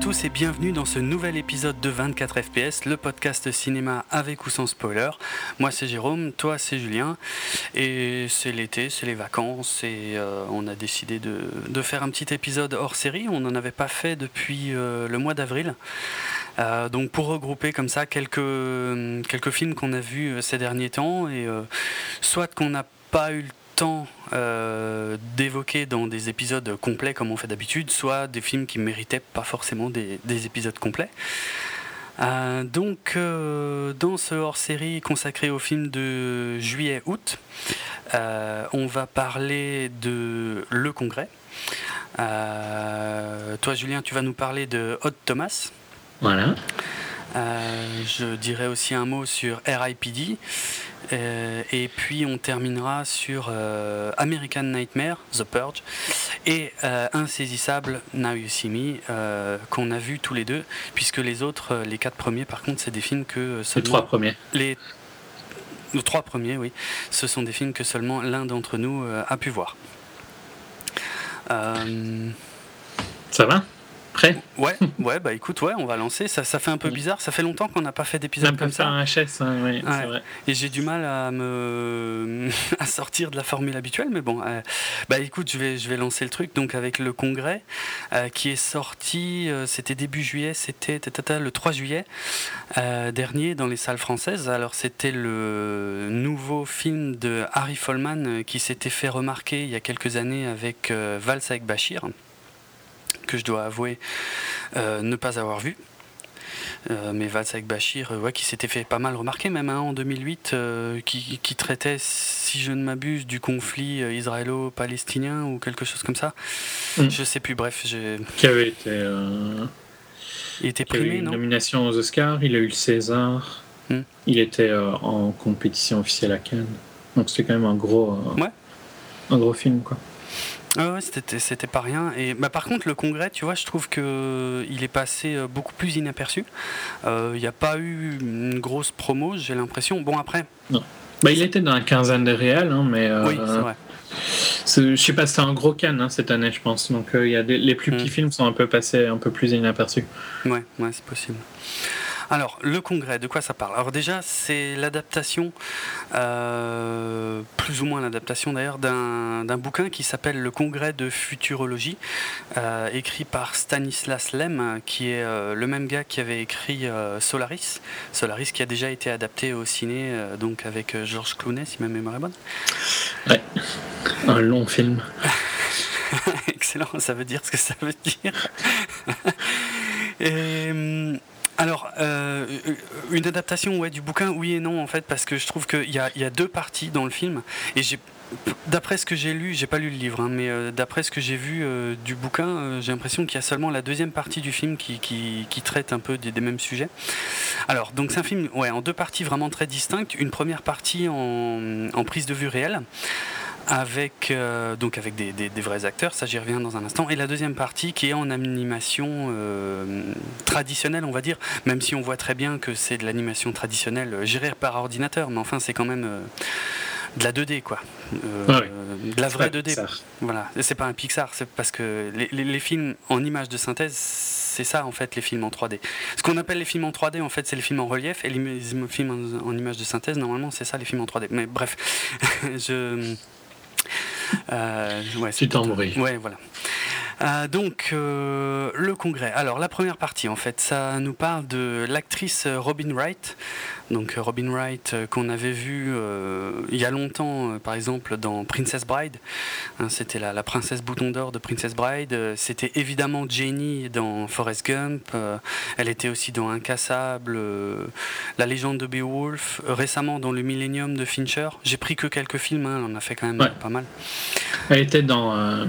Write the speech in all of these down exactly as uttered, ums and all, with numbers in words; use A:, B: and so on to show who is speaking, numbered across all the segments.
A: tous et bienvenue dans ce nouvel épisode de vingt-quatre F P S, le podcast cinéma avec ou sans spoiler. Moi c'est Jérôme, toi c'est Julien, et c'est l'été, c'est les vacances, et euh, on a décidé de, de faire un petit épisode hors série. On n'en avait pas fait depuis euh, le mois d'avril. Euh, donc pour regrouper comme ça quelques, quelques films qu'on a vus ces derniers temps, et euh, soit qu'on n'a pas eu le temps euh, d'évoquer dans des épisodes complets comme on fait d'habitude, soit des films qui méritaient pas forcément des, des épisodes complets. Euh, donc euh, dans ce hors-série consacré aux films de juillet-août, euh, on va parler de Le Congrès. Euh, toi Julien, tu vas nous parler de Odd Thomas.
B: Voilà.
A: Euh, je dirai aussi un mot sur R I P D. Euh, et puis on terminera sur euh, American Nightmare, The Purge, et euh, Insaisissable, Now You See Me, euh, qu'on a vu tous les deux, puisque les autres, les quatre premiers, par contre, c'est des films que seulement...
B: Les trois premiers.
A: Les, les trois premiers, oui. Ce sont des films que seulement l'un d'entre nous euh, a pu voir. Euh...
B: Ça va ? Prêt ?
A: Ouais, ouais, bah écoute, ouais, on va lancer. Ça, ça fait un peu bizarre. Ça fait longtemps qu'on n'a pas fait d'épisode
B: Même
A: comme
B: pas
A: ça.
B: un H S, hein, oui,
A: Ouais.
B: c'est vrai.
A: Et j'ai du mal à me à sortir de la formule habituelle, mais bon, euh, bah écoute, je vais je vais lancer le truc. Donc avec Le Congrès, euh, qui est sorti, euh, c'était début juillet, c'était tata, le trois juillet euh, dernier dans les salles françaises. Alors c'était le nouveau film de Harry Folman euh, qui s'était fait remarquer il y a quelques années avec euh, Valse avec Bachir, que je dois avouer euh, ne pas avoir vu. Euh, mais Valse avec Bachir, euh, ouais, qui s'était fait pas mal remarquer, même hein, en deux mille huit, euh, qui, qui traitait, si je ne m'abuse, du conflit euh, israélo-palestinien ou quelque chose comme ça. Mm. Je sais plus, bref. J'ai...
B: Qui avait été, euh...
A: il était
B: qui avait
A: primé,
B: eu une
A: non ?
B: nomination aux Oscars, il a eu le César, mm. il était euh, en compétition officielle à Cannes. Donc c'était quand même un gros, euh, ouais. un gros film, quoi.
A: Ah ouais, c'était, c'était pas rien. Et bah, par contre, Le Congrès, tu vois, je trouve qu'il est passé beaucoup plus inaperçu. Il euh, n'y a pas eu une grosse promo, j'ai l'impression. Bon, après...
B: Non. Bah, il était dans la quinzaine des réals, hein, mais... Euh,
A: oui, c'est vrai.
B: C'est, je sais pas, c'était un gros Cannes hein, cette année, je pense. Donc, euh, y a des, les plus petits mmh. films sont un peu passés un peu plus inaperçus.
A: Ouais, ouais, c'est possible. Alors, Le Congrès, de quoi ça parle ? Alors déjà, c'est l'adaptation, euh, plus ou moins l'adaptation d'ailleurs, d'un, d'un bouquin qui s'appelle Le Congrès de Futurologie, euh, écrit par Stanislas Lem, qui est euh, le même gars qui avait écrit euh, Solaris, Solaris qui a déjà été adapté au ciné, euh, donc avec euh, Georges Clooney, si ma mémoire est bonne.
B: Ouais, un long film.
A: Excellent, ça veut dire ce que ça veut dire. Et... Alors, euh, une adaptation ouais, du bouquin, oui et non, en fait, parce que je trouve qu'il y a, y a deux parties dans le film, et j'ai, d'après ce que j'ai lu, j'ai pas lu le livre, hein, mais euh, d'après ce que j'ai vu euh, du bouquin, euh, j'ai l'impression qu'il y a seulement la deuxième partie du film qui, qui, qui traite un peu des, des mêmes sujets. Alors, donc c'est un film ouais, en deux parties vraiment très distinctes, une première partie en, en prise de vue réelle, avec, euh, donc avec des, des, des vrais acteurs, ça j'y reviens dans un instant, et la deuxième partie qui est en animation euh, traditionnelle, on va dire, même si on voit très bien que c'est de l'animation traditionnelle euh, gérée par ordinateur, mais enfin c'est quand même euh, de la deux D, quoi. Euh,
B: ah oui.
A: De la vraie deux D.
B: Pixar.
A: Voilà, c'est pas un Pixar, c'est parce que les, les, les films en images de synthèse, c'est ça en fait les films en trois D. Ce qu'on appelle les films en trois D, en fait, c'est les films en relief, et les films en, en images de synthèse, normalement, c'est ça les films en trois D. Mais bref, je... Euh, ouais,
B: tu t'embrouilles.
A: Ouais, voilà. Euh, donc, euh, Le Congrès. Alors, la première partie, en fait, ça nous parle de l'actrice Robin Wright. Donc, Robin Wright, euh, qu'on avait vu euh, il y a longtemps, euh, par exemple, dans Princess Bride. Hein, c'était la, la princesse bouton d'or de Princess Bride. Euh, c'était évidemment Jenny dans Forrest Gump. Euh, elle était aussi dans Incassable, euh, La légende de Beowulf. Euh, récemment, dans Le Millennium de Fincher. J'ai pris que quelques films, hein, on en a fait quand même ouais. pas mal.
B: Elle était dans... Euh...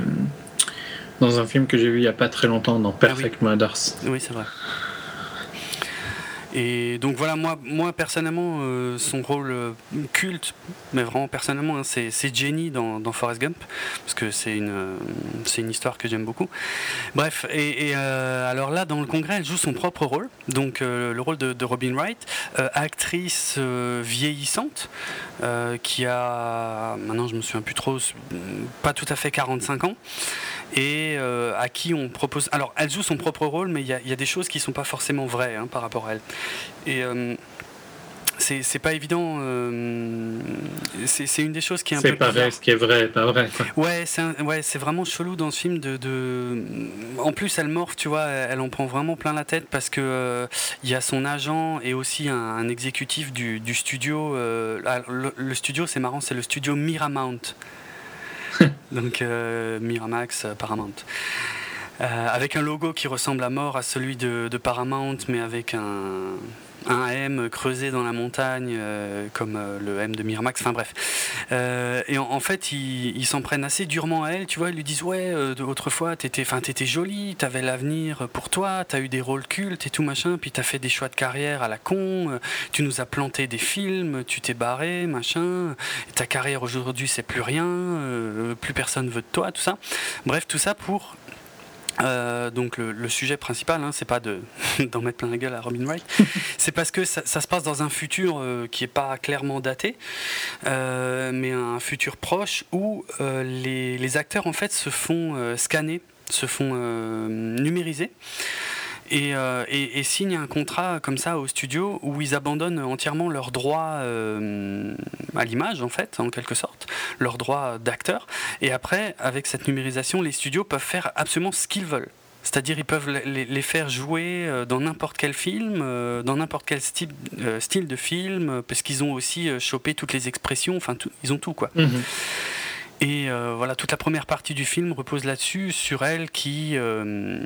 B: Dans un film que j'ai vu il n'y a pas très longtemps, dans Perfect ah oui. Mothers.
A: Oui, c'est vrai. Et donc voilà, moi, moi personnellement, euh, son rôle euh, culte, mais vraiment personnellement, hein, c'est, c'est Jenny dans, dans Forrest Gump, parce que c'est une, euh, c'est une histoire que j'aime beaucoup. Bref, et, et euh, alors là, dans le Congrès, elle joue son propre rôle, donc euh, le rôle de, de Robin Wright, euh, actrice euh, vieillissante, euh, qui a, maintenant je me souviens plus trop, pas tout à fait quarante-cinq ans, et euh, à qui on propose... Alors, elle joue son propre rôle, mais il y, y a des choses qui ne sont pas forcément vraies hein, par rapport à elle. Et euh, c'est, c'est pas évident. Euh, c'est, c'est une des choses qui est un
B: c'est
A: peu
B: pas vrai, ce qui est vrai, pas vrai. Quoi.
A: Ouais, c'est un, ouais, c'est vraiment chelou dans ce film. De, de... En plus, elle morphe, tu vois, elle en prend vraiment plein la tête parce que euh, y a son agent et aussi un, un exécutif du, du studio. Euh, le, le studio, c'est marrant, c'est le studio Miramount. Donc euh, Miramax, Paramount. Euh, avec un logo qui ressemble à mort à celui de, de Paramount, mais avec un, un M creusé dans la montagne, euh, comme euh, le M de Miramax, enfin bref. Euh, et en, en fait, ils, ils s'en prennent assez durement à elle, tu vois, ils lui disent « Ouais, euh, autrefois, t'étais, t'étais jolie, t'avais l'avenir pour toi, t'as eu des rôles cultes et tout machin, puis t'as fait des choix de carrière à la con, euh, tu nous as planté des films, tu t'es barré, machin, ta carrière aujourd'hui, c'est plus rien, euh, plus personne veut de toi, tout ça. » Bref, tout ça pour... Euh, donc le, le sujet principal, hein, c'est pas de, d'en mettre plein la gueule à Robin Wright, c'est parce que ça, ça se passe dans un futur euh, qui est pas clairement daté, euh, mais un futur proche où euh, les, les acteurs en fait se font euh, scanner, se font euh, numériser. Et, euh, et, et signent un contrat comme ça au studio où ils abandonnent entièrement leurs droits euh, à l'image en fait, en quelque sorte, leurs droits d'acteurs. Et après, avec cette numérisation, les studios peuvent faire absolument ce qu'ils veulent. C'est-à-dire ils peuvent les, les faire jouer dans n'importe quel film, dans n'importe quel style, euh, style de film, parce qu'ils ont aussi chopé toutes les expressions, enfin tout, ils ont tout quoi. Mmh. Et euh, voilà, toute la première partie du film repose là-dessus, sur elle qui... Euh,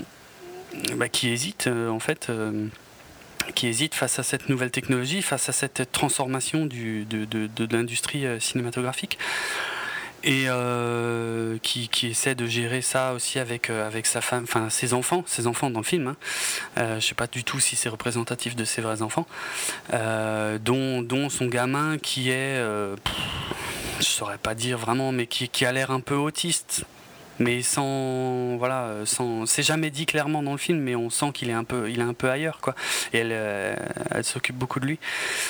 A: Bah, qui hésite euh, en fait euh, qui hésite face à cette nouvelle technologie, face à cette transformation du, de, de, de, de l'industrie euh, cinématographique et euh, qui, qui essaie de gérer ça aussi avec, euh, avec sa femme, enfin ses enfants, ses enfants dans le film hein. euh, je sais pas du tout si c'est représentatif de ses vrais enfants euh, dont, dont son gamin qui est euh, pff, je saurais pas dire vraiment mais qui, qui a l'air un peu autiste. Mais sans voilà, sans, c'est jamais dit clairement dans le film, mais on sent qu'il est un peu, il est un peu ailleurs quoi. Et elle, euh, elle s'occupe beaucoup de lui.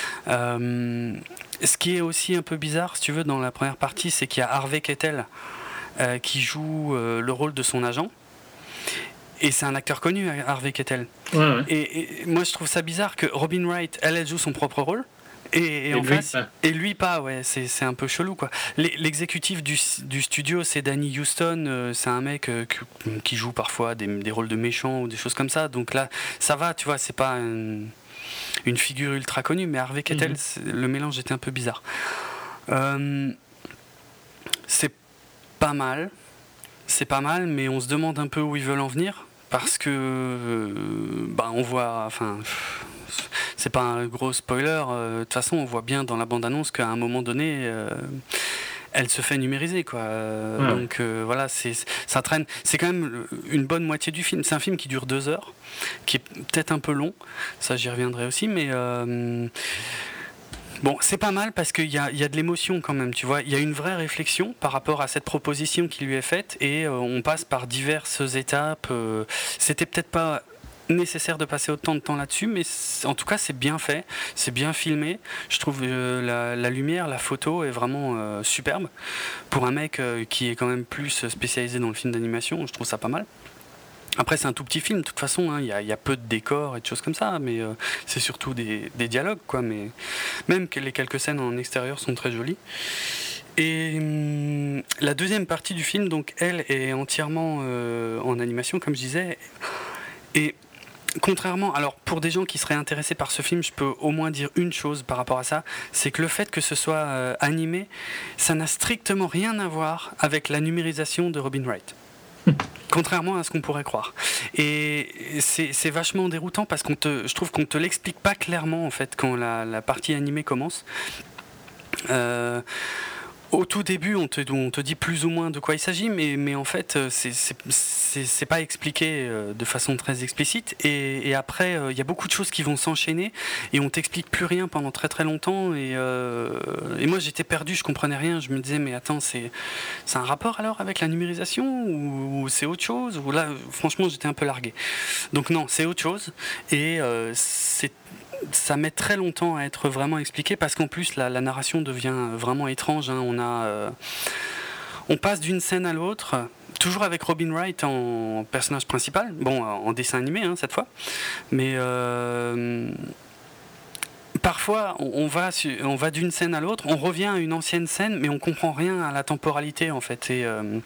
A: Euh, ce qui est aussi un peu bizarre, si tu veux, dans la première partie, c'est qu'il y a Harvey Keitel euh, qui joue euh, le rôle de son agent. Et c'est un acteur connu, Harvey Keitel. Ouais, ouais. Et, et moi, je trouve ça bizarre que Robin Wright, elle, elle joue son propre rôle. Et, et, et, en lui face, pas. et lui pas, ouais, c'est, c'est un peu chelou quoi. L'exécutif du, du studio, c'est Danny Huston, euh, c'est un mec euh, qui, qui joue parfois des, des rôles de méchants ou des choses comme ça. Donc là, ça va, tu vois, c'est pas un, une figure ultra connue, mais Harvey Keitel, mm-hmm. le mélange était un peu bizarre. Euh, c'est pas mal, c'est pas mal, mais on se demande un peu où ils veulent en venir parce que, euh, bah, on voit, enfin. C'est pas un gros spoiler, de euh, toute façon on voit bien dans la bande-annonce qu'à un moment donné euh, elle se fait numériser quoi. Euh, ouais. Donc euh, voilà, c'est, ça traîne. C'est quand même une bonne moitié du film. C'est un film qui dure deux heures, qui est peut-être un peu long, ça j'y reviendrai aussi, mais euh, bon, c'est pas mal parce qu'il y a, y a de l'émotion quand même, tu vois. Il y a une vraie réflexion par rapport à cette proposition qui lui est faite et euh, on passe par diverses étapes. Euh, c'était peut-être pas nécessaire de passer autant de temps là-dessus, mais en tout cas c'est bien fait, c'est bien filmé. Je trouve euh, la, la lumière, la photo est vraiment euh, superbe pour un mec euh, qui est quand même plus spécialisé dans le film d'animation. Je trouve ça pas mal. Après c'est un tout petit film de toute façon, il hein, y, y a peu de décors et de choses comme ça, mais euh, c'est surtout des, des dialogues quoi. Mais même que les quelques scènes en extérieur sont très jolies. Et hum, la deuxième partie du film, donc elle est entièrement euh, en animation comme je disais. Et contrairement, alors pour des gens qui seraient intéressés par ce film, je peux au moins dire une chose par rapport à ça, c'est que le fait que ce soit euh, animé, ça n'a strictement rien à voir avec la numérisation de Robin Wright. Contrairement à ce qu'on pourrait croire. Et c'est, c'est vachement déroutant parce qu'on te, je trouve qu'on ne te l'explique pas clairement en fait quand la, la partie animée commence. Euh, au tout début, on te, on te dit plus ou moins de quoi il s'agit, mais, mais en fait, c'est, c'est, c'est, c'est pas expliqué de façon très explicite. Et, et après, il y a beaucoup de choses qui vont s'enchaîner et on t'explique plus rien pendant très très longtemps. Et, euh, et moi, j'étais perdu, je comprenais rien. Je me disais, mais attends, c'est, c'est un rapport alors avec la numérisation ou, ou c'est autre chose? Ou là, franchement, j'étais un peu largué. Donc non, c'est autre chose. Et euh, c'est ça met très longtemps à être vraiment expliqué parce qu'en plus la, la narration devient vraiment étrange. Hein. On a, euh, on passe d'une scène à l'autre, toujours avec Robin Wright en personnage principal, bon en dessin animé hein, cette fois, mais euh, parfois on, on va, on va d'une scène à l'autre, on revient à une ancienne scène, mais on comprend rien à la temporalité en fait. Et euh,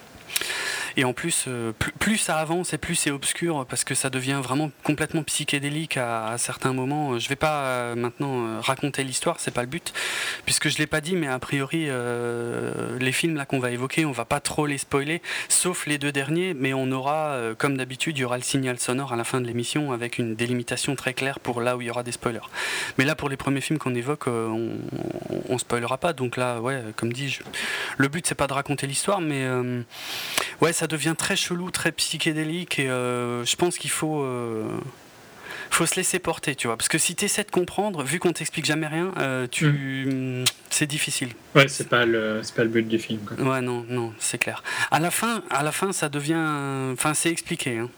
A: Et en plus, euh, plus, plus ça avance et plus c'est obscur parce que ça devient vraiment complètement psychédélique à, à certains moments. Je vais pas euh, maintenant euh, raconter l'histoire, c'est pas le but, puisque je l'ai pas dit, mais a priori euh, les films là qu'on va évoquer, on va pas trop les spoiler, sauf les deux derniers, mais on aura, euh, comme d'habitude, il y aura le signal sonore à la fin de l'émission avec une délimitation très claire pour là où il y aura des spoilers. Mais là, pour les premiers films qu'on évoque, euh, on, on, on spoilera pas. Donc là, ouais, comme dit, je... le but c'est pas de raconter l'histoire, mais euh, ouais, ça devient très chelou, très psychédélique et euh, je pense qu'il faut euh, faut se laisser porter, tu vois, parce que si tu essaies de comprendre, vu qu'on t'explique jamais rien, euh, tu mmh. c'est difficile.
B: Ouais, c'est pas le c'est pas le but du film, quoi.
A: Ouais, non, non, c'est clair. À la fin, à la fin, ça devient, enfin, c'est expliqué. Hein.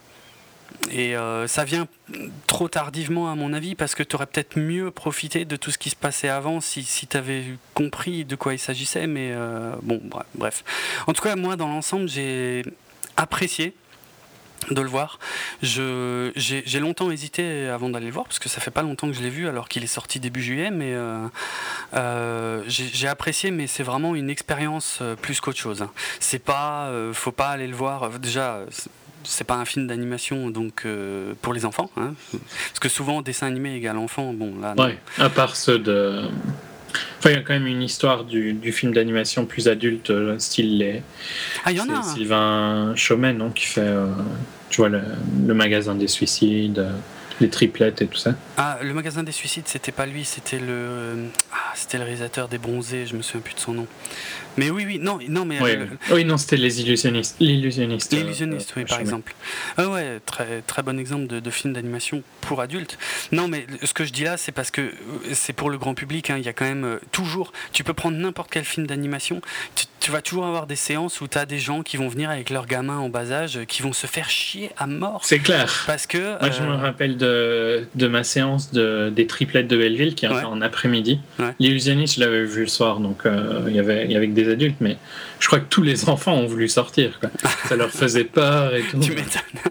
A: Et euh, ça vient trop tardivement à mon avis parce que tu aurais peut-être mieux profité de tout ce qui se passait avant si, si tu avais compris de quoi il s'agissait, mais euh, bon, bref. En tout cas, moi, dans l'ensemble, j'ai apprécié de le voir. Je, j'ai, j'ai longtemps hésité avant d'aller le voir parce que ça fait pas longtemps que je l'ai vu alors qu'il est sorti début juillet, mais euh, euh, j'ai, j'ai apprécié, mais c'est vraiment une expérience plus qu'autre chose. Hein. C'est pas, euh, faut pas aller le voir. Déjà, c'est pas un film d'animation donc euh, pour les enfants, hein, parce que souvent dessin animé égale enfant. Bon là.
B: Ouais. À part ceux de. Enfin, il y a quand même une histoire du, du film d'animation plus adulte, style les.
A: Ah, il y en a.
B: Sylvain Chaumet, non, qui fait, euh, tu vois, le, le magasin des suicides, euh, les triplettes et tout ça.
A: Ah, le magasin des suicides, c'était pas lui, c'était le, euh, ah, c'était le réalisateur des Bronzés, je me souviens plus de son nom. Mais oui, oui, non, non, mais.
B: Oui,
A: le,
B: oui non, c'était les illusionnistes. L'illusionniste.
A: L'illusionniste,
B: euh,
A: oui, par exemple. Ah ouais, très, très bon exemple de, de film d'animation pour adultes. Non, mais ce que je dis là, c'est parce que c'est pour le grand public. Hein, il y a quand même euh, toujours. Tu peux prendre n'importe quel film d'animation. Tu, tu vas toujours avoir des séances où tu as des gens qui vont venir avec leurs gamins en bas âge, qui vont se faire chier à mort.
B: C'est clair.
A: Parce que.
B: Moi, euh... je me rappelle de, de ma séance de, des triplettes de Belleville qui est ouais. en après-midi. Ouais. L'illusionniste, je l'avais vu le soir, donc euh, il y avait, il y avait que des adultes, mais je crois que tous les enfants ont voulu sortir, quoi. Ça leur faisait peur et tout.
A: Tu m'étonnes.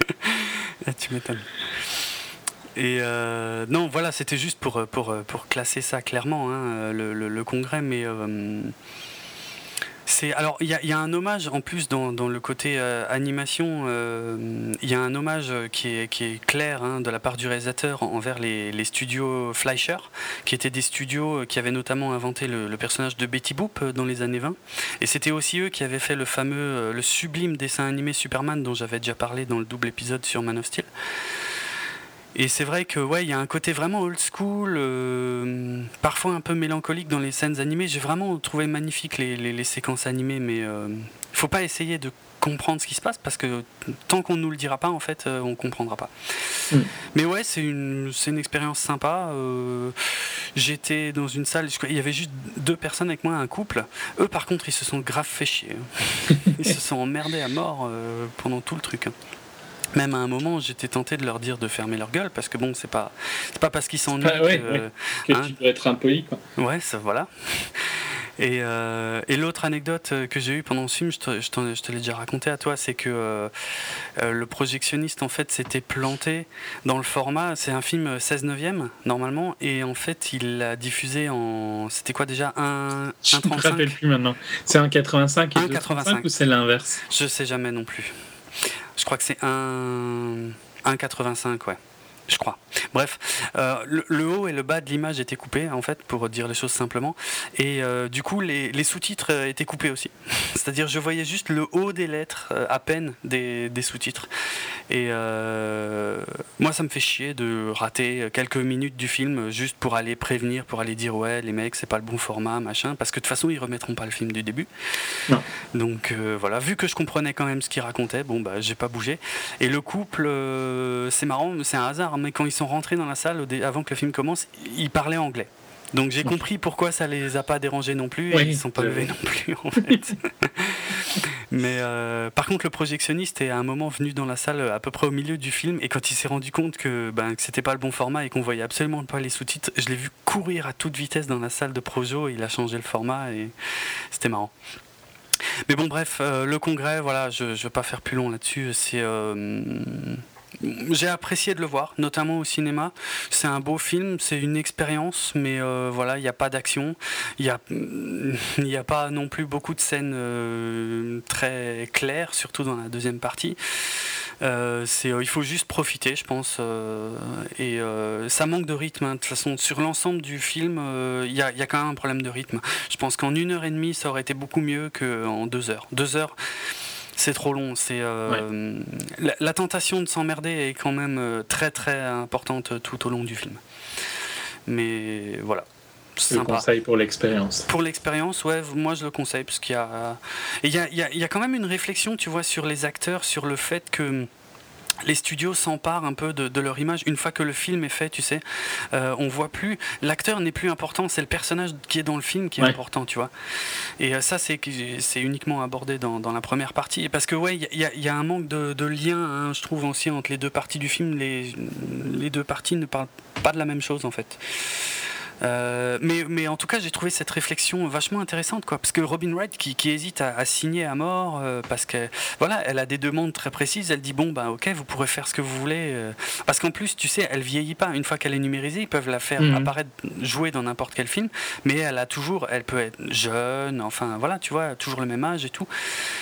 A: Tu m'étonnes. Et euh, non, voilà, c'était juste pour, pour, pour classer ça clairement, hein, le, le, le congrès, mais euh, c'est, alors il y, y a un hommage en plus dans, dans le côté euh, animation, il euh, y a un hommage qui est, qui est clair hein, de la part du réalisateur envers les, les studios Fleischer, qui étaient des studios qui avaient notamment inventé le, le personnage de Betty Boop dans les années vingt, et c'était aussi eux qui avaient fait le fameux, le sublime dessin animé Superman dont j'avais déjà parlé dans le double épisode sur Man of Steel. Et c'est vrai que ouais, il y a un côté vraiment old school, euh, parfois un peu mélancolique dans les scènes animées. J'ai vraiment trouvé magnifique les, les, les séquences animées, mais il euh, faut pas essayer de comprendre ce qui se passe parce que tant qu'on nous le dira pas, en fait, euh, on comprendra pas. Mm. Mais ouais, c'est une, c'est une expérience sympa. Euh, j'étais dans une salle, il y avait juste deux personnes avec moi, un couple. Eux, par contre, ils se sont grave fait chier. Ils se sont emmerdés à mort euh, pendant tout le truc. Même à un moment, j'étais tenté de leur dire de fermer leur gueule parce que bon, c'est pas, c'est pas parce qu'ils s'ennuient
B: ah, ouais,
A: que,
B: ouais. que hein, tu dois être impoli, quoi.
A: Ouais, ça, voilà. Et, euh, et l'autre anecdote que j'ai eue pendant ce film, je te, je te, je te l'ai déjà raconté à toi, c'est que euh, le projectionniste en fait s'était planté dans le format. C'est un film seize neuvième normalement, et en fait il l'a diffusé en, c'était quoi déjà, un
B: Je ne me rappelle plus maintenant. C'est un quatre-vingt-cinq et un quatre-vingt-cinq ou c'est l'inverse?
A: Je sais jamais non plus. Je crois que c'est un un quatre-vingt-cinq, ouais. je crois. Bref, euh, le, le haut et le bas de l'image étaient coupés, en fait, pour dire les choses simplement. Et euh, du coup, les, les sous-titres étaient coupés aussi. C'est-à-dire, je voyais juste le haut des lettres, euh, à peine, des, des sous-titres. Et euh, moi, ça me fait chier de rater quelques minutes du film juste pour aller prévenir, pour aller dire ouais, les mecs, c'est pas le bon format, machin. Parce que de toute façon, ils remettront pas le film du début.
B: Non.
A: Donc euh, voilà, vu que je comprenais quand même ce qu'ils racontaient, bon, bah, j'ai pas bougé. Et le couple, euh, c'est marrant, c'est un hasard, mais quand ils sont rentrés dans la salle, avant que le film commence, ils parlaient anglais. Donc j'ai compris pourquoi ça les a pas dérangés non plus, et oui, ils ne sont pas levés non plus en fait. Mais euh, par contre le projectionniste est à un moment venu dans la salle à peu près au milieu du film, et quand il s'est rendu compte que, ben, que c'était pas le bon format et qu'on voyait absolument pas les sous-titres, je l'ai vu courir à toute vitesse dans la salle de Projo, et il a changé le format et c'était marrant. Mais bon bref, euh, le congrès, voilà, je ne vais pas faire plus long là-dessus, c'est... Euh, j'ai apprécié de le voir, notamment au cinéma. C'est un beau film, c'est une expérience, mais euh, voilà, il n'y a pas d'action. Il n'y a, a pas non plus beaucoup de scènes euh, très claires, surtout dans la deuxième partie. Euh, c'est, euh, il faut juste profiter, je pense. Euh, et euh, ça manque de rythme. Hein. De toute façon, sur l'ensemble du film, il euh, y, y a quand même un problème de rythme. Je pense qu'en une heure et demie, ça aurait été beaucoup mieux qu'en deux heures. Deux heures. C'est trop long. C'est, euh, ouais. la, la tentation de s'emmerder est quand même très très importante tout au long du film. Mais voilà.
B: Je le conseille pour l'expérience.
A: Pour l'expérience, ouais, moi je le conseille parce qu'il y a, il y a, il y a, il y a quand même une réflexion, tu vois, sur les acteurs, sur le fait que les studios s'emparent un peu de, de leur image une fois que le film est fait, tu sais. Euh, on voit plus, l'acteur n'est plus important, c'est le personnage qui est dans le film qui est ouais. important, tu vois. Et euh, ça, c'est, c'est uniquement abordé dans, dans la première partie. Parce que, ouais, il y, y, y a un manque de, de lien, hein, je trouve aussi, entre les deux parties du film. Les, les deux parties ne parlent pas de la même chose, en fait. Euh, mais, mais en tout cas j'ai trouvé cette réflexion vachement intéressante quoi, parce que Robin Wright qui, qui hésite à, à signer à mort euh, parce que voilà, elle a des demandes très précises, elle dit bon bah ok vous pourrez faire ce que vous voulez euh, parce qu'en plus tu sais elle vieillit pas, une fois qu'elle est numérisée ils peuvent la faire mmh. apparaître jouer dans n'importe quel film, mais elle a toujours, elle peut être jeune, enfin voilà tu vois, toujours le même âge et tout.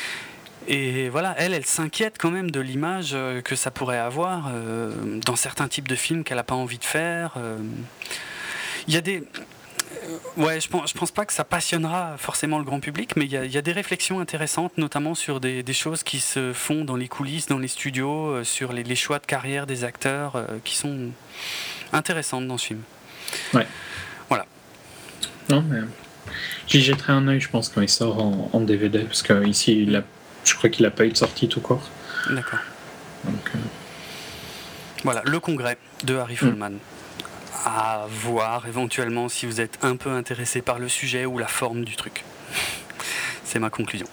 A: Et voilà, elle, elle s'inquiète quand même de l'image que ça pourrait avoir euh, dans certains types de films qu'elle n'a pas envie de faire. Euh, Il y a des... Ouais, je pense, je pense pas que ça passionnera forcément le grand public, mais il y a, il y a des réflexions intéressantes, notamment sur des, des choses qui se font dans les coulisses, dans les studios, euh, sur les, les choix de carrière des acteurs, euh, qui sont intéressantes dans ce film.
B: Ouais.
A: Voilà.
B: Non, mais j'y jetterai un œil, je pense, quand il sort en, en D V D, parce qu'ici, il a, je crois qu'il n'a pas eu de sortie tout court.
A: D'accord.
B: Donc, euh...
A: Voilà, le congrès de Harry Folman. Mmh. À voir éventuellement si vous êtes un peu intéressé par le sujet ou la forme du truc. C'est ma conclusion.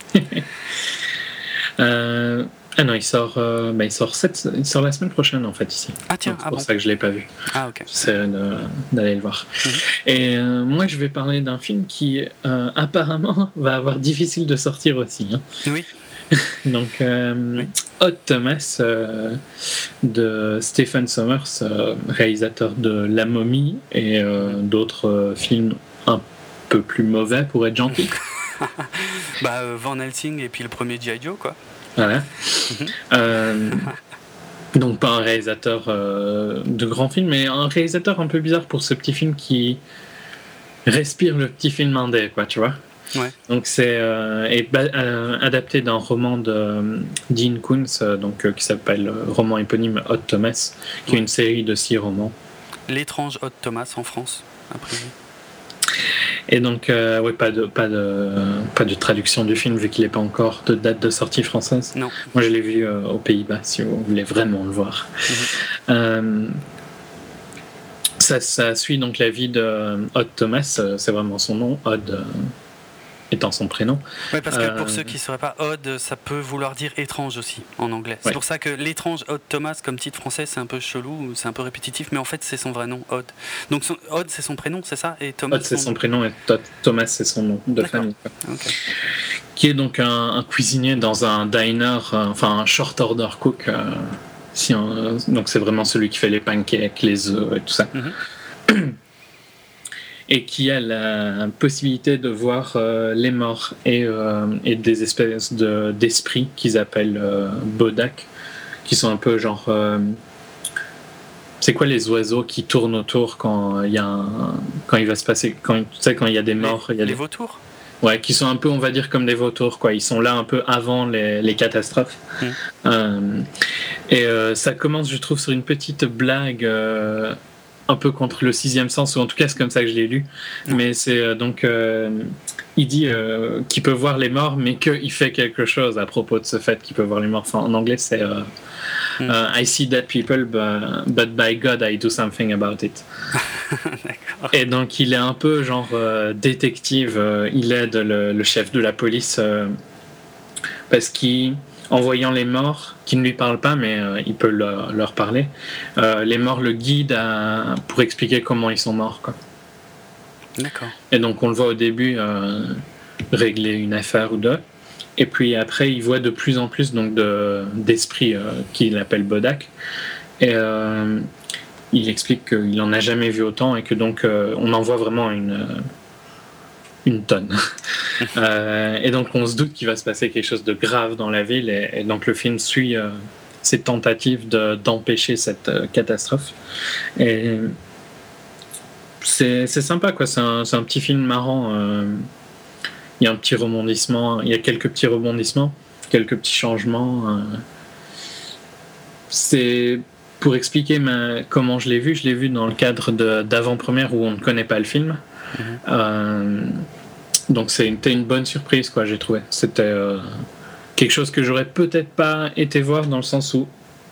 A: euh,
B: ah non, il sort, euh, bah il, sort cette, il sort la semaine prochaine en fait ici.
A: Ah tiens,
B: donc, c'est
A: ah
B: pour
A: bon.
B: ça que je ne l'ai pas vu.
A: Ah ok.
B: J'essaierai de, d'aller le voir. Mm-hmm. Et euh, moi je vais parler d'un film qui euh, apparemment va avoir difficile de sortir aussi. Hein.
A: Oui.
B: Donc, euh, oui. Odd Thomas euh, de Stephen Sommers, euh, réalisateur de La Momie et euh, d'autres euh, films un peu plus mauvais pour être gentil.
A: bah, euh, Van Helsing et puis le premier G I. Joe, quoi.
B: Voilà. Mm-hmm. euh, donc, pas un réalisateur euh, de grands films, mais un réalisateur un peu bizarre pour ce petit film qui respire le petit film indé, quoi, tu vois.
A: Ouais.
B: Donc c'est euh, est ba- euh, adapté d'un roman de euh, Dean Koontz, euh, donc euh, qui s'appelle euh, roman éponyme Odd Thomas, qui ouais. est une série de six romans.
A: L'étrange Odd Thomas en France, après.
B: Et donc euh, ouais, pas de pas de euh, pas de traduction du film vu qu'il n'est pas encore de date de sortie française.
A: Non.
B: Moi je l'ai vu euh, aux Pays-Bas si vous voulez vraiment le voir. Mm-hmm. Euh, ça, ça suit donc la vie de Odd Thomas, euh, c'est vraiment son nom, Odd. Euh, étant son prénom.
A: Oui, parce que euh... pour ceux qui ne sauraient pas, Odd, ça peut vouloir dire étrange aussi, en anglais. C'est ouais. pour ça que l'étrange Odd Thomas, comme titre français, c'est un peu chelou, c'est un peu répétitif, mais en fait, c'est son vrai nom, Odd. Donc, son... Odd, c'est son prénom, c'est ça, et Thomas,
B: Odd, c'est son, son prénom, et Thomas, c'est son nom de D'accord. famille.
A: Okay.
B: Qui est donc un, un cuisinier dans un diner, euh, enfin, un short order cook. Euh, si on... Donc, c'est vraiment celui qui fait les pancakes, les œufs et tout ça. Mm-hmm. Et qui a la possibilité de voir euh, les morts et, euh, et des espèces de, d'esprits qu'ils appellent euh, Bodak, qui sont un peu genre... Euh, c'est quoi les oiseaux qui tournent autour quand il y a un, quand il va se passer, quand tu sais quand il y a des morts,
A: les,
B: il y a
A: les
B: des
A: vautours.
B: Ouais, qui sont un peu, on va dire, comme des vautours, quoi. Ils sont là un peu avant les, les catastrophes.
A: Mmh.
B: Euh, et euh, ça commence, je trouve, sur une petite blague euh, un peu contre le sixième sens, ou en tout cas, c'est comme ça que je l'ai lu. Mmh. Mais c'est euh, donc, euh, il dit euh, qu'il peut voir les morts, mais qu'il fait quelque chose à propos de ce fait qu'il peut voir les morts. Enfin, en anglais, c'est euh, mmh. uh, I see dead people, but, but by God, I do something about it. Et donc il est un peu genre euh, détective, euh, il aide le, le chef de la police euh, parce qu'en voyant les morts, qui ne lui parlent pas mais euh, il peut leur, leur parler, euh, les morts le guident à, pour expliquer comment ils sont morts, quoi.
A: D'accord.
B: Et donc on le voit au début euh, régler une affaire ou deux, et puis après il voit de plus en plus donc de, d'esprits euh, qu'il appelle Bodak, et euh, il explique qu'il n'en a jamais vu autant et que donc euh, on en voit vraiment une, une tonne. euh, et donc on se doute qu'il va se passer quelque chose de grave dans la ville, et, et donc le film suit euh, ses tentatives de, d'empêcher cette euh, catastrophe. Et c'est, c'est sympa, quoi. C'est un, c'est un petit film marrant. Euh, il y a un petit rebondissement, il y a quelques petits rebondissements, quelques petits changements. Euh, c'est... Pour expliquer ma, comment je l'ai vu, je l'ai vu dans le cadre de, d'avant-première où on ne connaît pas le film. Mmh. Euh, donc c'était une bonne surprise, quoi, j'ai trouvé. C'était euh, quelque chose que j'aurais peut-être pas été voir, dans le sens où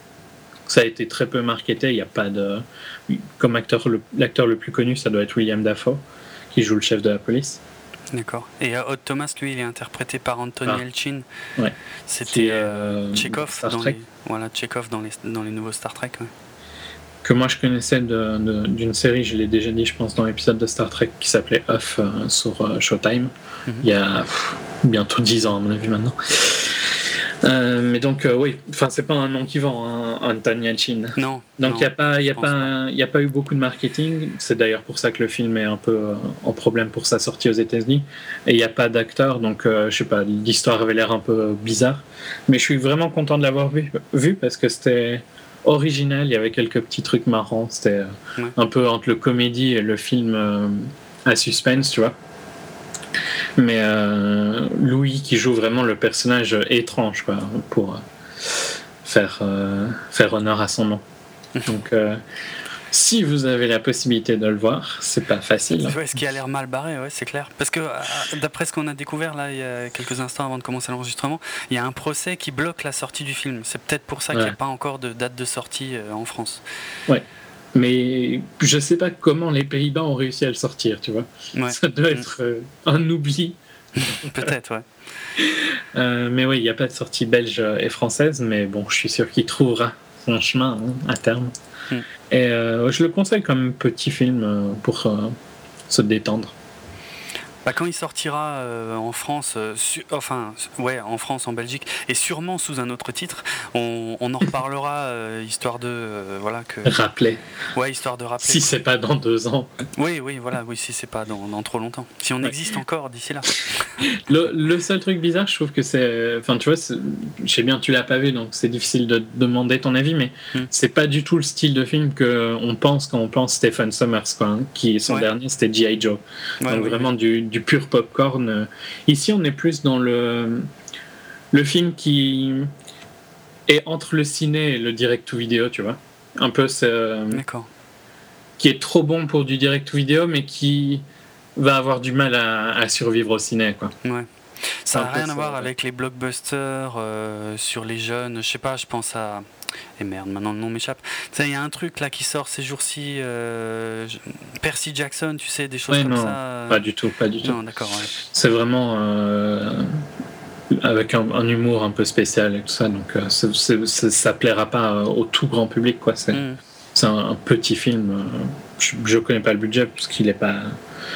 B: ça a été très peu marketé. Il y a pas de... Comme acteur, le, l'acteur le plus connu, ça doit être William Dafoe, qui joue le chef de la police.
A: D'accord. Et Odd Thomas, lui, il est interprété par Anthony ah. Elchin.
B: Ouais.
A: C'était euh, Chekhov dans les, voilà, Chekhov dans les, dans les nouveaux Star Trek. Ouais.
B: Que moi je connaissais de, de, d'une série, je l'ai déjà dit, je pense, dans l'épisode de Star Trek qui s'appelait Off euh, sur euh, Showtime. Mm-hmm. Il y a pff, bientôt dix ans, à mon avis, maintenant. Euh, mais donc, euh, oui, enfin, c'est pas un nom qui vend, hein, Anthony Elchin.
A: Non.
B: Donc, il n'y a, pas, y a, pas, y a pas eu beaucoup de marketing. C'est d'ailleurs pour ça que le film est un peu euh, en problème pour sa sortie aux États-Unis. Et il n'y a pas d'acteur, donc, euh, je sais pas, l'histoire avait l'air un peu bizarre. Mais je suis vraiment content de l'avoir vu, vu parce que c'était original. Il y avait quelques petits trucs marrants. C'était ouais. un peu entre le comédie et le film euh, à suspense, tu vois. Mais euh, Louis qui joue vraiment le personnage étrange, quoi, pour faire, euh, faire honneur à son nom. Donc euh, si vous avez la possibilité de le voir, c'est pas facile.
A: Ouais, ce qui a l'air mal barré, ouais, c'est clair. Parce que d'après ce qu'on a découvert là il y a quelques instants avant de commencer l'enregistrement, il y a un procès qui bloque la sortie du film. C'est peut-être pour ça ouais. qu'il n'y a pas encore de date de sortie en France.
B: Ouais. Mais je sais pas comment les Pays-Bas ont réussi à le sortir, tu vois. Ouais. Ça doit être euh, un oubli.
A: Peut-être, ouais.
B: Euh, mais oui, il n'y a pas de sortie belge et française, mais bon, je suis sûr qu'il trouvera son chemin hein, à terme. Mm. Et euh, je le conseille comme petit film pour euh, se détendre.
A: Bah, quand il sortira euh, en France, euh, su- enfin, ouais, en France, en Belgique, et sûrement sous un autre titre, on, on en reparlera, euh, histoire de, euh, voilà, que.
B: Rappeler.
A: Ouais, histoire de rappeler.
B: Si c'est pas dans deux ans.
A: Oui, oui, voilà, oui, si c'est pas dans, dans trop longtemps. Si on ouais. existe encore d'ici là.
B: le, le seul truc bizarre, je trouve que c'est, enfin, tu vois, c'est, je sais bien, tu l'as pas vu, donc c'est difficile de demander ton avis, mais mm. c'est pas du tout le style de film que on pense quand on pense Stephen Sommers, quoi, hein, qui son ouais. dernier, c'était G I. Joe. Ouais, donc oui, vraiment oui. du du pur popcorn. Ici, on est plus dans le, le film qui est entre le ciné et le direct-to-vidéo, tu vois. Un peu, c'est,
A: D'accord.
B: qui est trop bon pour du direct-to-vidéo, mais qui va avoir du mal à, à survivre au ciné, quoi.
A: Ouais. Ça n'a rien à voir avec les blockbusters euh, sur les jeunes. Je sais pas, je pense à... Et merde, maintenant le nom m'échappe. Tu sais, il y a un truc là qui sort ces jours-ci, euh, Percy Jackson, tu sais, des choses
B: ouais,
A: comme
B: non,
A: ça.
B: Pas du tout, pas du tout.
A: Non, d'accord, ouais.
B: C'est vraiment euh, avec un, un humour un peu spécial et tout ça, donc euh, c'est, c'est, c'est, ça plaira pas au tout grand public, quoi. C'est, mm. c'est un, un petit film. Je, je connais pas le budget parce qu'il est pas,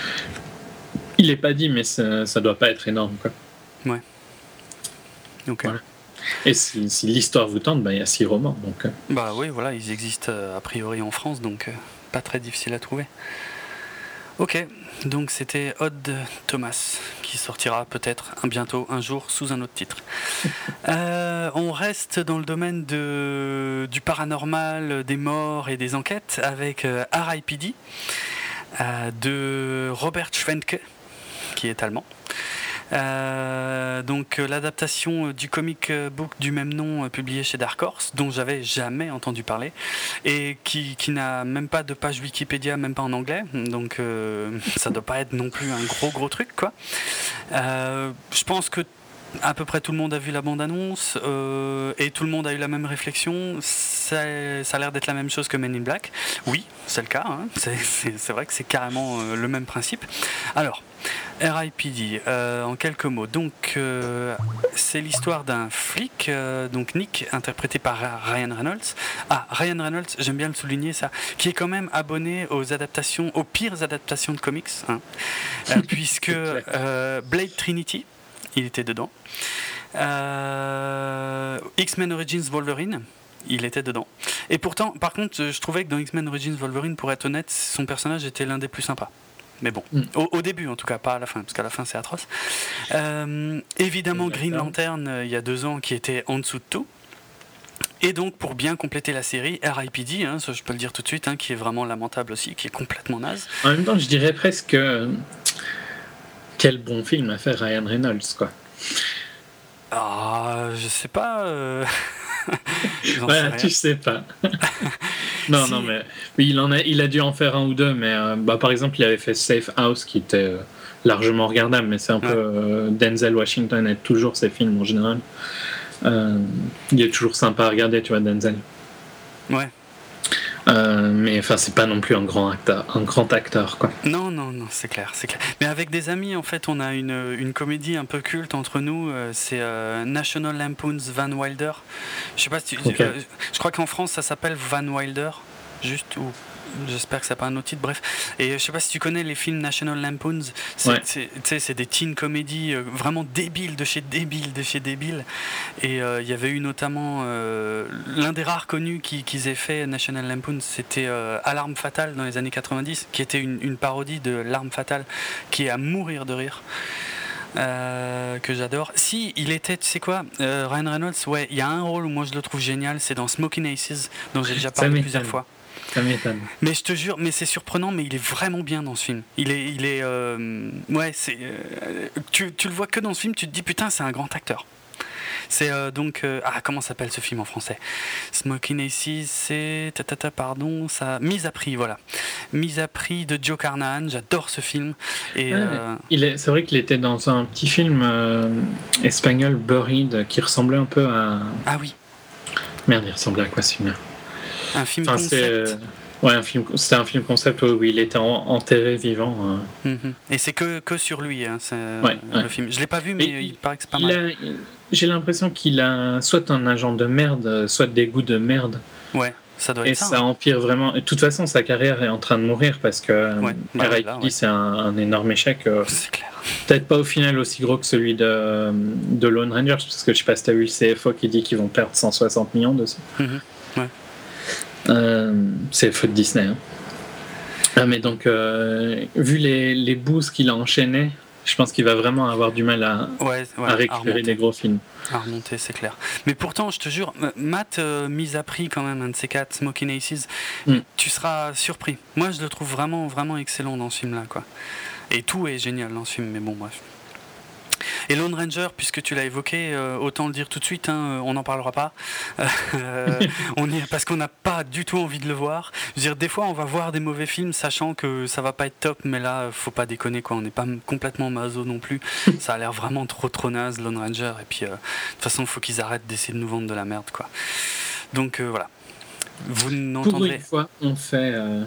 B: il est pas dit, mais ça, ça doit pas être énorme, quoi.
A: Ouais. Ok.
B: Voilà. Et si, si l'histoire vous tente, bah, y a six romans. Donc, euh...
A: Bah oui, voilà, ils existent euh, a priori en France, donc euh, pas très difficile à trouver. Ok, donc c'était Odd Thomas, qui sortira peut-être un, bientôt un jour sous un autre titre. euh, on reste dans le domaine de, du paranormal, des morts et des enquêtes avec euh, R I P D euh, de Robert Schwenke, qui est allemand. Euh, donc euh, l'adaptation du comic book du même nom euh, publié chez Dark Horse, dont j'avais jamais entendu parler et qui, qui n'a même pas de page Wikipédia, même pas en anglais, donc euh, ça doit pas être non plus un gros gros truc quoi. Euh, je pense que à peu près tout le monde a vu la bande-annonce euh, et tout le monde a eu la même réflexion. C'est, ça a l'air d'être la même chose que Men in Black. Oui, c'est le cas. Hein. C'est, c'est, c'est vrai que c'est carrément euh, le même principe. Alors, R I P D, euh, en quelques mots. Donc, euh, c'est l'histoire d'un flic, euh, donc Nick, interprété par Ryan Reynolds. Ah, Ryan Reynolds, j'aime bien le souligner ça, qui est quand même abonné aux adaptations, aux pires adaptations de comics, hein, euh, puisque euh, Blade Trinity, il était dedans. Euh, X-Men Origins Wolverine, il était dedans. Et pourtant, par contre, je trouvais que dans X-Men Origins Wolverine, pour être honnête, son personnage était l'un des plus sympas. Mais bon, mm. au, au début en tout cas, pas à la fin, parce qu'à la fin c'est atroce. Euh, évidemment, Green Lantern, il y a deux ans, qui était en dessous de tout. Et donc, pour bien compléter la série, R I P D, hein, ça je peux le dire tout de suite, hein, qui est vraiment lamentable aussi, qui est complètement naze.
B: En même temps, je dirais presque... Euh... Quel bon film a fait Ryan Reynolds, quoi.
A: Ah, je sais pas. Euh...
B: ouais, tu sais pas. non, si. non, mais il en a, il a dû en faire un ou deux, mais euh, bah, par exemple, il avait fait Safe House, qui était euh, largement regardable, mais c'est un ouais. peu euh, Denzel Washington aide toujours ses films en général. Euh, il est toujours sympa à regarder, tu vois, Denzel.
A: Ouais.
B: Euh, mais enfin, c'est pas non plus un grand acteur, un grand acteur, quoi.
A: Non, non, non, c'est clair, c'est clair. Mais avec des amis, en fait, on a une, une comédie un peu culte entre nous. Euh, c'est euh, National Lampoon's Van Wilder. Je sais pas si tu, okay. euh, je crois qu'en France, ça s'appelle Van Wilder, juste ou. J'espère que ça n'a pas un autre titre, bref. Et je sais pas si tu connais les films National Lampoons, c'est, ouais. c'est, c'est des teen comédies euh, vraiment débiles, de chez débiles, de chez débiles. Et il euh, y avait eu notamment euh, l'un des rares connus qui, qu'ils aient fait National Lampoons, c'était euh, Alarme Fatale dans les années quatre-vingt-dix, qui était une, une parodie de L'Arme Fatale, qui est à mourir de rire. Euh, que j'adore. Si, il était, tu sais quoi, euh, Ryan Reynolds, ouais, il y a un rôle où moi je le trouve génial, c'est dans Smoking Aces, dont j'ai déjà parlé plusieurs fois.
B: Ça m'étonne.
A: Mais je te jure, mais c'est surprenant, mais il est vraiment bien dans ce film. Il est, il est, euh, ouais, c'est, euh, tu, tu le vois que dans ce film, tu te dis putain, c'est un grand acteur. C'est euh, donc, euh, ah, comment s'appelle ce film en français ? Smoking Aces, c'est, ta, ta, ta, pardon, ça, Mise à prix, voilà. Mise à prix de Joe Carnahan. J'adore ce film. Et
B: ouais,
A: euh...
B: il est, c'est vrai qu'il était dans un petit film euh, espagnol, Buried, qui ressemblait un peu à.
A: Ah oui.
B: Merde, il ressemblait à quoi ce film-là ?
A: Un film
B: enfin,
A: concept.
B: C'est, euh, ouais, un film, c'était un film concept où il était en, enterré vivant. Euh.
A: Mm-hmm. Et c'est que, que sur lui, hein, c'est,
B: ouais,
A: le
B: ouais.
A: film. Je l'ai pas vu, mais
B: il,
A: il paraît que c'est pas
B: il
A: mal.
B: A, il, j'ai l'impression qu'il a soit un agent de merde, soit des goûts de merde.
A: Ouais, ça doit être
B: et
A: ça.
B: Et ça
A: hein.
B: empire vraiment. Et de toute façon, sa carrière est en train de mourir parce que
A: ouais,
B: bah, R I P D, ouais. c'est un, un énorme échec. Euh,
A: c'est clair.
B: Peut-être pas au final aussi gros que celui de, de Lone Rangers, parce que je sais pas si tu as vu le C F O qui dit qu'ils vont perdre cent soixante millions dessus.
A: Mm-hmm. Ouais.
B: Euh, c'est faute Disney. Hein. Ah, mais donc, euh, vu les, les boosts qu'il a enchaînés, je pense qu'il va vraiment avoir du mal à,
A: ouais, ouais,
B: à récupérer à des gros films.
A: À remonter, c'est clair. Mais pourtant, je te jure, Matt, euh, mise à prix quand même, un de ces quatre, Smoking Aces, mm. tu seras surpris. Moi, je le trouve vraiment, vraiment excellent dans ce film-là, quoi. Et tout est génial dans ce film, mais bon, bref. Et Lone Ranger, puisque tu l'as évoqué, euh, autant le dire tout de suite, hein, on n'en parlera pas. Euh, on est, parce qu'on n'a pas du tout envie de le voir. Je veux dire, des fois, on va voir des mauvais films, sachant que ça va pas être top, mais là, faut pas déconner, quoi. On n'est pas complètement maso non plus. Ça a l'air vraiment trop, trop naze, Lone Ranger. Et puis, euh, de toute façon, il faut qu'ils arrêtent d'essayer de nous vendre de la merde, quoi. Donc, euh, voilà. Vous n'entendrez...
B: Pour une fois, on fait, euh,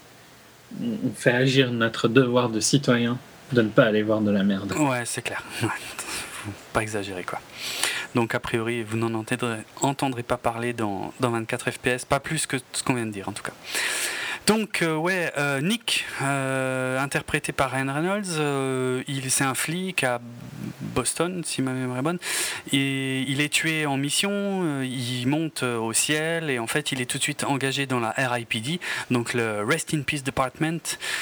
B: on fait agir notre devoir de citoyen. De ne pas aller voir de la merde.
A: Ouais, c'est clair. Ouais. Faut pas exagérer, quoi. Donc, a priori, vous n'en entendrez, entendrez pas parler dans, dans vingt-quatre F P S, pas plus que ce qu'on vient de dire, en tout cas. Donc euh, ouais, euh, Nick, euh, interprété par Ryan Reynolds, euh, il c'est un flic à Boston, si ma mémoire est bonne. Et il est tué en mission, euh, il monte au ciel et en fait il est tout de suite engagé dans la R I P D, donc le Rest in Peace Department,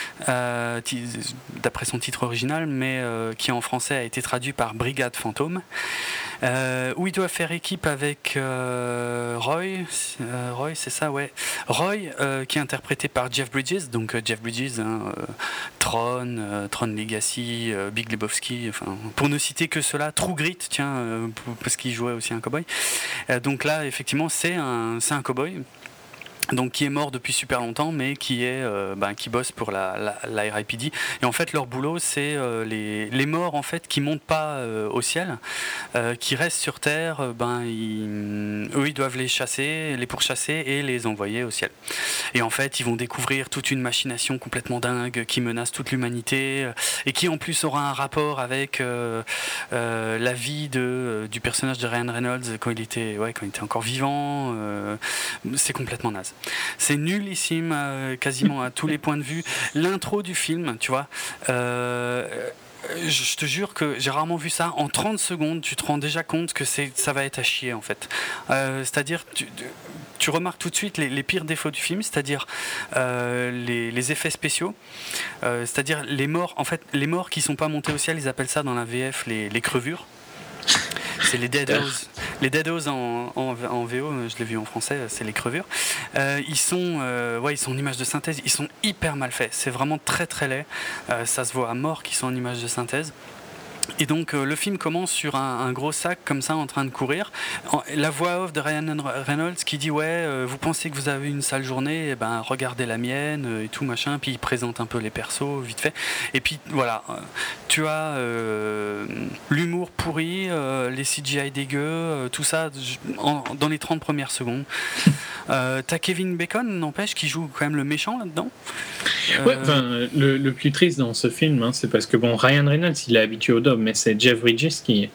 A: euh, d'après son titre original, mais euh, qui en français a été traduit par Brigade Fantôme. Euh, où il doit faire équipe avec euh, Roy, euh, Roy c'est ça, ouais. Roy, euh, qui est interprété par Jeff Bridges, donc euh, Jeff Bridges, hein, euh, Tron, euh, Tron Legacy, euh, Big Lebowski, enfin, pour ne citer que cela, True Grit, tiens, euh, parce qu'il jouait aussi un cowboy. Euh, donc là, effectivement, c'est un, c'est un cowboy. Donc qui est mort depuis super longtemps, mais qui est euh, ben, qui bosse pour la, la, la R I P D. Et en fait leur boulot c'est euh, les, les morts en fait qui montent pas euh, au ciel, euh, qui restent sur terre. Euh, ben ils, eux ils doivent les chasser, les pourchasser et les envoyer au ciel. Et en fait ils vont découvrir toute une machination complètement dingue qui menace toute l'humanité euh, et qui en plus aura un rapport avec euh, euh, la vie de euh, du personnage de Ryan Reynolds quand il était ouais quand il était encore vivant. Euh, c'est complètement naze. C'est nullissime euh, quasiment à tous les points de vue. L'intro du film, tu vois, euh, je te jure que j'ai rarement vu ça. En trente secondes, tu te rends déjà compte que c'est, ça va être à chier en fait. Euh, c'est-à-dire, tu, tu remarques tout de suite les, les pires défauts du film, c'est-à-dire euh, les, les effets spéciaux, euh, c'est-à-dire les morts. En fait, les morts qui sont pas montés au ciel, ils appellent ça dans la V F les, les crevures. C'est les deados. Les deados en, en, en V O, je l'ai vu en français, c'est les crevures. Euh, ils sont, euh, ouais, ils sont en image de synthèse. Ils sont hyper mal faits. C'est vraiment très très laid. Euh, ça se voit à mort qu'ils sont en image de synthèse. Et donc euh, le film commence sur un, un gros sac comme ça en train de courir. En, la voix off de Ryan Reynolds qui dit ouais, euh, vous pensez que vous avez une sale journée, et ben regardez la mienne euh, et tout machin. Puis il présente un peu les persos vite fait. Et puis voilà, euh, tu as euh, l'humour pourri, euh, les C G I dégueux, euh, tout ça en, dans les trente premières secondes. Euh, t'as Kevin Bacon, n'empêche, qui joue quand même le méchant là-dedans.
B: Euh... Ouais, enfin, le, le plus triste dans ce film, hein, c'est parce que bon, Ryan Reynolds, il est habitué au dub, mais c'est Jeff Bridges qui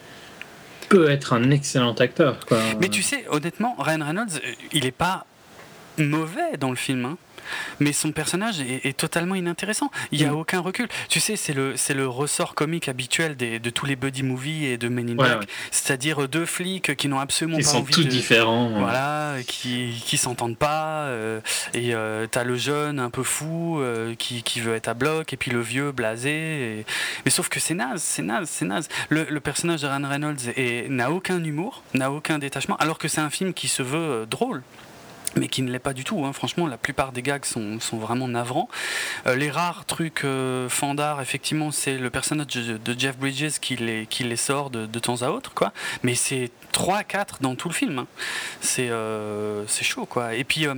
B: peut être un excellent acteur, quoi.
A: Mais tu sais, honnêtement, Ryan Reynolds, il est pas mauvais dans le film, hein. Mais son personnage est, est totalement inintéressant. Il n'y a mmh. aucun recul. Tu sais, c'est le, c'est le ressort comique habituel des, de tous les buddy movies et de Men in Black. Ouais, ouais. C'est-à-dire deux flics qui n'ont absolument
B: qui
A: pas
B: sont
A: envie
B: tous
A: de...
B: différents.
A: Voilà, ouais. qui qui s'entendent pas. Euh, et euh, t'as le jeune un peu fou euh, qui, qui veut être à bloc, et puis le vieux blasé. Et... Mais sauf que c'est naze, c'est naze, c'est naze. Le, le personnage de Ryan Reynolds est, n'a aucun humour, n'a aucun détachement, alors que c'est un film qui se veut euh, drôle. Mais qui ne l'est pas du tout, hein. Franchement, la plupart des gags sont, sont vraiment navrants. Euh, les rares trucs euh, fandards, effectivement, c'est le personnage de, de Jeff Bridges qui les, qui les sort de, de temps à autre, quoi. Mais c'est trois à quatre dans tout le film, hein. C'est, euh, c'est chaud, quoi. Et puis... Euh,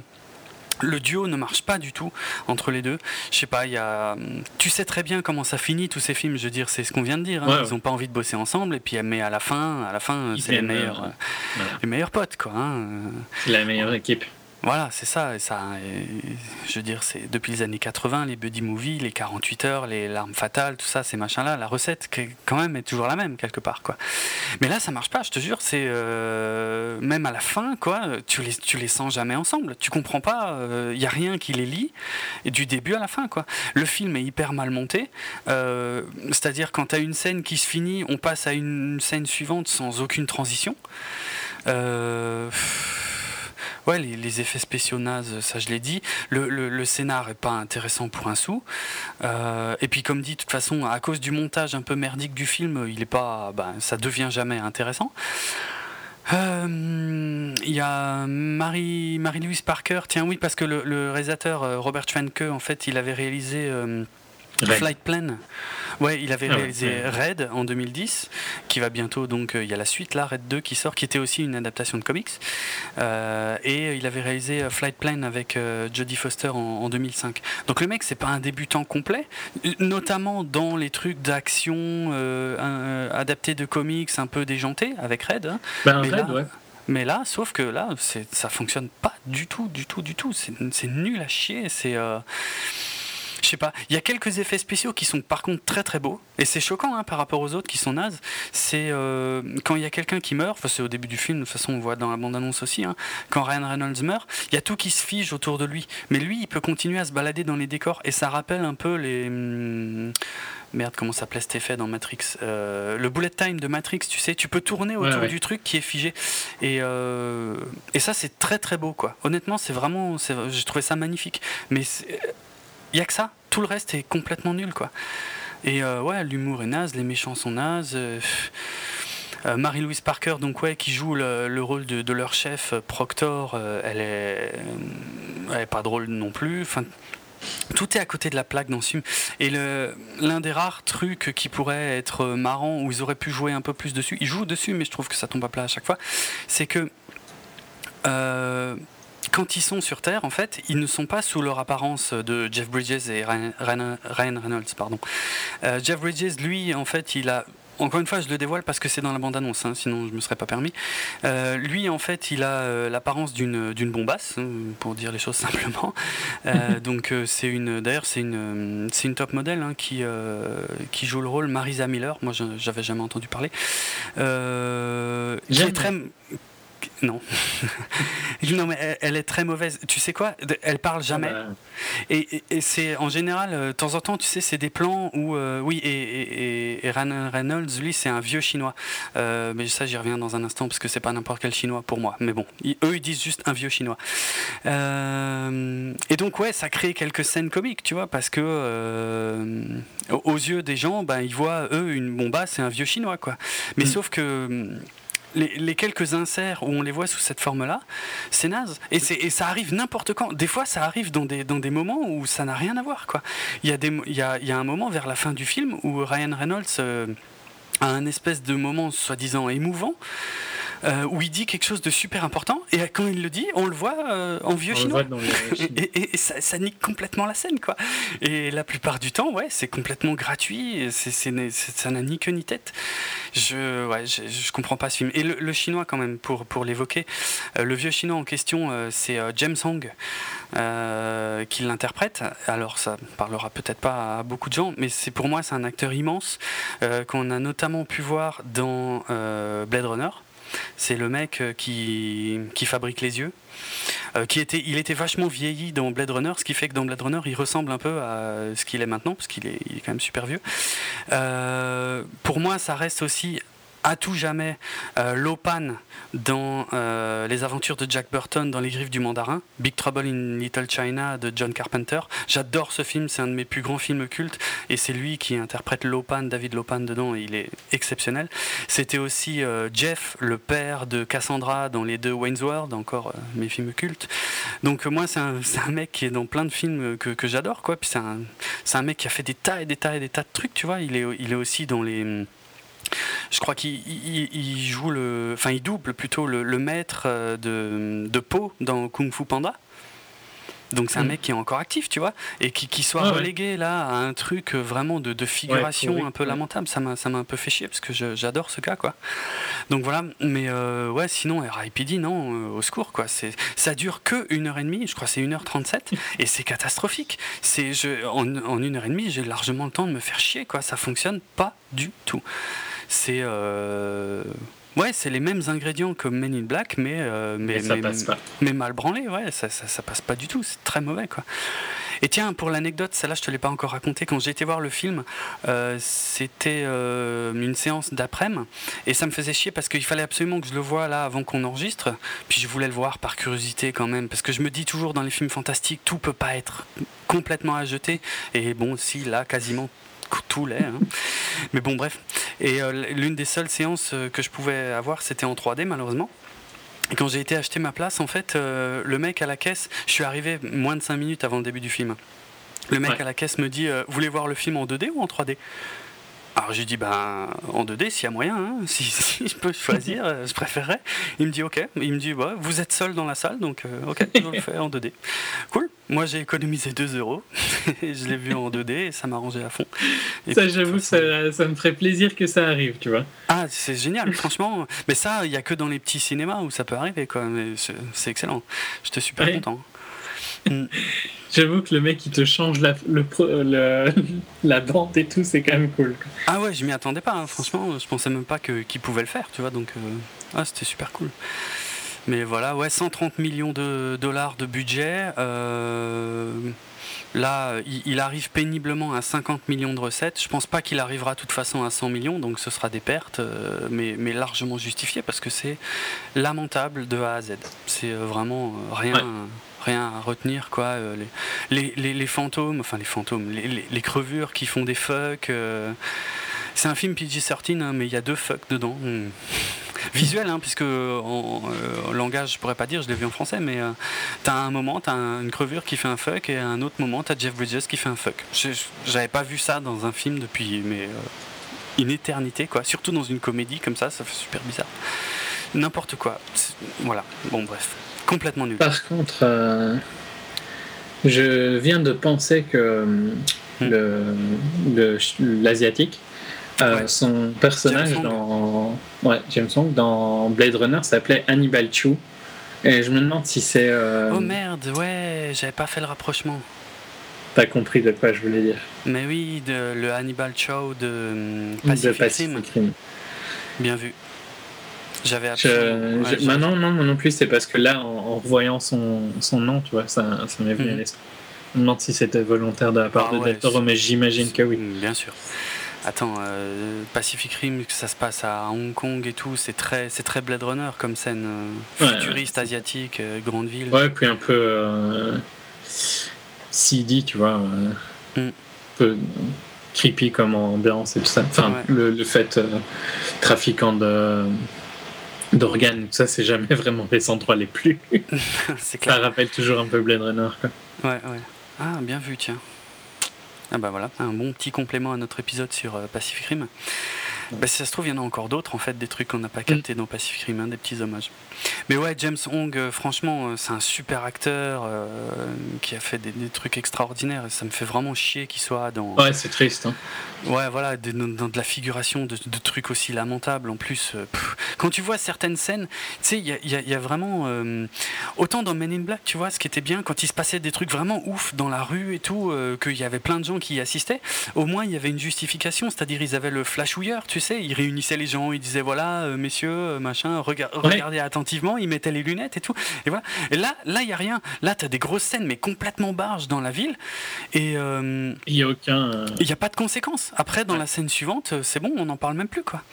A: le duo ne marche pas du tout entre les deux. Je sais pas, il y a. Tu sais très bien comment ça finit tous ces films. Je veux dire, c'est ce qu'on vient de dire. Hein. Ouais, Ils ont pas envie de bosser ensemble. Et puis, mais à la fin, à la fin, c'est les meilleurs, euh, ouais. les meilleurs potes, quoi. Hein.
B: C'est la meilleure équipe.
A: Voilà, c'est ça. Et ça et, je veux dire, c'est depuis les années quatre-vingts, les buddy movies, les quarante-huit heures, les larmes fatales, tout ça, ces machins-là. La recette, quand même, est toujours la même quelque part, quoi. Mais là, ça marche pas. Je te jure, c'est euh, même à la fin, quoi. Tu les, tu les sens jamais ensemble. Tu comprends pas. Il euh, y a rien qui les lie et du début à la fin, quoi. Le film est hyper mal monté. Euh, c'est-à-dire quand t'as une scène qui se finit, on passe à une scène suivante sans aucune transition. Euh... Ouais, les, les effets spéciaux nazes, ça je l'ai dit. Le, le, le scénar est pas intéressant pour un sou. Euh, et puis comme dit, de toute façon, à cause du montage un peu merdique du film, il est pas, ben, ça devient jamais intéressant. Il euh, y a Mary, Mary-Louise Parker. Tiens, oui, parce que le, le réalisateur Robert Schwenke, en fait, il avait réalisé euh, Flight Plan. Ouais, il avait réalisé ah ouais. Red en deux mille dix, qui va bientôt, donc il y a la suite là, Red deux qui sort, qui était aussi une adaptation de comics. Euh, et il avait réalisé Flight Plan avec euh, Jodie Foster en, en deux mille cinq. Donc le mec, c'est pas un débutant complet, notamment dans les trucs d'action euh, euh, adaptés de comics un peu déjantés avec Red. Hein.
B: Ben, Red, là, ouais.
A: Mais là, sauf que là, c'est, ça fonctionne pas du tout, du tout, du tout. C'est, c'est nul à chier. C'est. Euh, je sais pas, il y a quelques effets spéciaux qui sont par contre très très beaux, et c'est choquant hein, par rapport aux autres qui sont nazes. C'est euh, quand il y a quelqu'un qui meurt, enfin c'est au début du film, de toute façon on voit dans la bande-annonce aussi, hein, quand Ryan Reynolds meurt, il y a tout qui se fige autour de lui, mais lui il peut continuer à se balader dans les décors, et ça rappelle un peu les... Hum, merde, comment s'appelait cet effet dans Matrix, euh, le bullet time de Matrix, tu sais, tu peux tourner autour ouais, ouais. du truc qui est figé, et, euh, et ça c'est très très beau quoi. Honnêtement c'est vraiment, c'est, j'ai trouvé ça magnifique, mais il y a que ça, tout le reste est complètement nul quoi. Et euh, ouais, l'humour est naze, les méchants sont nazes. Euh, euh, Mary-Louise Parker, donc ouais, qui joue le, le rôle de, de leur chef Proctor, euh, elle est, elle est pas drôle non plus. Enfin, tout est à côté de la plaque dans ce film. Et le, l'un des rares trucs qui pourrait être marrant, où ils auraient pu jouer un peu plus dessus, ils jouent dessus, mais je trouve que ça tombe à plat à chaque fois, c'est que euh, quand ils sont sur Terre, en fait, ils ne sont pas sous leur apparence de Jeff Bridges et Ryan, Ryan, Ryan Reynolds. Pardon. Euh, Jeff Bridges, lui, en fait, il a... Encore une fois, je le dévoile parce que c'est dans la bande-annonce, hein, sinon je ne me serais pas permis. Euh, lui, en fait, il a euh, l'apparence d'une, d'une bombasse, hein, pour dire les choses simplement. Euh, donc, euh, c'est une, d'ailleurs, c'est une, c'est une top modèle hein, qui, euh, qui joue le rôle, Marisa Miller. Moi, je n'avais jamais entendu parler. Euh, qui est très... Non. non, mais elle, elle est très mauvaise. Tu sais quoi ? Elle parle jamais. Ah bah. et, et, et c'est en général, de temps en temps, tu sais, c'est des plans où. Euh, oui, et, et, et Ryan Reynolds, lui, c'est un vieux chinois. Euh, mais ça, j'y reviens dans un instant parce que c'est pas n'importe quel chinois pour moi. Mais bon, ils, eux, ils disent juste un vieux chinois. Euh, et donc, ouais, ça crée quelques scènes comiques, tu vois, parce que euh, aux yeux des gens, ben, ils voient, eux, une bombasse, c'est un vieux chinois, quoi. Mais mm. sauf que. Les, les quelques inserts où on les voit sous cette forme-là, c'est naze. Et, c'est, et ça arrive n'importe quand. Des fois, ça arrive dans des, dans des moments où ça n'a rien à voir, quoi. Il y a des, il y a, il y a un moment vers la fin du film où Ryan Reynolds euh, a un espèce de moment soi-disant émouvant, Euh, où il dit quelque chose de super important, et quand il le dit, on le voit euh, en vieux on chinois. Les... et, et, et ça, ça nique complètement la scène, quoi. Et la plupart du temps, ouais, c'est complètement gratuit, c'est, c'est, c'est, ça n'a ni queue ni tête. Je, ouais, je, je comprends pas ce film. Et le, le chinois, quand même, pour, pour l'évoquer, euh, le vieux chinois en question, euh, c'est euh, James Hong euh, qui l'interprète. Alors, ça parlera peut-être pas à beaucoup de gens, mais c'est, pour moi, c'est un acteur immense euh, qu'on a notamment pu voir dans euh, Blade Runner. C'est le mec qui, qui fabrique les yeux. Euh, qui était, il était vachement vieilli dans Blade Runner, ce qui fait que dans Blade Runner, il ressemble un peu à ce qu'il est maintenant, parce qu'il est, il est quand même super vieux. Euh, pour moi, ça reste aussi à tout jamais euh, Lopan dans euh, Les Aventures de Jack Burton dans Les Griffes du Mandarin, Big Trouble in Little China de John Carpenter. J'adore ce film, c'est un de mes plus grands films cultes, et c'est lui qui interprète Lopan, David Lopan dedans, et il est exceptionnel. C'était aussi euh, Jeff, le père de Cassandra dans les deux Wayne's World, encore euh, mes films cultes. Donc euh, moi c'est un, c'est un mec qui est dans plein de films que, que j'adore, quoi. Puis c'est un, c'est un mec qui a fait des tas et des tas et des tas de trucs, tu vois. Il est, il est aussi dans les... Je crois qu'il il, il joue le, enfin il double plutôt le, le maître de, de Po dans Kung Fu Panda. Donc c'est un mmh. mec qui est encore actif, tu vois, et qui, qui soit ah, relégué ouais. là à un truc vraiment de, de figuration ouais, oui, un peu oui. lamentable. Ça m'a, ça m'a un peu fait chier parce que je, j'adore ce gars, quoi. Donc voilà, mais euh, ouais, sinon R I P D, non, euh, au secours, quoi. C'est, ça dure que une heure et demie, je crois que c'est une heure trente-sept, et c'est catastrophique. C'est, je, en, en une heure et demie, j'ai largement le temps de me faire chier, quoi. Ça fonctionne pas du tout. C'est euh... ouais, c'est les mêmes ingrédients que Men in Black, mais euh, mais,
B: mais ça
A: mais,
B: passe pas.
A: Mais mal branlé, ouais, ça, ça ça passe pas du tout. C'est très mauvais, quoi. Et tiens, pour l'anecdote, celle-là, je te l'ai pas encore racontée. Quand j'ai été voir le film, euh, c'était euh, une séance d'après-midi, et ça me faisait chier parce qu'il fallait absolument que je le voie là avant qu'on enregistre. Puis je voulais le voir par curiosité quand même, parce que je me dis toujours dans les films fantastiques, tout peut pas être complètement à jeter. Et bon, si là, quasiment tout l'est, hein. Mais bon, bref. Et euh, l'une des seules séances que je pouvais avoir, c'était en trois D, malheureusement. Et quand j'ai été acheter ma place, en fait, euh, le mec à la caisse, je suis arrivé moins de cinq minutes avant le début du film. Le mec ouais. à la caisse me dit euh, « Vous voulez voir le film en deux D ou en trois D ?» Alors j'ai dit ben en deux D s'il y a moyen, hein. si, si je peux choisir, euh, je préférerais. Il me dit ok, il me dit bah, vous êtes seul dans la salle donc euh, ok, je le fais en deux D. Cool. Moi j'ai économisé deux euros, je l'ai vu en deux D et ça m'a arrangé à fond. Et
B: ça puis, j'avoue façon... ça, ça me ferait plaisir que ça arrive, tu vois.
A: Ah c'est génial franchement, mais ça il y a que dans les petits cinémas où ça peut arriver quoi, mais c'est, c'est excellent. J'étais super ouais. content. Mm.
B: J'avoue que le mec il te change la, le, le, la bande et tout, c'est quand même cool.
A: Ah ouais, je m'y attendais pas, hein. Franchement, je pensais même pas que, qu'il pouvait le faire, tu vois, donc euh... ah, c'était super cool. Mais voilà, ouais, cent trente millions de dollars de budget. Euh... Là, il, il arrive péniblement à cinquante millions de recettes. Je pense pas qu'il arrivera de toute façon à cent millions, donc ce sera des pertes, euh, mais, mais largement justifiées parce que c'est lamentable de A à Z. C'est vraiment rien. Ouais. Rien à retenir, quoi. Les, les, les, les fantômes, enfin les fantômes, les, les, les crevures qui font des fucks. Euh... C'est un film P G treize, hein, mais il y a deux fucks dedans. Hmm. Visuel, hein, puisque en, euh, en langage, je pourrais pas dire, je l'ai vu en français, mais euh, t'as un moment, t'as un, une crevure qui fait un fuck, et à un autre moment, t'as Jeff Bridges qui fait un fuck. Je, j'avais pas vu ça dans un film depuis mais, euh, une éternité, quoi. Surtout dans une comédie comme ça, ça fait super bizarre. N'importe quoi. C'est, voilà. Bon, bref. Complètement nul.
B: Par contre, euh, je viens de penser que hmm. le, le, l'asiatique, euh, ouais. son personnage dans ouais, James Hong dans Blade Runner s'appelait Hannibal Chu, et je me demande si c'est. Euh...
A: Oh merde, ouais, j'avais pas fait le rapprochement.
B: T'as compris de quoi je voulais dire.
A: Mais oui, de, le Hannibal Chow de Pacific, de Pacific Rim. Bien vu. J'avais absolument...
B: je, je, ouais, bah non, non, moi non plus, c'est parce que là, en, en revoyant son, son nom, tu vois, ça, ça m'est venu mmh. à l'esprit. Je me demande si c'était volontaire de la part ah, de ouais, Del Toro, mais j'imagine que oui.
A: Bien sûr. Attends, euh, Pacific Rim, ça se passe à Hong Kong et tout, c'est très, c'est très Blade Runner comme scène euh, ouais, futuriste, ouais. asiatique, euh, grande ville.
B: Ouais, puis un peu euh, C D, tu vois, euh, mm. un peu creepy comme ambiance et tout ça. Enfin, ouais. le, le fait euh, trafiquant de, d'organes, ça, c'est jamais vraiment les endroits les plus. C'est clair. Ça rappelle toujours un peu Blade Runner, quoi.
A: Ouais, ouais. Ah, bien vu, tiens. Ah bah voilà, un bon petit complément à notre épisode sur euh, Pacific Rim. Bah, si ça se trouve, il y en a encore d'autres, en fait, des trucs qu'on n'a pas captés dans Pacific Rim, hein, des petits hommages. Mais ouais, James Hong, euh, franchement, euh, c'est un super acteur euh, qui a fait des, des trucs extraordinaires, et ça me fait vraiment chier qu'il soit dans...
B: Ouais, c'est triste, hein.
A: Ouais, voilà, de, dans de la figuration de, de trucs aussi lamentables. En plus, euh, pff, quand tu vois certaines scènes, tu sais, il y a, y, a, y a vraiment... Euh, autant dans Men in Black, tu vois, ce qui était bien, quand il se passait des trucs vraiment ouf dans la rue et tout, euh, qu'il y avait plein de gens qui y assistaient, au moins, il y avait une justification, c'est-à-dire ils avaient le flashouilleur, tu sais, ils réunissaient les gens, ils disaient, voilà, euh, messieurs, euh, machin, rega- ouais. regardez attentivement, ils mettaient les lunettes et tout, et voilà. Et là, là, il n'y a rien. Là, tu as des grosses scènes, mais complètement barges dans la ville, et... Euh,
B: il n'y a aucun... Euh...
A: Il n'y a pas de conséquences. Après, dans ouais. la scène suivante, c'est bon, on n'en parle même plus, quoi.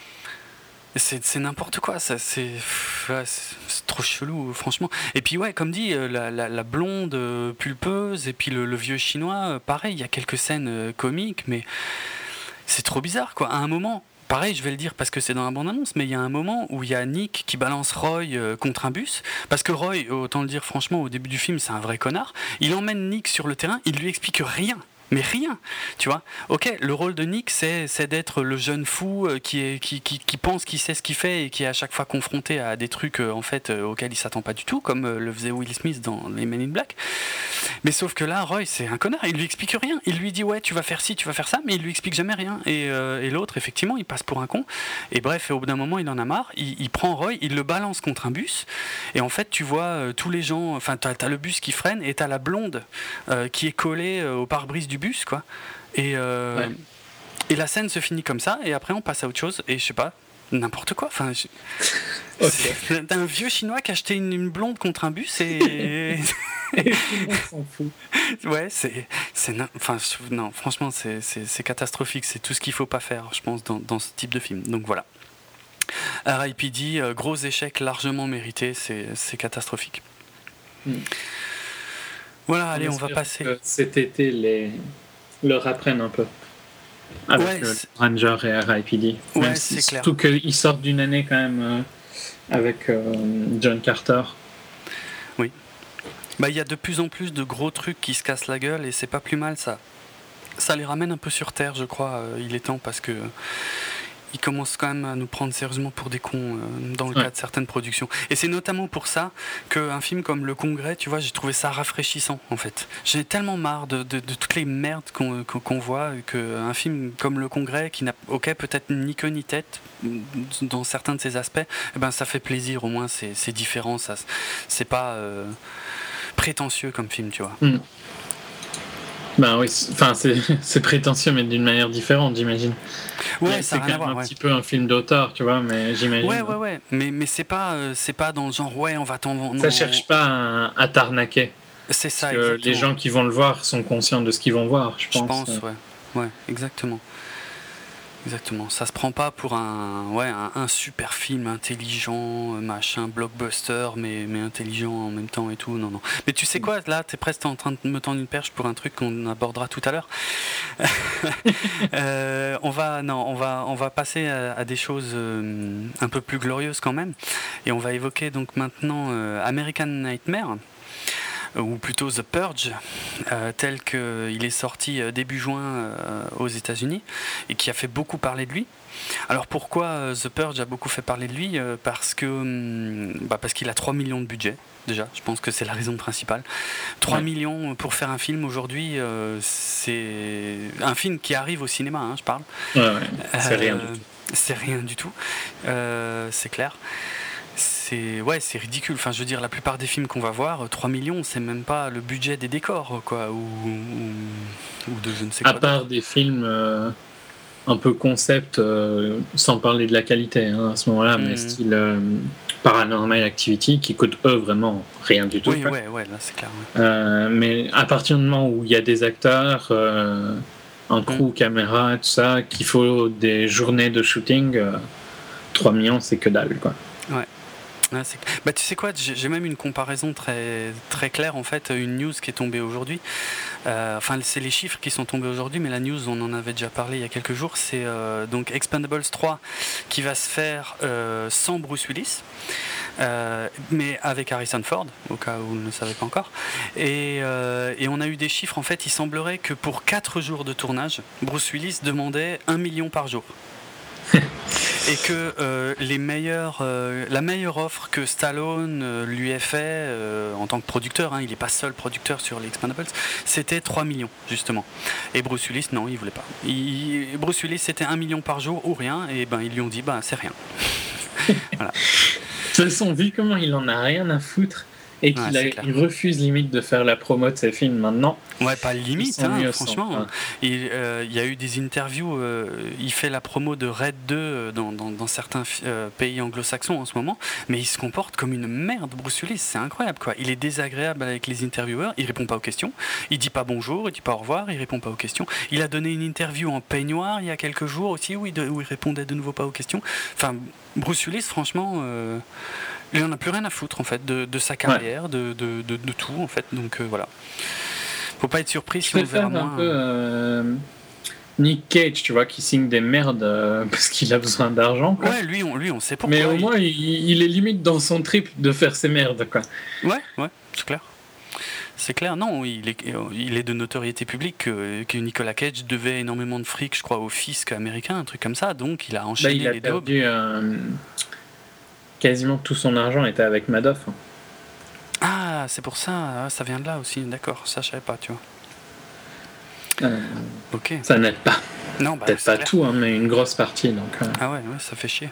A: C'est, c'est n'importe quoi, ça, c'est, ouais, c'est, c'est trop chelou, franchement. Et puis ouais, comme dit, la, la, la blonde pulpeuse et puis le, le vieux chinois, pareil, il y a quelques scènes comiques, mais c'est trop bizarre, quoi. À un moment, pareil, je vais le dire parce que c'est dans la bande-annonce, mais il y a un moment où il y a Nick qui balance Roy contre un bus, parce que Roy, autant le dire franchement, au début du film, c'est un vrai connard. Il emmène Nick sur le terrain, il lui explique rien. Mais rien, tu vois. Ok, le rôle de Nick, c'est, c'est d'être le jeune fou qui, est, qui, qui, qui pense qu'il sait ce qu'il fait et qui est à chaque fois confronté à des trucs en fait auxquels il s'attend pas du tout, comme le faisait Will Smith dans les Men in Black. Mais sauf que là, Roy, c'est un connard. Il lui explique rien. Il lui dit ouais, tu vas faire ci, tu vas faire ça, mais il lui explique jamais rien. Et, euh, et l'autre, effectivement, il passe pour un con. Et bref, au bout d'un moment, il en a marre. Il, il prend Roy, il le balance contre un bus. Et en fait, tu vois euh, tous les gens. Enfin, t'as, t'as le bus qui freine et t'as la blonde euh, qui est collée euh, au pare-brise du bus, quoi. Et, euh, ouais. et la scène se finit comme ça, et après on passe à autre chose, et je sais pas, n'importe quoi. Enfin, je... okay. T'as un vieux chinois qui a acheté une, une blonde contre un bus, et.
B: Et on s'en fout.
A: Ouais, c'est. c'est enfin, non, franchement, c'est, c'est, c'est catastrophique, c'est tout ce qu'il faut pas faire, je pense, dans, dans ce type de film. Donc voilà. R I P D, euh, gros échec largement mérité, c'est, c'est catastrophique. Mm. Voilà, on allez, on va passer.
B: Cet été, les leur apprennent un peu. Avec ouais, le Ranger et R I P D.
A: Ouais,
B: même
A: c'est
B: si,
A: clair.
B: Surtout qu'ils sortent d'une année quand même euh, avec euh, John Carter.
A: Oui. Bah, il y a de plus en plus de gros trucs qui se cassent la gueule et c'est pas plus mal, ça. Ça les ramène un peu sur terre, je crois. Il est temps parce que. Ils commencent quand même à nous prendre sérieusement pour des cons euh, dans le ouais. cas de certaines productions. Et c'est notamment pour ça qu'un film comme Le Congrès, tu vois, j'ai trouvé ça rafraîchissant, en fait. J'ai tellement marre de, de, de toutes les merdes qu'on, qu'on voit, qu'un film comme Le Congrès, qui n'a, ok, peut-être ni queue ni tête, dans certains de ses aspects, eh ben, ça fait plaisir, au moins, c'est, c'est différent, ça, c'est pas... Euh, prétentieux comme film, tu vois.
B: Mm. Ben oui, enfin c'est, c'est prétentieux mais d'une manière différente, j'imagine.
A: Ouais,
B: mais
A: ça
B: c'est
A: a rien
B: quand
A: à
B: même
A: voir,
B: un
A: ouais.
B: petit peu un film d'auteur, tu vois, mais j'imagine.
A: Ouais, ouais, ouais. Mais, mais c'est pas, euh, c'est pas dans le genre, ouais, on va t'en.
B: Ça cherche pas à, à t'arnaquer.
A: C'est
B: Parce
A: ça,
B: que
A: exactement.
B: les gens qui vont le voir sont conscients de ce qu'ils vont voir, je pense.
A: Je pense, ouais. Ouais, exactement. Exactement. Ça se prend pas pour un, ouais, un, un super film intelligent, machin, blockbuster, mais, mais intelligent en même temps et tout. Non, non. Mais tu sais quoi, là, t'es presque en train de me tendre une perche pour un truc qu'on abordera tout à l'heure. euh, on va, non, on va, on va passer à, à des choses euh, un peu plus glorieuses quand même, et on va évoquer donc maintenant euh, American Nightmare. Ou plutôt The Purge, euh, tel qu'il est sorti début juin euh, aux États-Unis et qui a fait beaucoup parler de lui. Alors pourquoi euh, The Purge a beaucoup fait parler de lui euh, Parce que hum, bah parce qu'il a trois millions de budget. Déjà, je pense que c'est la raison principale. trois ouais. millions pour faire un film aujourd'hui, euh, c'est un film qui arrive au cinéma, hein, je parle.
B: Ouais, ouais. C'est euh, rien du tout.
A: C'est rien du tout, euh, c'est clair. C'est, ouais, c'est ridicule. Enfin, je veux dire, la plupart des films qu'on va voir, trois millions, c'est même pas le budget des décors, quoi, ou, ou, ou de je ne sais quoi.
B: À part des films euh, un peu concept, euh, sans parler de la qualité hein, à ce moment-là, mmh. mais style euh, Paranormal Activity, qui coûte eux vraiment rien du tout.
A: Oui, ouais, ouais, là c'est clair.
B: Ouais. Euh, mais à partir du moment où il y a des acteurs, euh, un crew, mmh. caméra, tout ça, qu'il faut des journées de shooting, euh, trois millions, c'est que dalle, quoi.
A: Ouais. Ah, c'est... Bah, tu sais quoi, j'ai même une comparaison très, très claire, en fait, une news qui est tombée aujourd'hui. Euh, enfin, c'est les chiffres qui sont tombés aujourd'hui, mais la news, on en avait déjà parlé il y a quelques jours. C'est euh, donc Expendables trois qui va se faire euh, sans Bruce Willis, euh, mais avec Harrison Ford, au cas où vous ne le savez pas encore. Et, euh, et on a eu des chiffres, en fait, il semblerait que pour quatre jours de tournage, Bruce Willis demandait un million par jour. Et que euh, les meilleurs, euh, la meilleure offre que Stallone euh, lui ait fait euh, en tant que producteur, hein, il n'est pas seul producteur sur les Expendables, c'était trois millions justement. Et Bruce Willis, non, il voulait pas. Il, Bruce Willis, c'était un million par jour ou rien, et ben ils lui ont dit, bah c'est rien. Voilà.
B: De toute façon, vu comment il en a rien à foutre et qu'il ouais, a, il refuse limite de faire la promo de ses films maintenant.
A: Ouais, pas limite, hein, franchement. Hein. Il euh, y a eu des interviews, euh, il fait la promo de Raid deux dans, dans, dans certains euh, pays anglo-saxons en ce moment, mais il se comporte comme une merde, Bruce Willis, c'est incroyable quoi. Il est désagréable avec les intervieweurs, il répond pas aux questions, il dit pas bonjour, il dit pas au revoir, il répond pas aux questions. Il a donné une interview en peignoir il y a quelques jours aussi où il, de, où il répondait de nouveau pas aux questions. Enfin, Bruce Willis, franchement... Euh, il n'en a plus rien à foutre en fait de, de sa carrière, ouais. de, de, de, de tout en fait. Donc euh, voilà. Faut pas être surpris si on le verra moins.
B: Un peu, euh, Nick Cage, tu vois, qui signe des merdes euh, parce qu'il a besoin d'argent. Quoi.
A: Ouais, lui on, lui on sait pourquoi.
B: Mais au
A: il...
B: moins il, il est limite dans son trip de faire ses merdes quoi.
A: Ouais, ouais, c'est clair. C'est clair, non, il est, il est de notoriété publique que, que Nicolas Cage devait énormément de fric, je crois, au fisc américain, un truc comme ça. Donc il a enchaîné
B: bah, il a
A: les
B: perdu, euh, quasiment tout son argent était avec Madoff.
A: Ah, c'est pour ça, ça vient de là aussi, d'accord, ça je savais pas, tu vois.
B: Euh,
A: ok.
B: Ça n'aide pas.
A: Non, bah,
B: peut-être pas
A: clair.
B: tout, hein, mais une grosse partie. Donc, euh...
A: Ah ouais, ouais, ça fait chier.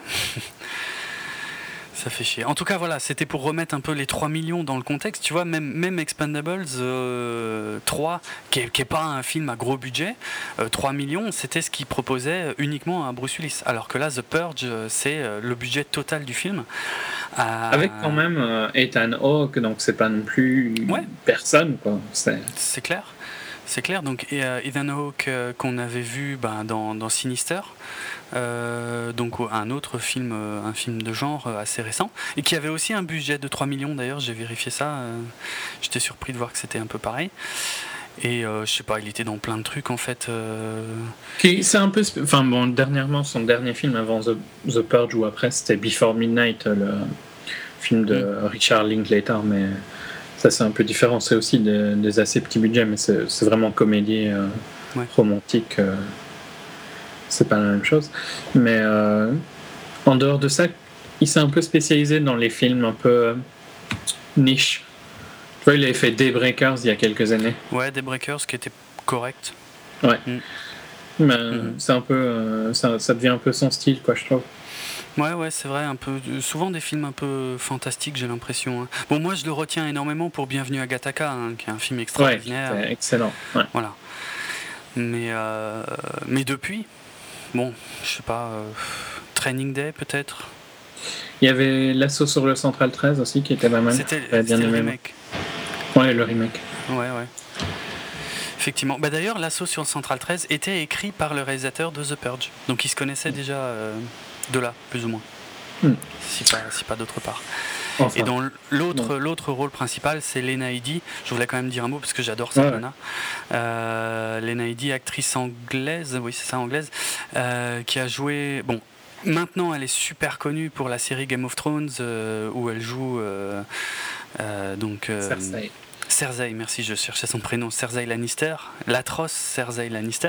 A: Ça fait chier. En tout cas, voilà, c'était pour remettre un peu les trois millions dans le contexte. Tu vois, même, même Expendables euh, trois, qui n'est pas un film à gros budget, euh, trois millions, c'était ce qu'il proposait uniquement à Bruce Willis. Alors que là, The Purge, c'est le budget total du film.
B: Euh... Avec quand même euh, Ethan Hawke, donc c'est pas non plus ouais. personne, quoi. C'est,
A: c'est clair. C'est clair, donc euh, Ethan Hawke euh, qu'on avait vu ben, dans, dans Sinister, euh, donc un autre film, euh, un film de genre euh, assez récent, et qui avait aussi un budget de trois millions d'ailleurs, j'ai vérifié ça, euh, j'étais surpris de voir que c'était un peu pareil. Et euh, je sais pas, il était dans plein de trucs en fait. Euh...
B: Okay, c'est un peu, enfin bon, dernièrement son dernier film avant The, The Purge ou après c'était Before Midnight, le film de mm. Richard Linklater, mais ça c'est un peu différent, c'est aussi des, des assez petits budgets, mais c'est, c'est vraiment comédie euh, ouais. romantique, euh, c'est pas la même chose. Mais euh, en dehors de ça, il s'est un peu spécialisé dans les films un peu euh, niche. Tu vois, il avait fait Daybreakers il y a quelques années.
A: Ouais, Daybreakers qui était correct.
B: Ouais. Mm. Mais
A: mm-hmm.
B: c'est un peu, euh, ça, ça devient un peu son style, quoi, je trouve.
A: Ouais, ouais, c'est vrai, un peu, souvent des films un peu fantastiques, j'ai l'impression. Hein. Bon, moi, je le retiens énormément pour Bienvenue à Gattaca, hein, qui est un film extraordinaire.
B: Ouais, c'est excellent. Ouais.
A: Voilà. Mais, euh, mais depuis, bon, je sais pas, euh, Training Day peut-être.
B: Il y avait L'Assaut sur le Central treize aussi qui était pas mal.
A: C'était, bien c'était le remake.
B: Ouais, le remake.
A: Ouais, ouais. Effectivement. Bah, d'ailleurs, L'Assaut sur le Central treize était écrit par le réalisateur de The Purge. Donc ils se connaissaient déjà euh, de là, plus ou moins. Mm. Si pas, si pas d'autre part. Enfin, et dans l'autre, l'autre rôle principal, c'est Lena Headey. Je voulais quand même dire un mot parce que j'adore cette nana. Ouais. Euh, Lena Headey, actrice anglaise, oui c'est ça, anglaise, euh, qui a joué... Bon, maintenant, elle est super connue pour la série Game of Thrones euh, où elle joue... Euh, euh, donc... Euh,
B: Cersei.
A: Cersei, merci, je cherchais son prénom, Cersei Lannister, l'atroce Cersei Lannister.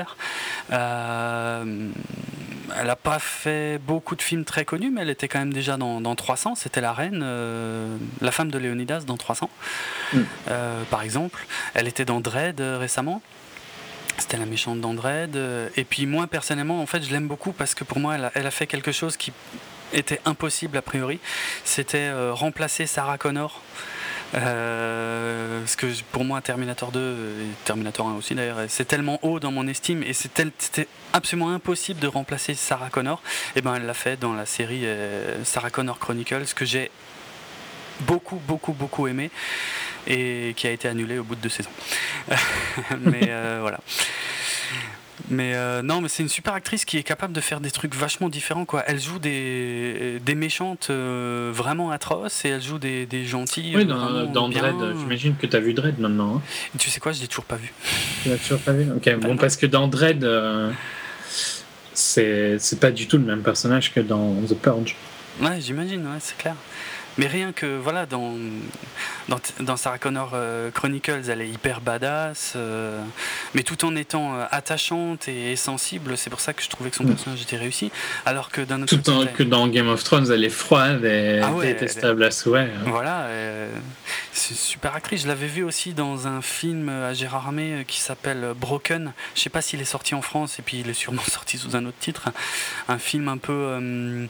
A: Euh, elle n'a pas fait beaucoup de films très connus, mais elle était quand même déjà dans, dans trois cents, c'était la reine, euh, la femme de Léonidas dans trois cents, mm. euh, par exemple. Elle était dans Dredd euh, récemment, c'était la méchante dans Dredd. Euh, et puis moi, personnellement, en fait, je l'aime beaucoup parce que pour moi, elle a, elle a fait quelque chose qui était impossible a priori, c'était euh, remplacer Sarah Connor. Euh, parce que pour moi Terminator deux et Terminator un aussi d'ailleurs, c'est tellement haut dans mon estime et c'est tel, c'était absolument impossible de remplacer Sarah Connor. Et ben elle l'a fait dans la série euh, Sarah Connor Chronicles, que j'ai beaucoup beaucoup beaucoup aimé et qui a été annulé au bout de deux saisons. Mais euh, voilà. Mais euh, non, mais c'est une super actrice qui est capable de faire des trucs vachement différents, quoi. Elle joue des, des méchantes euh, vraiment atroces et elle joue des, des gentilles.
B: Oui, dans, dans Dredd, j'imagine que tu as vu Dredd maintenant. Hein.
A: Et tu sais quoi, je l'ai toujours pas vu.
B: Tu l'as toujours pas vu. Ok, bon, parce que dans Dredd, euh, c'est, c'est pas du tout le même personnage que dans The Purge.
A: Ouais, j'imagine, ouais, c'est clair. Mais rien que, voilà, dans, dans, dans Sarah Connor euh, Chronicles, elle est hyper badass, euh, mais tout en étant euh, attachante et, et sensible, c'est pour ça que je trouvais que son personnage était réussi. Alors que d'un autre
B: Tout en, que dans Game of Thrones, elle est froide et ah ouais, détestable elle, à souhait. Hein.
A: Voilà, euh, c'est une super actrice. Je l'avais vue aussi dans un film à Gérard Armé qui s'appelle Broken. Je sais pas s'il est sorti en France, et puis il est sûrement sorti sous un autre titre. Un film un peu... Euh,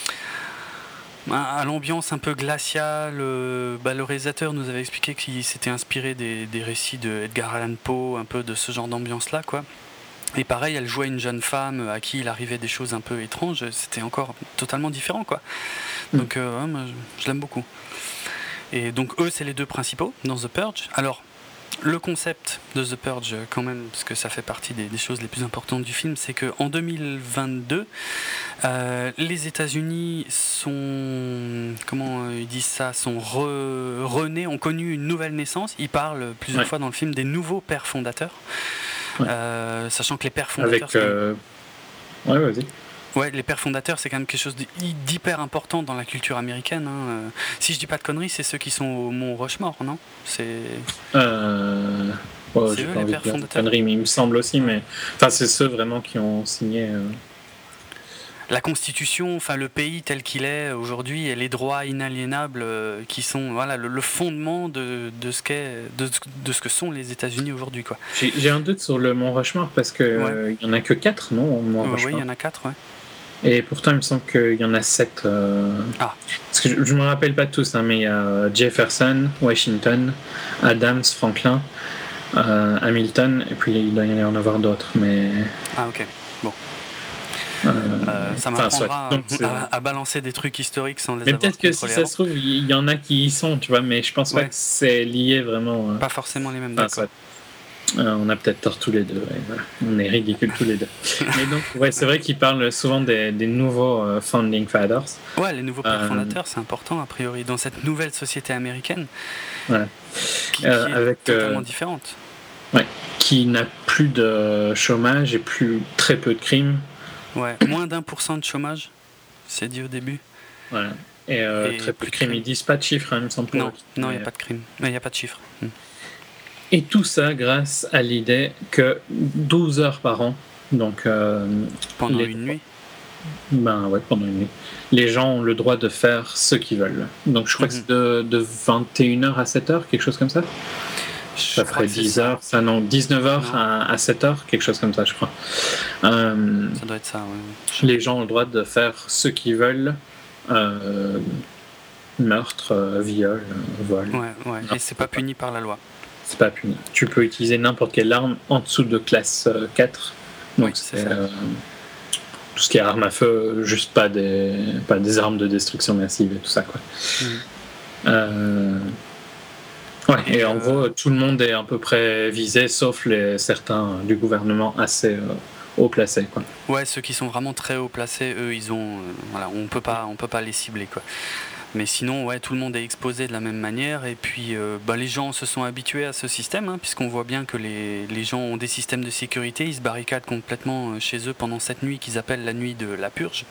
A: à l'ambiance un peu glaciale. Euh, bah, le réalisateur nous avait expliqué qu'il s'était inspiré des, des récits de Edgar Allan Poe, un peu de ce genre d'ambiance là, quoi. Et pareil, elle jouait une jeune femme à qui il arrivait des choses un peu étranges. C'était encore totalement différent, quoi. Donc euh, ouais, moi, je, je l'aime beaucoup. Et donc eux, c'est les deux principaux dans The Purge. Alors le concept de The Purge, quand même, parce que ça fait partie des, des choses les plus importantes du film, c'est qu'en deux mille vingt-deux, euh, les États-Unis sont, comment ils disent ça, sont re, renés, ont connu une nouvelle naissance. Ils parlent plusieurs ouais. fois dans le film des nouveaux pères fondateurs, ouais. euh, sachant que les pères fondateurs...
B: Avec, euh... Ouais, vas-y.
A: Ouais, les pères fondateurs, c'est quand même quelque chose d'hyper important dans la culture américaine. Hein. Si je dis pas de conneries, c'est ceux qui sont au Mont Rushmore, non ? C'est.
B: Euh... Ouais, c'est eux les pères fondateurs. Conneries, mais il me semble aussi, mais enfin, c'est ceux vraiment qui ont signé. Euh...
A: La Constitution, enfin le pays tel qu'il est aujourd'hui, et les droits inaliénables euh, qui sont, voilà, le, le fondement de, de ce qu'est, de, de ce que sont les États-Unis aujourd'hui, quoi.
B: J'ai, j'ai un doute sur le Mont Rushmore parce que il ouais. euh, y en a que quatre, non, au Mont Rushmore.
A: Oui, il y en a quatre, ouais.
B: Et pourtant, il me semble qu'il y en a sept. Euh...
A: Ah.
B: Parce que je ne me rappelle pas tous, hein, mais il y a Jefferson, Washington, Adams, Franklin, euh, Hamilton, et puis il doit y en avoir d'autres. Mais...
A: Ah, ok. Bon. Euh, euh, ça m'apprendra enfin, à, à balancer des trucs historiques sans les
B: mais
A: avoir
B: peut-être que si ça se trouve, il y en a qui y sont, tu vois, mais je pense ouais. pas que c'est lié vraiment. Euh...
A: Pas forcément les mêmes,
B: enfin, d'accord. Euh, on a peut-être tort tous les deux, ouais, voilà. On est ridicules tous les deux. Mais donc, ouais, c'est vrai qu'ils parlent souvent des, des nouveaux euh, Founding Fathers.
A: Ouais, les nouveaux pères euh, fondateurs, c'est important a priori dans cette nouvelle société américaine, ouais. qui, euh, qui est avec, totalement euh, différente.
B: Ouais, qui n'a plus de chômage et plus très peu de crimes.
A: Ouais, moins d'un pour cent de chômage, c'est dit au début.
B: Voilà. Et, euh, et très peu de crimes. Crime. Ils disent pas de chiffres, hein, il me semble.
A: Non, non, il n'y a pas de crime. Il n'y a pas de chiffres. Hmm.
B: Et tout ça grâce à l'idée que douze heures par an, donc... Euh,
A: pendant les... une nuit
B: Ben ouais, pendant une nuit. Les gens ont le droit de faire ce qu'ils veulent. Donc je crois mm-hmm. que c'est de, de vingt et une heures à sept heures, quelque chose comme ça. Je ça ferait dix heures, ça. ça non, dix-neuf heures à, à sept heures, quelque chose comme ça, je crois. Euh,
A: ça doit être ça, oui.
B: Les gens ont le droit de faire ce qu'ils veulent euh, meurtre, euh, viol, euh, vol.
A: Ouais, ouais. Et c'est pas puni par la loi.
B: C'est pas puni. Tu peux utiliser n'importe quelle arme en dessous de classe euh, quatre. Donc
A: oui,
B: c'est, c'est euh, tout ce qui est arme à feu, juste pas des, pas des armes de destruction massive et tout ça, quoi. Mmh. Euh... Ouais, et, et en euh... gros, tout le monde est à peu près visé, sauf les, certains du gouvernement assez euh, haut placés, quoi.
A: Ouais, ceux qui sont vraiment très haut placés, eux, ils ont, euh, voilà, on peut pas, on peut pas les cibler, quoi. Mais sinon, ouais, tout le monde est exposé de la même manière. Et puis, euh, bah, les gens se sont habitués à ce système, hein, puisqu'on voit bien que les, les gens ont des systèmes de sécurité. Ils se barricadent complètement chez eux pendant cette nuit qu'ils appellent la nuit de la purge.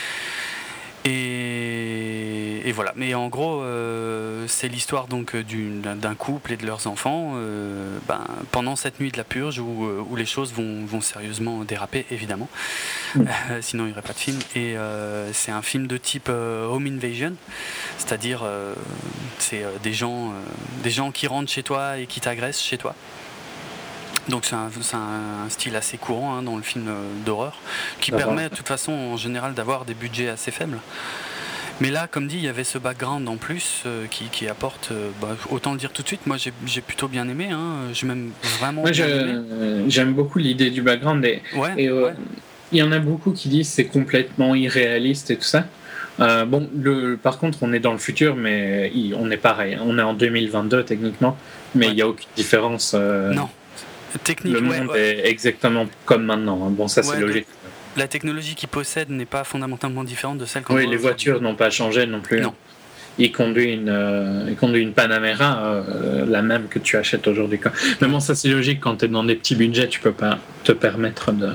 A: Et, et voilà. Mais en gros, euh, c'est l'histoire donc d'une, d'un couple et de leurs enfants euh, ben, pendant cette nuit de la purge où, où les choses vont, vont sérieusement déraper, évidemment. Mmh. Euh, sinon, il n'y aurait pas de film. Et euh, c'est un film de type euh, home invasion, c'est-à-dire euh, c'est euh, des gens, euh, des gens qui rentrent chez toi et qui t'agressent chez toi. Donc c'est un, c'est un style assez courant hein, dans le film d'horreur, qui D'accord. permet de toute façon en général d'avoir des budgets assez faibles. Mais là, comme dit, il y avait ce background en plus euh, qui, qui apporte, euh, bah, autant le dire tout de suite, moi j'ai, j'ai plutôt bien aimé, hein, j'ai même vraiment
B: moi,
A: bien
B: je,
A: aimé.
B: Euh, j'aime beaucoup l'idée du background et,
A: ouais,
B: et euh,
A: ouais.
B: il y en a beaucoup qui disent que c'est complètement irréaliste et tout ça. Euh, bon, le, par contre, on est dans le futur, mais il, on est pareil, on est en deux mille vingt-deux techniquement, mais il ouais. n'y a aucune différence. Euh,
A: non. Technique,
B: le monde ouais, ouais. est exactement comme maintenant. Bon, ça, c'est ouais, logique.
A: La technologie qu'ils possèdent n'est pas fondamentalement différente de celle qu'on
B: Oui,
A: voit
B: les voitures aujourd'hui. N'ont pas changé non plus.
A: Non.
B: Il conduit une, euh, il conduit une Panamera, euh, la même que tu achètes aujourd'hui. Quoi. Mais bon, ça, c'est logique. Quand tu es dans des petits budgets, tu peux pas te permettre de...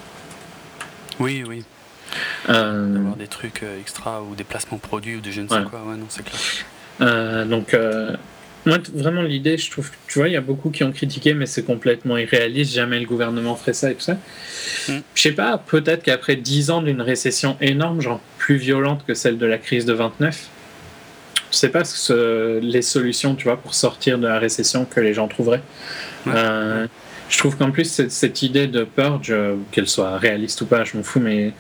A: Oui, oui. Euh... D'avoir des trucs extra ou des placements produits ou de je ne sais ouais. quoi. Ouais, non, c'est clair.
B: Euh, donc... Euh... Moi, vraiment, l'idée, je trouve, tu vois, il y a beaucoup qui ont critiqué, mais c'est complètement irréaliste, jamais le gouvernement ferait ça et tout ça. Mm. Je sais pas, peut-être qu'après dix ans d'une récession énorme, genre plus violente que celle de la crise de vingt-neuf, je sais pas ce, les solutions, tu vois, pour sortir de la récession que les gens trouveraient. Ouais. Euh, je trouve qu'en plus, cette, cette idée de purge, qu'elle soit réaliste ou pas, je m'en fous, mais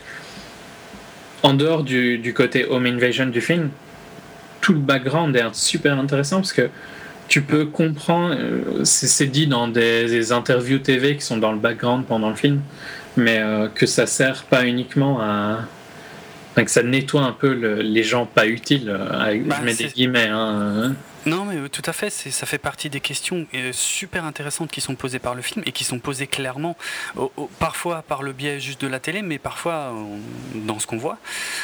B: en dehors du, du côté home invasion du film, tout le background est super intéressant parce que tu peux comprendre, c'est, c'est dit dans des, des interviews T V qui sont dans le background pendant le film, mais euh, que ça sert pas uniquement à... Enfin, que ça nettoie un peu le, les gens pas utiles, avec, bah, je mets des guillemets. Hein.
A: Non, mais tout à fait, c'est, ça fait partie des questions euh, super intéressantes qui sont posées par le film et qui sont posées clairement, au, au, parfois par le biais juste de la télé, mais parfois on, dans ce qu'on voit,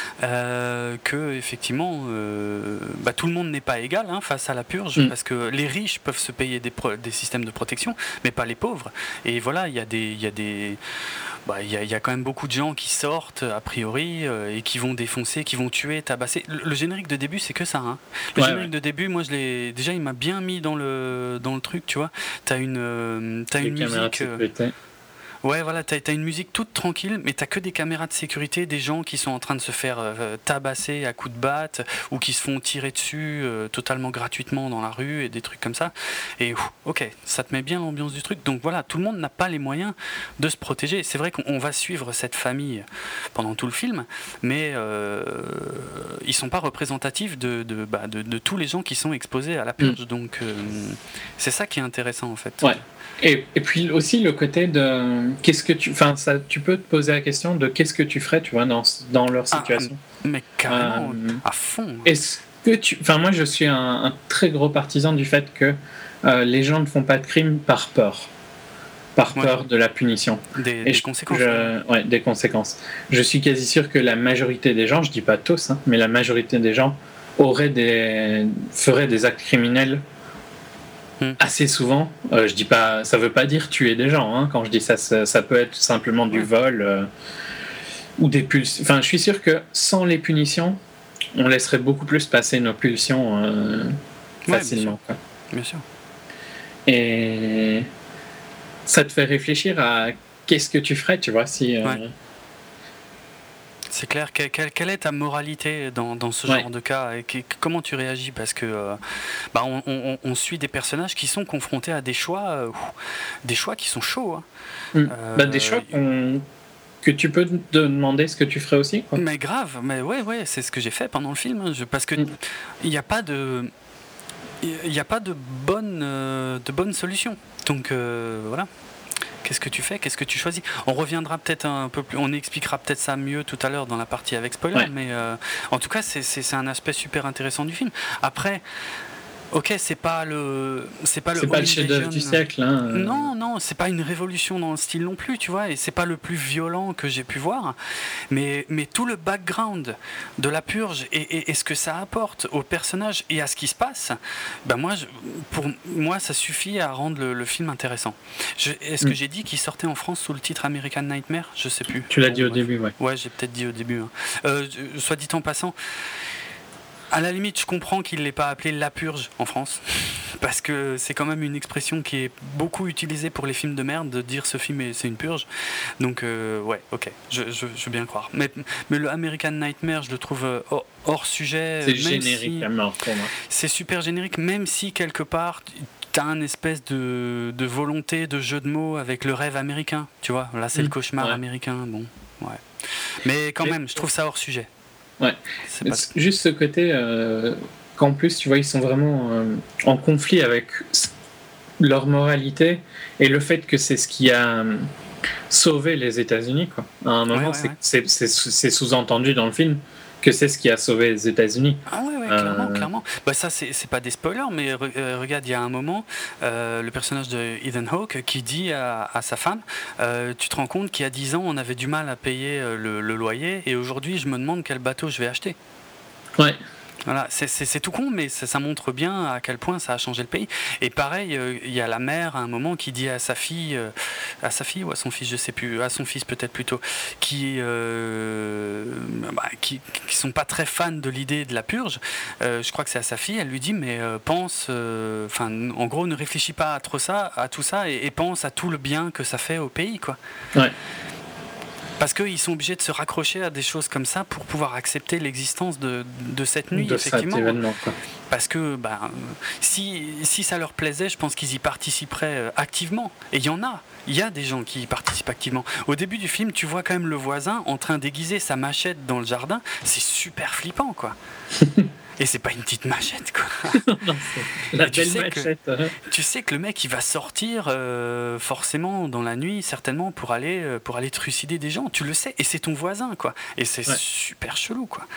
A: euh, que effectivement, euh, bah, tout le monde n'est pas égal hein, face à la purge, mmh. parce que les riches peuvent se payer des, pro- des systèmes de protection, mais pas les pauvres. Et voilà, il y a des, il y a des Bah, y, a, y a quand même beaucoup de gens qui sortent a priori euh, et qui vont défoncer, qui vont tuer, tabasser. Le, le générique de début, c'est que ça. Hein. Le ouais, générique ouais. de début, moi, je l'ai déjà, il m'a bien mis dans le dans le truc, tu vois. T'as une euh, t'as une musique. Euh... Ouais, voilà, t'as, t'as une musique toute tranquille, mais t'as que des caméras de sécurité, des gens qui sont en train de se faire euh, tabasser à coups de batte ou qui se font tirer dessus euh, totalement gratuitement dans la rue et des trucs comme ça. Et ouf, ok, ça te met bien l'ambiance du truc. Donc voilà, tout le monde n'a pas les moyens de se protéger. C'est vrai qu'on va suivre cette famille pendant tout le film, mais euh, ils sont pas représentatifs de, de, bah, de, de tous les gens qui sont exposés à la purge. Mmh. Donc euh, c'est ça qui est intéressant en fait.
B: Ouais. Et, et puis aussi le côté de qu'est-ce que tu, enfin ça, tu peux te poser la question de qu'est-ce que tu ferais, tu vois, dans dans leur situation.
A: Ah, mais carrément, euh, à fond.
B: Est-ce que tu, enfin moi je suis un, un très gros partisan du fait que euh, les gens ne font pas de crimes par peur, par ouais. peur de la punition.
A: Des,
B: et
A: des
B: je,
A: conséquences.
B: Je, ouais, des conséquences. Je suis quasi sûr que la majorité des gens, je dis pas tous, hein, mais la majorité des gens auraient des, feraient des actes criminels. Assez souvent, euh, je dis pas, ça veut pas dire tuer des gens. Hein, quand je dis ça, ça, ça peut être simplement du ouais. vol euh, ou des pulsions. Enfin, je suis sûr que sans les punitions, on laisserait beaucoup plus passer nos pulsions euh, facilement.
A: Ouais, bien, sûr.
B: Quoi. bien sûr. Et ça te fait réfléchir à qu'est-ce que tu ferais, tu vois, si. Euh,
A: ouais. C'est clair. Quelle, quelle est ta moralité dans, dans ce ouais. genre de cas et que, comment tu réagis? Parce que euh, bah on, on, on suit des personnages qui sont confrontés à des choix, euh, des choix qui sont chauds. Hein.
B: Mmh. Euh, bah, des choix qu'on, que tu peux te demander ce que tu ferais aussi, quoi.
A: Mais grave, mais ouais, ouais, c'est ce que j'ai fait pendant le film, hein, je, parce que il mm. n'y a pas de, il n'y a pas de bonne, euh, de bonne solution. Donc euh, voilà. Qu'est-ce que tu fais? Qu'est-ce que tu choisis? On reviendra peut-être un peu plus, on expliquera peut-être ça mieux tout à l'heure dans la partie avec spoiler, ouais. mais euh, en tout cas, c'est, c'est, c'est un aspect super intéressant du film. Après. Ok, c'est pas le, c'est pas le,
B: c'est pas le chef-d'œuvre du siècle. Hein.
A: Non, non, c'est pas une révolution dans le style non plus, tu vois, et c'est pas le plus violent que j'ai pu voir, mais, mais tout le background de la purge et, et, et ce que ça apporte au personnage et à ce qui se passe, ben moi, je, pour moi, ça suffit à rendre le, le film intéressant. Je, est-ce que mm. j'ai dit qu'il sortait en France sous le titre American Nightmare? Je sais plus.
B: Tu l'as
A: bon,
B: dit au
A: bref.
B: début, ouais.
A: Ouais, j'ai peut-être dit au début. Hein. Euh, soit dit en passant. À la limite, je comprends qu'il ne l'ait pas appelé La Purge en France, parce que c'est quand même une expression qui est beaucoup utilisée pour les films de merde, de dire ce film est, c'est une purge. Donc, euh, ouais, ok, je, je, je veux bien croire. Mais, mais le American Nightmare, je le trouve hors, hors sujet.
B: C'est générique, si, à mort pour moi.
A: C'est super générique, même si quelque part, tu as un espèce de, de volonté de jeu de mots avec le rêve américain, tu vois. Là, c'est mmh, le cauchemar ouais. américain, bon, ouais. Mais quand Mais, même, je trouve ça hors sujet.
B: Ouais, c'est pas... juste ce côté euh, qu'en plus, tu vois, ils sont vraiment euh, en conflit avec leur moralité et le fait que c'est ce qui a euh, sauvé les États-Unis, quoi. À un moment, ouais, ouais, c'est, ouais. C'est, c'est, c'est sous-entendu dans le film que c'est ce qui a sauvé les États-Unis.
A: Ah ouais, ouais, clairement, euh... clairement. Bah ça, c'est, c'est pas des spoilers, mais re, euh, regarde, il y a un moment, euh, le personnage de Ethan Hawke qui dit à, à sa femme, euh, tu te rends compte qu'il y a dix ans, on avait du mal à payer le, le loyer, et aujourd'hui, je me demande quel bateau je vais acheter.
B: Ouais.
A: Voilà, c'est, c'est, c'est tout con, mais ça, ça montre bien à quel point ça a changé le pays. Et pareil, il euh, y a la mère à un moment qui dit à sa fille, euh, à sa fille ou à son fils, je sais plus, à son fils peut-être plutôt, qui, euh, bah, qui, qui sont pas très fans de l'idée de la purge. Euh, je crois que c'est à sa fille. Elle lui dit, mais euh, pense, enfin, euh, en gros, ne réfléchis pas à trop ça, à tout ça, et, et pense à tout le bien que ça fait au pays, quoi.
B: Ouais.
A: Parce qu'ils sont obligés de se raccrocher à des choses comme ça pour pouvoir accepter l'existence de, de cette nuit, de effectivement.
B: Cet événement, quoi.
A: Parce que bah, si, si ça leur plaisait, je pense qu'ils y participeraient activement. Et il y en a. Il y a des gens qui y participent activement. Au début du film, tu vois quand même le voisin en train d'aiguiser sa machette dans le jardin. C'est super flippant, quoi. Et c'est pas une petite machette, quoi.
B: Non, la
A: tu
B: belle
A: sais
B: machette.
A: Que, hein. Tu sais que le mec, il va sortir euh, forcément dans la nuit, certainement, pour aller, euh, pour aller trucider des gens. Tu le sais. Et c'est ton voisin, quoi. Et c'est ouais. super chelou, quoi.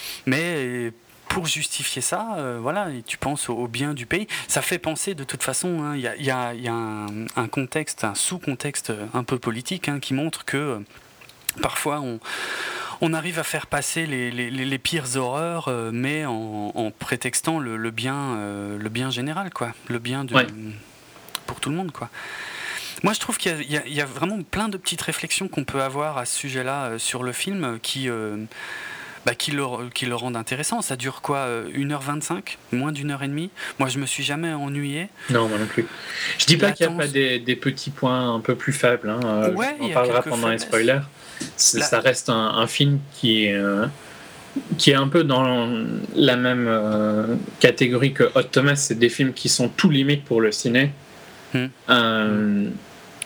A: Mais pour justifier ça, euh, voilà, et tu penses au, au bien du pays. Ça fait penser, de toute façon, il hein, y a, y a, y a un, un contexte, un sous-contexte un peu politique hein, qui montre que euh, parfois on... On arrive à faire passer les, les, les pires horreurs, euh, mais en, en prétextant le, le, bien, euh, le bien général, quoi. Le bien de,
B: ouais.
A: pour tout le monde, quoi. Moi, je trouve qu'il y a, il y a, il y a vraiment plein de petites réflexions qu'on peut avoir à ce sujet-là euh, sur le film qui, euh, bah, qui, le, qui le rendent intéressant. Ça dure quoi, une heure vingt-cinq, moins d'une heure et demie. Moi, je me suis jamais ennuyé.
B: Non, moi non plus. Je dis pas qu'il n'y a pas des, des petits points un peu plus faibles. Hein. Euh,
A: ouais,
B: on parlera pendant les spoilers. La... Ça reste un, un film qui est, euh, qui est un peu dans la même euh, catégorie que Hot Thomas. C'est des films qui sont tout limites pour le ciné. Mm. Euh, mm.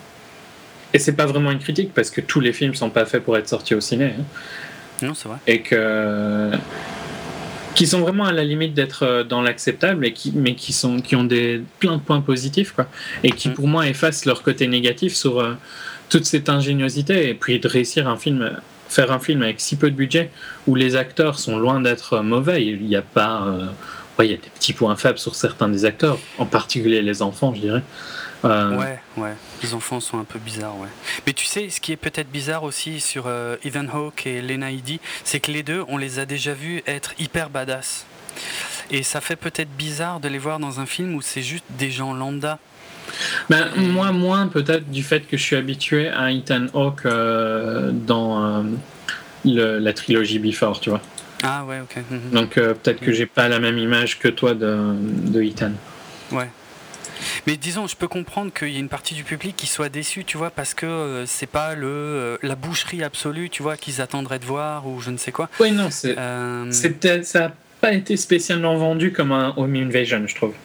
B: Et c'est pas vraiment une critique parce que tous les films sont pas faits pour être sortis au ciné. Hein.
A: Non, c'est vrai.
B: Et que qui sont vraiment à la limite d'être dans l'acceptable, et qui, mais qui, sont, qui ont des, plein de points positifs, quoi, et qui mm. pour moi effacent leur côté négatif sur euh, toute cette ingéniosité, et puis de réussir un film, faire un film avec si peu de budget, où les acteurs sont loin d'être mauvais. Il n'y a pas... Euh, ouais, il y a des petits points faibles sur certains des acteurs, en particulier les enfants, je dirais. Euh...
A: Ouais, ouais, les enfants sont un peu bizarres, ouais. Mais tu sais, ce qui est peut-être bizarre aussi sur euh, Ethan Hawke et Lena Headey, c'est que les deux, on les a déjà vus être hyper badass. Et ça fait peut-être bizarre de les voir dans un film où c'est juste des gens lambda.
B: Ben, et... Moi, moins peut-être du fait que je suis habitué à Ethan Hawke euh, dans euh, le, la trilogie Before, tu vois.
A: Ah ouais, ok. Mm-hmm.
B: Donc euh, peut-être que j'ai pas la même image que toi de, de Ethan.
A: Ouais. Mais disons, je peux comprendre qu'il y ait une partie du public qui soit déçue, tu vois, parce que euh, c'est pas le, euh, la boucherie absolue, tu vois, qu'ils attendraient de voir ou je ne sais quoi.
B: Oui, non, c'est, euh... c'est ça n'a pas été spécialement vendu comme un Home Invasion, je trouve.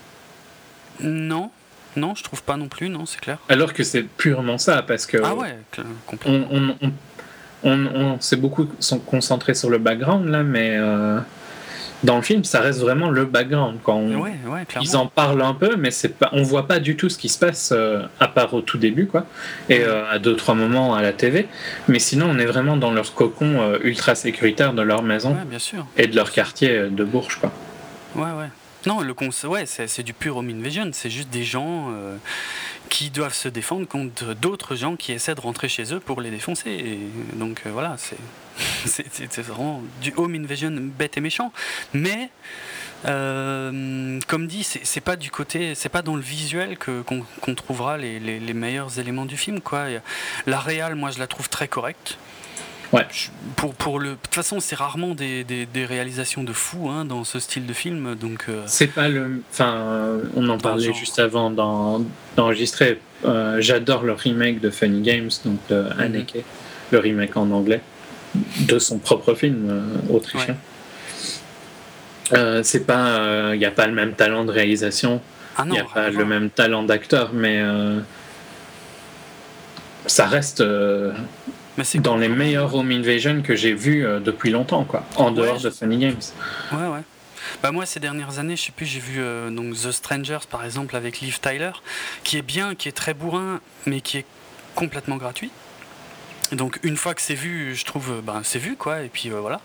A: Non, non, je trouve pas non plus, non, c'est clair.
B: Alors que c'est purement ça, parce que
A: ah ouais, complètement.
B: On, on, on, on, on s'est beaucoup concentré sur le background là, mais euh, dans le film, ça reste vraiment le background. Quand on,
A: ouais, ouais,
B: ils en parlent un peu, mais c'est pas, on voit pas du tout ce qui se passe euh, à part au tout début, quoi, et euh, à deux trois moments à la T V. Mais sinon, on est vraiment dans leur cocon euh, ultra sécuritaire de leur maison,
A: ouais, bien sûr.
B: et de leur quartier de Bourges, quoi.
A: Ouais, ouais. Non, le cons- ouais, c'est, c'est du pur home invasion. C'est juste des gens euh, qui doivent se défendre contre d'autres gens qui essaient de rentrer chez eux pour les défoncer. Et donc euh, voilà, c'est, c'est, c'est, c'est vraiment du home invasion bête et méchant. Mais euh, comme dit, c'est, c'est pas du côté, c'est pas dans le visuel que qu'on, qu'on trouvera les, les, les meilleurs éléments du film, quoi. La réal, moi, je la trouve très correcte.
B: Ouais.
A: Pour, pour le... De toute façon, c'est rarement des, des, des réalisations de fous hein, dans ce style de film. Donc, euh...
B: c'est pas le. Enfin, on en parlait juste avant d'en... d'enregistrer. Euh, j'adore le remake de Funny Games, donc de mm-hmm. Haneke, le remake en anglais, de son propre film euh, autrichien. Ouais. Euh, c'est pas. Il euh, n'y a pas le même talent de réalisation, il ah n'y a pas le même talent d'acteur, mais euh, ça reste. Euh, Mais c'est dans cool, les meilleurs home invasion que j'ai vus euh, depuis longtemps, quoi, en dehors ouais, je... de Funny Games.
A: Ouais, ouais. Bah moi, ces dernières années, je sais plus, j'ai vu euh, donc The Strangers, par exemple, avec Liv Tyler, qui est bien, qui est très bourrin, mais qui est complètement gratuit. Donc une fois que c'est vu, je trouve, ben c'est vu, quoi, et puis euh, voilà.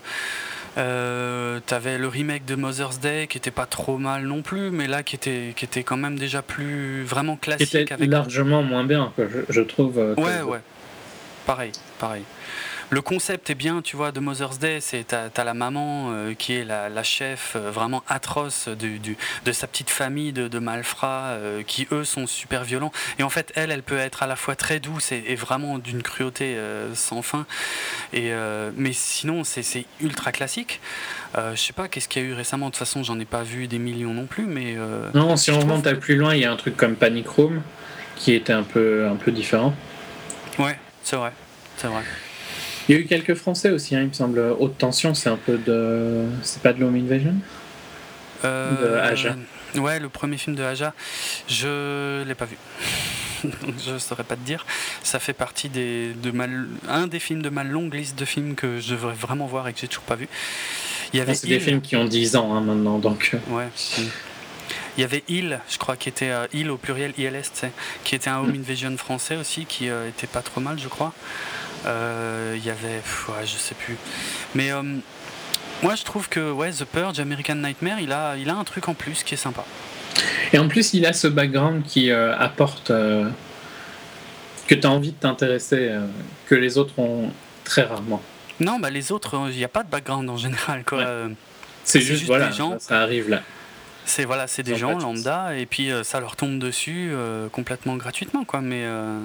A: Euh, t'avais le remake de Mother's Day qui était pas trop mal non plus, mais là qui était qui était quand même déjà plus vraiment classique.
B: Qui était
A: avec...
B: largement moins bien, quoi, je, je trouve. Euh,
A: ouais, ouais. Pareil, pareil. Le concept est bien, tu vois, de Mother's Day, c'est t'as, t'as la maman euh, qui est la, la chef euh, vraiment atroce du, du, de sa petite famille de, de malfrats euh, qui eux sont super violents. Et en fait, elle, elle peut être à la fois très douce et, et vraiment d'une cruauté euh, sans fin. Et euh, mais sinon, c'est, c'est ultra classique. Euh, je sais pas, qu'est-ce qu'il y a eu récemment. De toute façon, j'en ai pas vu des millions non plus, mais euh,
B: non, si on remonte à plus loin, il y a un truc comme Panic Room qui était un peu un peu différent.
A: Ouais. C'est vrai, c'est vrai.
B: Il y a eu quelques Français aussi, hein, il me semble. Haute Tension, c'est un peu de... C'est pas de l'Home Invasion
A: euh,
B: de Aja.
A: Ouais, le premier film de Aja, je l'ai pas vu. Je saurais pas te dire. Ça fait partie des, de ma, un des films de ma longue liste de films que je devrais vraiment voir et que j'ai toujours pas vu. Il y avait
B: c'est Il... des films qui ont dix ans hein, maintenant, donc...
A: Ouais. Il y avait Il, je crois, qui était euh, Il au pluriel, I L S, t'sais, qui était un home invasion français aussi, qui euh, était pas trop mal, je crois. Euh, il y avait, pff, ouais, je sais plus. Mais euh, moi, je trouve que ouais, The Purge, American Nightmare, il a, il a un truc en plus qui est sympa.
B: Et en plus, il a ce background qui euh, apporte euh, que tu as envie de t'intéresser, euh, que les autres ont très rarement.
A: Non, bah les autres, il n'y a pas de background en général, quoi.
B: Ouais. C'est, c'est juste, juste voilà, gens, ça arrive là.
A: C'est voilà, c'est des gens lambda et puis euh, ça leur tombe dessus euh, complètement gratuitement, quoi. Mais euh...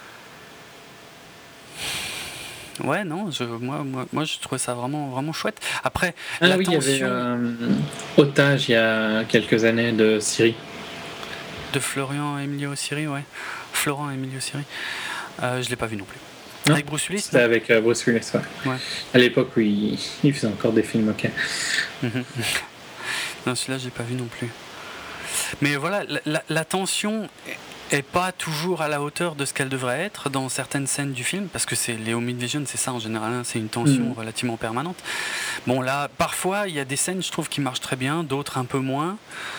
A: ouais, non, je, moi, moi, moi, je trouvais ça vraiment, vraiment chouette. Après,
B: ah
A: la
B: oui,
A: tension...
B: il y avait euh, Otage il y a quelques années de Syrie.
A: De Florian Emilio Siri, ouais. Florent Emilio Siri. Euh, je l'ai pas vu non plus.
B: Non,
A: avec Bruce Willis.
B: C'était avec euh, Bruce Willis, ouais. ouais. À l'époque où il, il faisait encore des films, ok.
A: Mm-hmm. Non, celui-là, j'ai pas vu non plus. Mais voilà, la, la, la tension est pas toujours à la hauteur de ce qu'elle devrait être dans certaines scènes du film, parce que c'est les home invasion, c'est ça en général, hein, c'est une tension mmh. relativement permanente. Bon là, parfois il y a des scènes, je trouve, qui marchent très bien, d'autres un peu moins.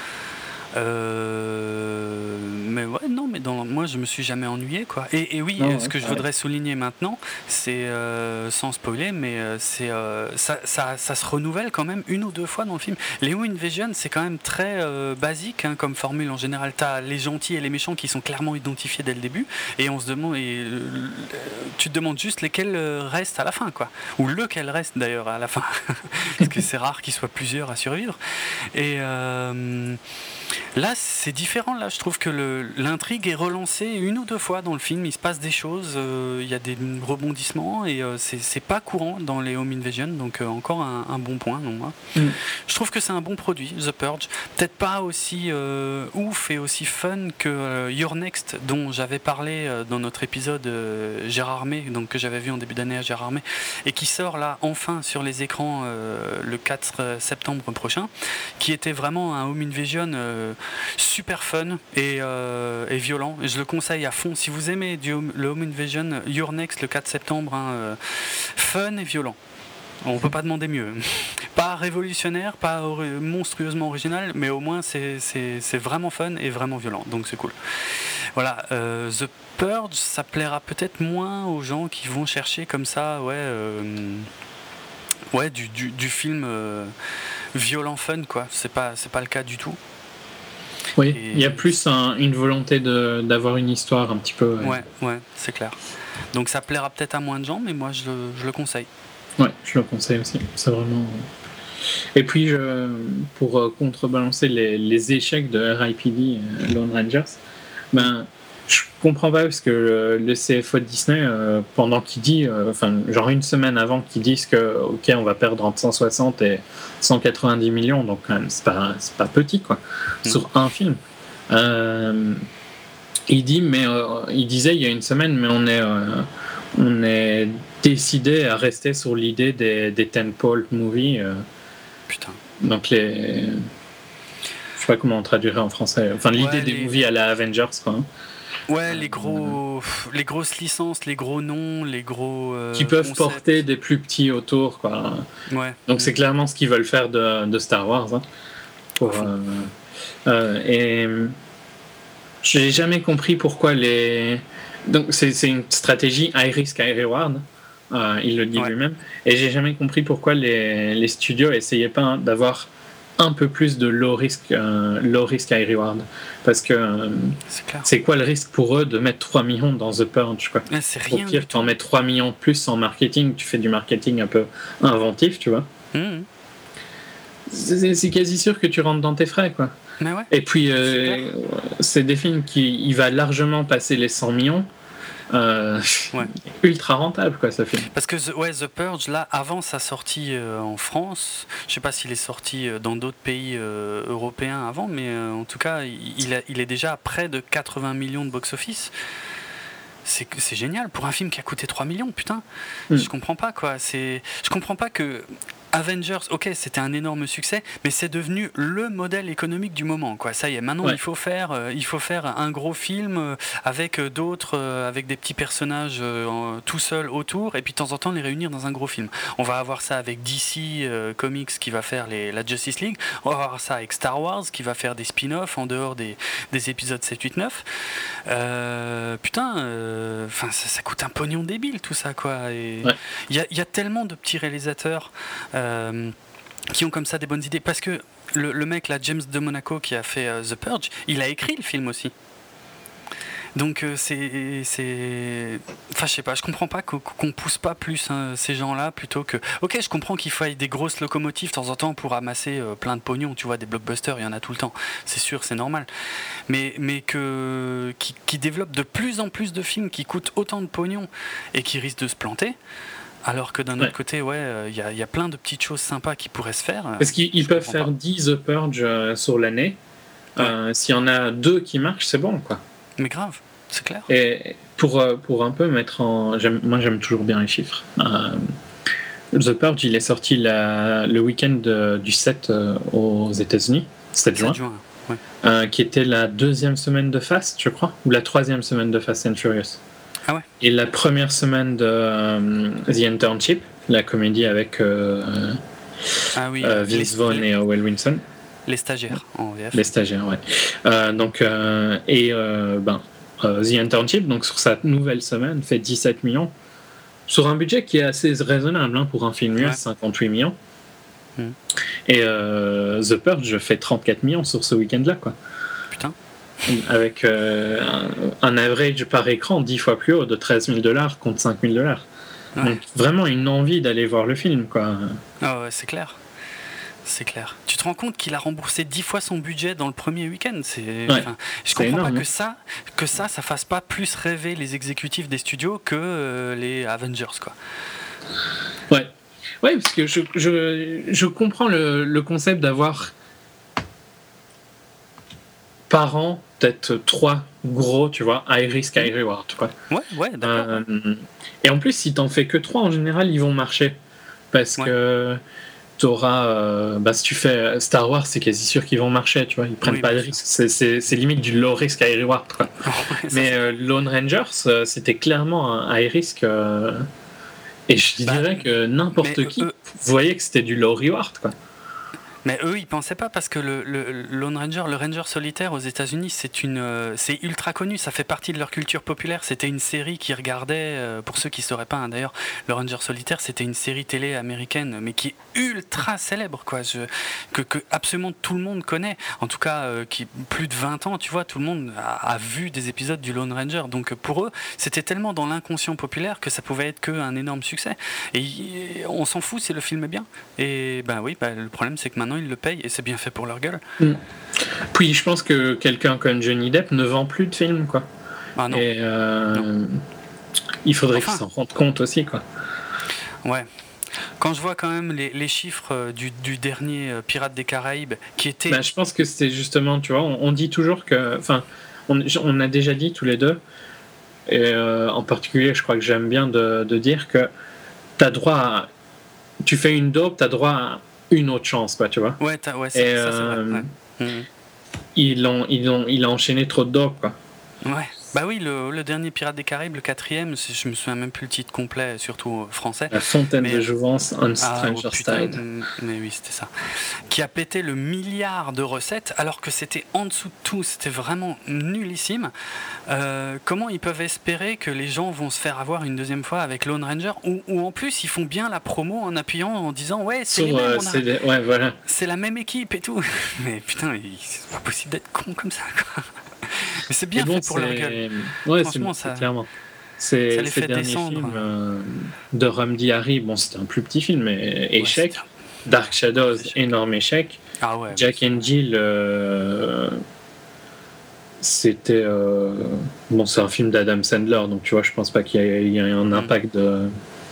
A: Euh, mais ouais, non, mais dans, moi je me suis jamais ennuyé, quoi. Et, et oui, non, ce ouais, que je voudrais ouais. souligner maintenant, c'est euh, sans spoiler, mais euh, c'est euh, ça, ça, ça se renouvelle quand même une ou deux fois dans le film. Les home invasion, c'est quand même très euh, basique hein, comme formule en général. T'as les gentils et les méchants qui sont clairement identifiés dès le début, et on se demande, et, euh, tu te demandes juste lesquels restent à la fin, quoi, ou lequel reste d'ailleurs à la fin, parce que c'est rare qu'il soit plusieurs à survivre. Et euh, là, c'est différent. Là, je trouve que le, l'intrigue est relancée une ou deux fois dans le film. Il se passe des choses, il euh, y a des rebondissements et euh, c'est, c'est pas courant dans les home invasion. Donc euh, encore un, un bon point, non moi. Mm. Je trouve que c'est un bon produit, The Purge. Peut-être pas aussi euh, ouf et aussi fun que euh, Your Next, dont j'avais parlé euh, dans notre épisode euh, Gérard May, donc que j'avais vu en début d'année à Gérard May, et qui sort là enfin sur les écrans euh, le quatre septembre prochain, qui était vraiment un home invasion. Euh, super fun et, euh, euh, est violent. Et je le conseille à fond. Si vous aimez du, le Home Invasion, Your Next, le quatre septembre, hein, euh, fun et violent. On ne peut pas demander mieux. Pas révolutionnaire, pas or- monstrueusement original, mais au moins c'est, c'est, c'est vraiment fun et vraiment violent, donc c'est cool. Voilà, euh, The Purge, ça plaira peut-être moins aux gens qui vont chercher comme ça, ouais, euh, ouais, du, du, du film euh, violent fun, quoi. C'est pas, c'est pas le cas du tout.
B: Oui, et il y a plus un, une volonté de, d'avoir une histoire un petit peu.
A: Ouais, ouais, ouais, c'est clair. Donc ça plaira peut-être à moins de gens, mais moi je, je le conseille.
B: Ouais, je le conseille aussi. C'est vraiment. Et puis, je, pour contrebalancer les, les échecs de R I P D, euh, Lone Rangers, ben, je comprends pas parce que le, le C F O de Disney, euh, pendant qu'il dit, euh, enfin, genre une semaine avant qu'ils disent que, ok, on va perdre entre cent soixante et cent quatre-vingt-dix millions, donc quand même, c'est pas, c'est pas petit, quoi, mmh. sur un film. Euh, il dit, mais euh, il disait il y a une semaine, mais on est. Euh, on est décidé à rester sur l'idée des, des tentpole movies. Euh,
A: Putain.
B: Donc les. Je sais pas comment on traduirait en français. Enfin, l'idée ouais, des les... movies à la Avengers, quoi.
A: Ouais, euh, les gros. Euh... Les grosses licences, les gros noms, les gros. Euh,
B: qui peuvent
A: concepts.
B: porter des plus petits autour, quoi.
A: Ouais.
B: Donc mmh. c'est clairement ce qu'ils veulent faire de, de Star Wars. Hein, pour, euh, euh, et. J'ai jamais compris pourquoi les. Donc c'est, c'est une stratégie high risk, high reward, euh, il le dit ouais. lui-même, et j'ai jamais compris pourquoi les, les studios essayaient pas hein, d'avoir un peu plus de low risk, euh, low risk, high reward, parce que euh, c'est, c'est quoi le risque pour eux de mettre trois millions dans The Purge, quoi.
A: Ouais, c'est rien.
B: Au pire, tu en mets trois millions de plus en marketing, tu fais du marketing un peu inventif, tu vois. Mmh. C'est, c'est quasi sûr que tu rentres dans tes frais, quoi.
A: Mais ouais.
B: Et puis, euh, c'est des films qui il va largement passer les cent millions. Euh, ouais. Ultra rentable, quoi, ça film.
A: Parce que The, ouais, The Purge, là, avant sa sortie euh, en France, je sais pas s'il est sorti dans d'autres pays euh, européens avant, mais euh, en tout cas, il, a, il est déjà à près de quatre-vingts millions de box-office. C'est, c'est génial pour un film qui a coûté trois millions, putain. Mm. Je comprends pas, quoi. C'est, je comprends pas que Avengers, ok, c'était un énorme succès, mais c'est devenu le modèle économique du moment, quoi. Ça y est, maintenant ouais. il faut faire, euh, il faut faire un gros film euh, avec d'autres, euh, avec des petits personnages euh, tout seuls autour, et puis de temps en temps les réunir dans un gros film. On va avoir ça avec D C euh, Comics qui va faire les, la Justice League. On va avoir ça avec Star Wars qui va faire des spin-offs en dehors des, des épisodes sept, huit, neuf. Euh, putain, enfin euh, ça, ça coûte un pognon débile tout ça, quoi. Et il ouais. y, y a tellement de petits réalisateurs. Euh, qui ont comme ça des bonnes idées, parce que le, le mec là, James de Monaco, qui a fait euh, The Purge, il a écrit le film aussi, donc euh, c'est, c'est enfin je sais pas, je comprends pas qu'on, qu'on pousse pas plus hein, ces gens là plutôt que, ok, je comprends qu'il faille des grosses locomotives de temps en temps pour amasser euh, plein de pognon, tu vois, des blockbusters il y en a tout le temps, c'est sûr, c'est normal, mais, mais que qui, qui développent de plus en plus de films qui coûtent autant de pognon et qui risquent de se planter. Alors que d'un ouais. autre côté, ouais, il euh, y, y a plein de petites choses sympas qui pourraient se faire.
B: Parce qu'ils peuvent faire pas. dix The Purge euh, sur l'année. Ouais. Euh, s'il y en a deux qui marchent, c'est bon, quoi.
A: Mais grave, c'est clair.
B: Et pour, euh, pour un peu mettre en... J'aime, moi, j'aime toujours bien les chiffres. Euh, The Purge, il est sorti la, le week-end de, du sept euh, aux États-Unis, sept juin.
A: juin ouais.
B: euh, qui était la deuxième semaine de Fast, je crois, ou la troisième semaine de Fast and Furious.
A: Ah ouais.
B: Et la première semaine de euh, The Internship, la comédie avec euh,
A: ah oui,
B: euh, Vince Vaughn et Owen Wilson.
A: Les stagiaires en V F.
B: Les stagiaires, ouais. Euh, donc, euh, et euh, ben, euh, The Internship, donc sur sa nouvelle semaine, fait dix-sept millions. Sur un budget qui est assez raisonnable hein, pour un film U S, ouais. cinquante-huit millions. Mm. Et euh, The Purge fait trente-quatre millions sur ce week-end-là, quoi.
A: Putain.
B: Avec euh, un, un average par écran dix fois plus haut de treize mille dollars contre cinq mille dollars. Ouais. Donc vraiment une envie d'aller voir le film, quoi.
A: Ah ouais, c'est clair. C'est clair. Tu te rends compte qu'il a remboursé dix fois son budget dans le premier week-end. C'est,
B: ouais,
A: je comprends énorme, pas que ça, que ça, ça fasse pas plus rêver les exécutifs des studios que euh, les Avengers, quoi.
B: Ouais, ouais, parce que je, je, je comprends le, le concept d'avoir par an peut-être trois gros, tu vois, high risk, high reward, quoi.
A: Ouais, ouais, d'accord.
B: Euh, et en plus, si t'en fais que trois, en général, ils vont marcher. Parce ouais. que t'auras, euh, bah, si tu fais Star Wars, c'est quasi sûr qu'ils vont marcher, tu vois, ils prennent oui, pas de risques, c'est, c'est, c'est limite du low risk high reward, quoi. Ouais, mais euh, Lone Rangers, euh, c'était clairement un high risk, euh, et je bah, dirais que n'importe qui eux, voyait que c'était du low reward, quoi.
A: Mais eux, ils pensaient pas parce que le, le Lone Ranger, le Ranger solitaire aux États-Unis, c'est une, euh, c'est ultra connu, ça fait partie de leur culture populaire. C'était une série qu'ils regardaient, euh, pour ceux qui sauraient pas, hein, d'ailleurs, le Ranger solitaire, c'était une série télé américaine, mais qui est ultra célèbre, quoi, je, que, que absolument tout le monde connaît. En tout cas, euh, qui plus de vingt ans, tu vois, tout le monde a, a vu des épisodes du Lone Ranger. Donc pour eux, c'était tellement dans l'inconscient populaire que ça pouvait être qu'un énorme succès. Et, et on s'en fout si le film est bien. Et ben oui, ben, le problème c'est que maintenant ils le payent et c'est bien fait pour leur gueule.
B: Mm. Puis je pense que quelqu'un comme Johnny Depp ne vend plus de films, quoi.
A: Ah non.
B: Et euh, non. Il faudrait enfin, qu'ils s'en rendent compte aussi, quoi.
A: Ouais. Quand je vois quand même les, les chiffres du, du dernier Pirates des Caraïbes qui était.
B: Ben, je pense que c'était justement, tu vois, on, on dit toujours que, enfin, on, on a déjà dit tous les deux, et euh, en particulier, je crois que j'aime bien de, de dire que t'as droit à, tu fais une dope, t'as droit à une autre chance, quoi, tu vois.
A: Ouais, t'as, ouais c'est,
B: et,
A: ça, c'est
B: euh,
A: vrai. Ouais. Mmh.
B: Ils ont, ils ont, il a enchaîné trop de dope, quoi.
A: Ouais. Bah oui, le, le dernier Pirates des Caraïbes, le quatrième, je me souviens même plus le titre complet, surtout français.
B: La Fontaine
A: mais,
B: de Jouvence on Stranger
A: ah, oh, putain,
B: Tide.
A: Mais oui, c'était ça. Qui a pété le milliard de recettes, alors que c'était en dessous de tout, c'était vraiment nullissime. Euh, comment ils peuvent espérer que les gens vont se faire avoir une deuxième fois avec Lone Ranger, ou, ou en plus ils font bien la promo en appuyant, en disant ouais, c'est, les mêmes,
B: euh,
A: on a...
B: c'est, des... ouais, voilà.
A: c'est la même équipe et tout. Mais putain, c'est pas possible d'être con comme ça, quoi. Mais c'est bien bon, fait pour
B: c'est...
A: leur gueule.
B: Ouais,
A: franchement,
B: c'est,
A: ça,
B: c'est clairement. C'est,
A: ça les
B: ces
A: fait
B: derniers
A: descendre.
B: films euh, de Rumdy Harry, bon, c'était un plus petit film, mais échec.
A: Ouais,
B: Dark Shadows, échec. Énorme échec.
A: Ah ouais,
B: Jack and Jill, euh, c'était. Euh, bon, c'est un film d'Adam Sandler, donc tu vois, je pense pas qu'il y ait, il y ait un impact de.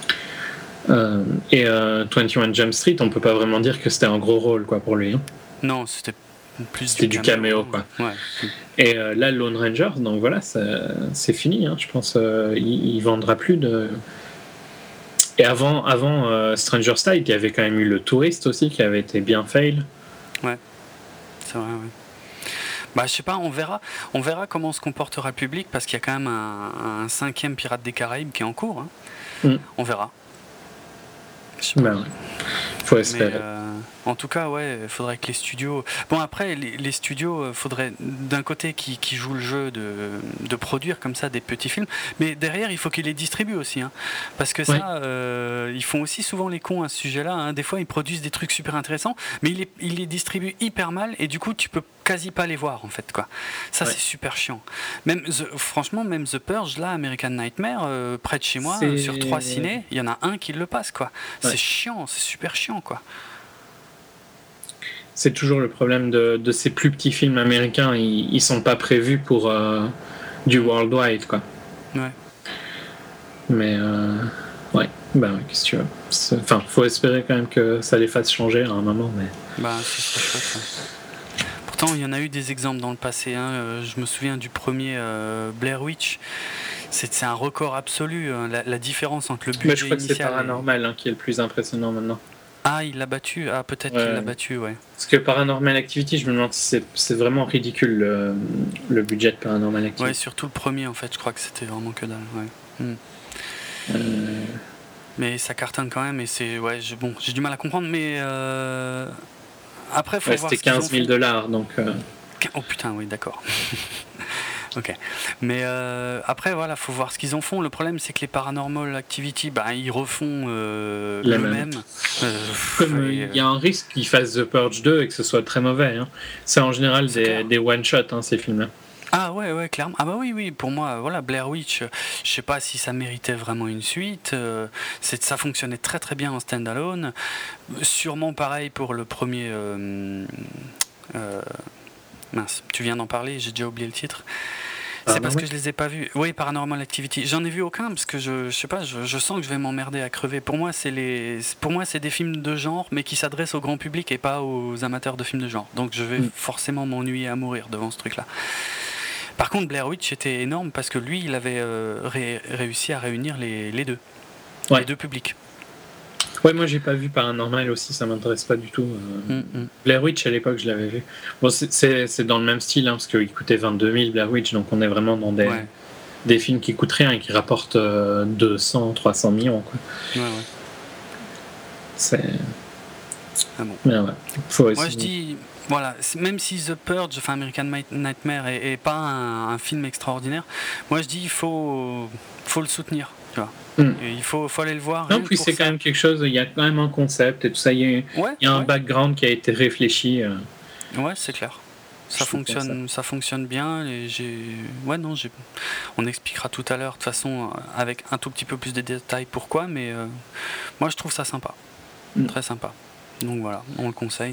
B: Euh, et euh, vingt et un Jump Street, on peut pas vraiment dire que c'était un gros rôle, quoi, pour lui. Hein.
A: Non, c'était. Plus
B: c'était du caméo,
A: caméo
B: quoi.
A: Ouais.
B: Et euh, là, Lone Ranger, donc voilà, ça, c'est fini. Hein, je pense euh, il, il vendra plus de. Et avant, avant euh, Stranger Tide, il y avait quand même eu le Touriste aussi qui avait été bien fail.
A: Ouais, c'est vrai. Ouais. Bah, je sais pas, on verra, on verra comment se comportera le public parce qu'il y a quand même un, un cinquième Pirate des Caraïbes qui est en cours. Hein.
B: Mm.
A: On verra.
B: Ben ouais. Faut espérer.
A: Mais, euh, en tout cas, ouais, il faudrait que les studios. Bon, après, les, les studios, faudrait d'un côté qui, qui jouent le jeu de, de produire comme ça des petits films, mais derrière, il faut qu'ils les distribuent aussi, hein, parce que
B: ouais.
A: ça, euh, ils font aussi souvent les cons à ce sujet-là. Hein. Des fois, ils produisent des trucs super intéressants, mais ils les, ils les distribuent hyper mal, et du coup, tu peux quasi pas les voir en fait, quoi. Ça, ouais. C'est super chiant. Même The, franchement, même The Purge, là, American Nightmare, euh, près de chez moi, euh, sur trois ciné, il y en a un qui le passe, quoi. Ouais. C'est chiant, c'est super chiant, quoi.
B: C'est toujours le problème de, de ces plus petits films américains, ils, ils sont pas prévus pour euh, du worldwide, quoi.
A: Ouais.
B: Mais euh, ouais, ben ouais, qu'est-ce que tu veux. C'est, enfin, faut espérer quand même que ça les fasse changer à un moment, mais.
A: Bah, c'est chouette. Ça. Pourtant, il y en a eu des exemples dans le passé. Hein. Euh, je me souviens du premier euh, Blair Witch. C'est, c'est un record absolu. Hein. La, la différence entre le budget
B: initial. Mais je crois que c'est Paranormal et... hein, qui est le plus impressionnant maintenant.
A: Ah, il l'a battu. Ah, peut-être ouais. qu'il l'a battu, ouais.
B: Parce que Paranormal Activity, je me demande si c'est, c'est vraiment ridicule le, le budget de Paranormal Activity.
A: Ouais, surtout le premier, en fait. Je crois que c'était vraiment que dalle. Ouais. Hmm.
B: Euh...
A: Mais ça cartonne quand même. Et c'est ouais, j'ai, bon, j'ai du mal à comprendre, mais euh... après, faut
B: ouais,
A: voir.
B: C'était quinze mille dollars, donc. Euh...
A: Oh putain, oui, d'accord. Ok. Mais euh, après, voilà, faut voir ce qu'ils en font. Le problème, c'est que les Paranormal Activity, bah, ils refont euh, le même.
B: Euh, Comme il euh, y a un risque qu'ils fassent The Purge deux et que ce soit très mauvais. Hein. C'est en général c'est des, des one-shots, hein, ces films-là.
A: Ah ouais, ouais, clairement. Ah bah oui, oui, pour moi, voilà, Blair Witch, je sais pas si ça méritait vraiment une suite. Euh, c'est, ça fonctionnait très très bien en stand-alone. Sûrement pareil pour le premier... Euh, euh, mince, tu viens d'en parler, j'ai déjà oublié le titre. C'est parce que je les ai pas vus. Oui, Paranormal Activity. J'en ai vu aucun parce que je, je sais pas, je, je sens que je vais m'emmerder à crever. Pour moi, c'est les, pour moi, c'est des films de genre, mais qui s'adressent au grand public et pas aux amateurs de films de genre. Donc, je vais mm. forcément m'ennuyer à mourir devant ce truc-là. Par contre, Blair Witch était énorme parce que lui, il avait euh, ré, réussi à réunir les, les deux,
B: ouais.
A: les deux publics.
B: Ouais, moi j'ai pas vu Paranormal aussi, ça m'intéresse pas du tout. Euh, mm-hmm. Blair Witch à l'époque, je l'avais vu. Bon, c'est, c'est, c'est dans le même style, hein, parce qu'il coûtait vingt-deux mille Blair Witch, donc on est vraiment dans des, ouais. des films qui coûtent rien et qui rapportent euh, deux cents, trois cents millions. Quoi.
A: Ouais, ouais.
B: C'est.
A: Ah bon.
B: Mais ouais. Faut
A: moi je dis. Voilà, même si The Purge, enfin American Nightmare, est, est pas un, un film extraordinaire, moi je dis il faut, faut le soutenir, tu vois. Mm. Il faut, faut aller le voir.
B: Non, puis c'est ça. Quand même quelque chose, il y a quand même un concept et tout ça, il y a,
A: ouais,
B: il y a un
A: ouais.
B: background qui a été réfléchi. Euh.
A: Ouais, c'est clair. Ça fonctionne, ça. ça fonctionne bien. Et j'ai... Ouais, non, j'ai... on expliquera tout à l'heure, de toute façon, avec un tout petit peu plus de détails pourquoi, mais euh, moi je trouve ça sympa. Mm. Très sympa. Donc voilà, on le conseille.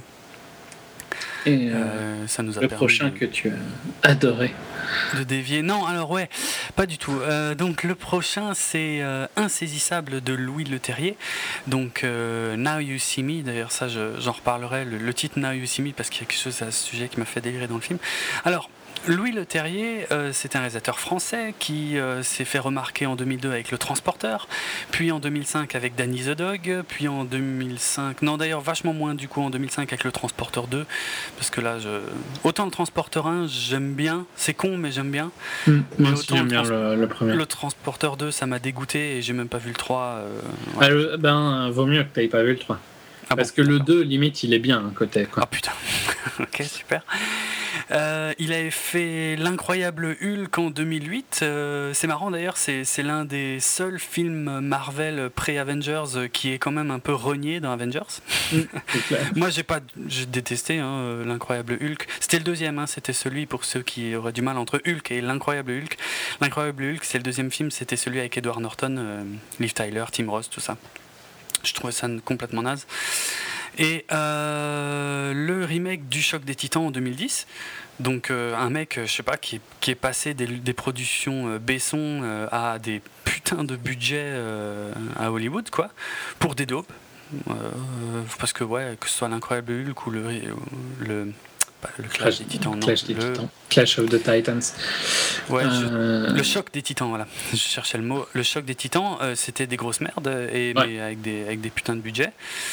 B: Et euh, euh, ça nous a le prochain de, que tu as adoré
A: de dévier. Non, alors ouais, pas du tout. Euh, donc le prochain c'est euh, Insaisissable de Louis Leterrier. Donc euh, Now You See Me. D'ailleurs ça je, j'en reparlerai. Le, le titre Now You See Me parce qu'il y a quelque chose à ce sujet qui m'a fait délirer dans le film. Alors. Louis Leterrier, euh, c'est un réalisateur français qui euh, s'est fait remarquer en deux mille deux avec Le Transporteur, puis en deux mille cinq avec Danny the Dog, puis en deux mille cinq, non d'ailleurs vachement moins du coup en deux mille cinq avec Le Transporteur deux, parce que là, je... autant Le Transporteur un, j'aime bien, c'est con mais j'aime bien.
B: Mmh, mais autant j'aime bien le, trans... le, le premier.
A: Le Transporteur deux, ça m'a dégoûté et j'ai même pas vu le trois. Euh,
B: ouais. ah, le, ben, vaut mieux que t'aies pas vu le trois. Ah parce bon, que d'accord. Le deux, limite, il est bien à côté. Quoi.
A: Ah putain, ok, super. Euh, il avait fait L'Incroyable Hulk en deux mille huit. Euh, c'est marrant d'ailleurs, c'est, c'est l'un des seuls films Marvel pré-Avengers qui est quand même un peu renié dans Avengers. Mmh, Moi, j'ai pas, j'ai détesté hein, L'Incroyable Hulk. C'était le deuxième, hein, c'était celui pour ceux qui auraient du mal entre Hulk et L'Incroyable Hulk. L'Incroyable Hulk, c'est le deuxième film, c'était celui avec Edward Norton, euh, Liv Tyler, Tim Roth, tout ça. Je trouvais ça complètement naze. Et euh, le remake du Choc des Titans en deux mille dix, donc euh, un mec, je sais pas, qui est, qui est passé des, des productions euh, Besson euh, à des putains de budgets euh, à Hollywood, quoi, pour des daubes. Euh, parce que, ouais, que ce soit l'Incroyable Hulk ou le. le Le Clash des Titans, non.
B: Clash, des
A: le...
B: Titans. Clash of the Titans.
A: Ouais, euh... je... Le Choc des Titans, voilà. Je cherchais le mot. Le Choc des Titans, euh, c'était des grosses merdes, et, ouais. mais avec des, avec des putains de budgets.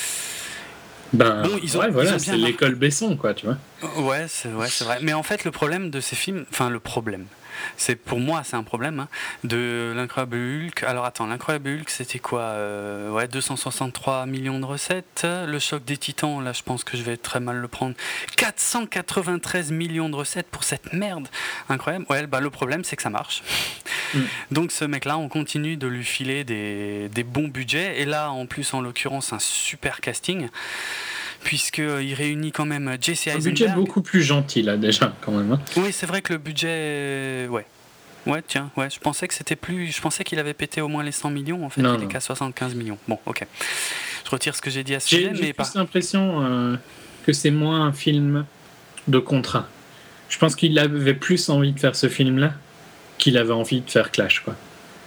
B: Ben, bon, ils ont, ouais, voilà, ils ont c'est bien l'école Besson, quoi, tu vois.
A: Ouais, c'est, ouais, c'est vrai. Mais en fait, le problème de ces films, enfin, le problème, c'est pour moi, c'est un problème, hein, de l'Incroyable Hulk. Alors attends, l'Incroyable Hulk, c'était quoi euh, ouais, deux cent soixante-trois millions de recettes. Le Choc des Titans, là, je pense que je vais très mal le prendre. quatre cent quatre-vingt-treize millions de recettes pour cette merde. Incroyable. Ouais, bah, le problème, c'est que ça marche. Mm. Donc ce mec-là, on continue de lui filer des, des bons budgets. Et là, en plus, en l'occurrence, un super casting. Puisqu'il réunit quand même Jesse Eisenberg.
B: Un budget beaucoup plus gentil, là, déjà, quand même. Hein.
A: Oui, c'est vrai que le budget... Ouais. Ouais, tiens, ouais, je pensais que c'était plus... Je pensais qu'il avait pété au moins les cent millions, en fait. Non, il non. est qu'à soixante-quinze millions. Bon, ok. Je retire ce que j'ai dit à ce
B: j'ai,
A: sujet,
B: j'ai
A: mais...
B: J'ai
A: pas...
B: plus l'impression euh, que c'est moins un film de contrat. Je pense qu'il avait plus envie de faire ce film-là qu'il avait envie de faire Clash, quoi.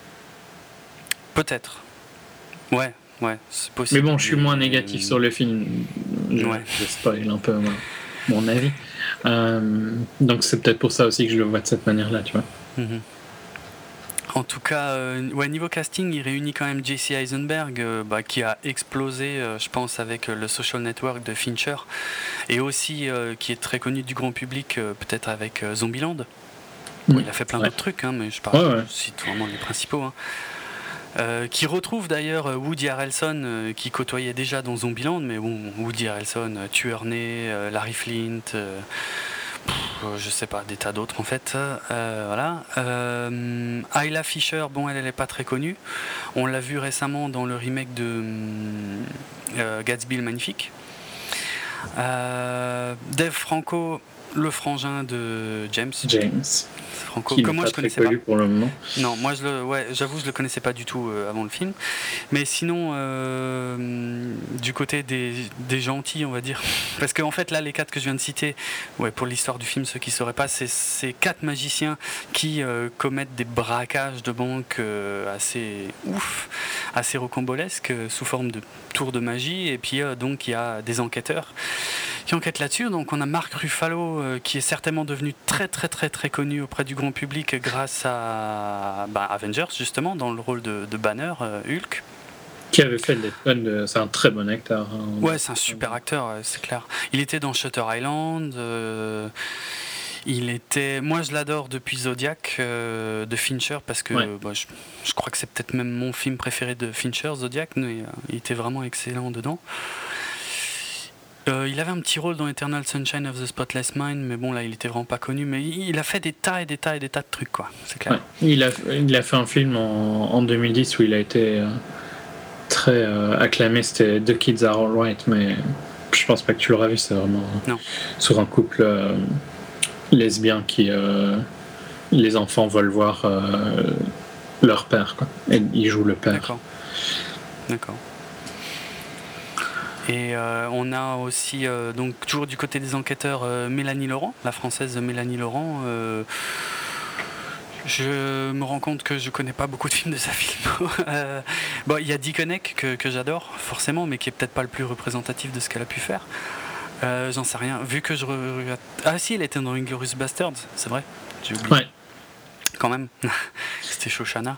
A: Peut-être. Ouais. Ouais, c'est possible.
B: Mais bon, je suis moins négatif euh... sur le film. Je, ouais. je spoil un peu mon, mon avis. Euh, donc c'est peut-être pour ça aussi que je le vois de cette manière-là, tu vois.
A: Mm-hmm. En tout cas, euh, ouais, niveau casting, il réunit quand même Jesse Eisenberg, euh, bah, qui a explosé, euh, je pense, avec euh, le Social Network de Fincher, et aussi euh, qui est très connu du grand public, euh, peut-être avec euh, Zombieland. Bon, mmh. Il a fait plein ouais. d'autres trucs, hein, mais je parle, ouais, ouais. je cite vraiment les principaux. Hein. Euh, qui retrouve d'ailleurs Woody Harrelson euh, qui côtoyait déjà dans Zombieland, mais bon, Woody Harrelson, euh, Tueur Né, euh, Larry Flint, euh, pff, euh, je sais pas, des tas d'autres en fait. Euh, voilà. Euh, Isla Fisher, bon, elle, elle est pas très connue. On l'a vu récemment dans le remake de euh, Gatsby le Magnifique. Euh, Dave Franco, le frangin de James.
B: James.
A: Franco,
B: qui
A: que moi je connaissais
B: pas.
A: Pour
B: le moment.
A: Non, moi je le, ouais, j'avoue je le connaissais pas du tout euh, avant le film. Mais sinon, euh, du côté des, des gentils, on va dire, parce qu'en fait là les quatre que je viens de citer, ouais, pour l'histoire du film, ceux qui sauraient pas, c'est ces quatre magiciens qui euh, commettent des braquages de banque euh, assez ouf, assez rocambolesques, euh, sous forme de tours de magie. Et puis euh, donc il y a des enquêteurs qui enquêtent là-dessus. Donc on a Mark Ruffalo euh, qui est certainement devenu très très très très connu auprès du grand public grâce à bah, Avengers justement dans le rôle de, de Banner, euh, Hulk.
B: Qui avait fait Deadpool, c'est un très bon acteur. Hein.
A: Ouais, c'est un super acteur, c'est clair. Il était dans Shutter Island. Euh, il était, moi, je l'adore depuis Zodiac euh, de Fincher parce que ouais. bah, je, je crois que c'est peut-être même mon film préféré de Fincher, Zodiac. Mais euh, il était vraiment excellent dedans. Euh, il avait un petit rôle dans Eternal Sunshine of the Spotless Mind, mais bon, là, il était vraiment pas connu. Mais il a fait des tas et des tas et des tas de trucs, quoi. C'est clair.
B: Ouais. Il, a, il a fait un film en, en deux mille dix où il a été euh, très euh, acclamé. C'était The Kids Are Alright, mais je pense pas que tu l'auras vu. C'est vraiment
A: non.
B: sur un couple euh, lesbien qui. Euh, les enfants veulent voir euh, leur père, quoi. Et il joue le père.
A: D'accord. D'accord. Et euh, on a aussi, euh, donc toujours du côté des enquêteurs, euh, Mélanie Laurent, la française Mélanie Laurent. Euh, je me rends compte que je connais pas beaucoup de films de sa film. euh, bon, il y a Dickeneck que, que j'adore, forcément, mais qui est peut-être pas le plus représentatif de ce qu'elle a pu faire. Euh, j'en sais rien. Vu que je regarde. Ah si, elle était dans Inglourious Basterds, c'est vrai. J'ai oublié.
B: Ouais.
A: Quand même. C'était Shoshana.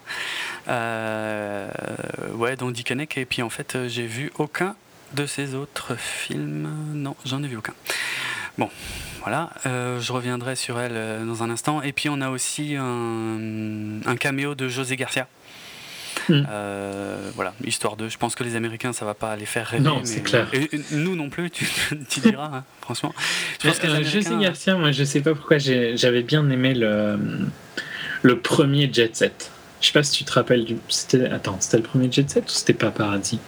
A: Euh, ouais, dans Dickeneck. Et puis en fait, j'ai vu aucun de ces autres films, non, j'en ai vu aucun. Bon, voilà, euh, je reviendrai sur elle euh, dans un instant. Et puis on a aussi un, un caméo de José Garcia. Mm. Euh, voilà, histoire de. Je pense que les Américains, ça va pas les faire rêver.
B: Non,
A: mais,
B: c'est clair.
A: Et, et nous non plus, tu, tu diras, hein, franchement.
B: Je pense que euh, José Garcia, moi, je sais pas pourquoi j'ai, j'avais bien aimé le le premier Jet Set. Je sais pas si tu te rappelles du. C'était attends, c'était le premier Jet Set ou c'était Paparazzi?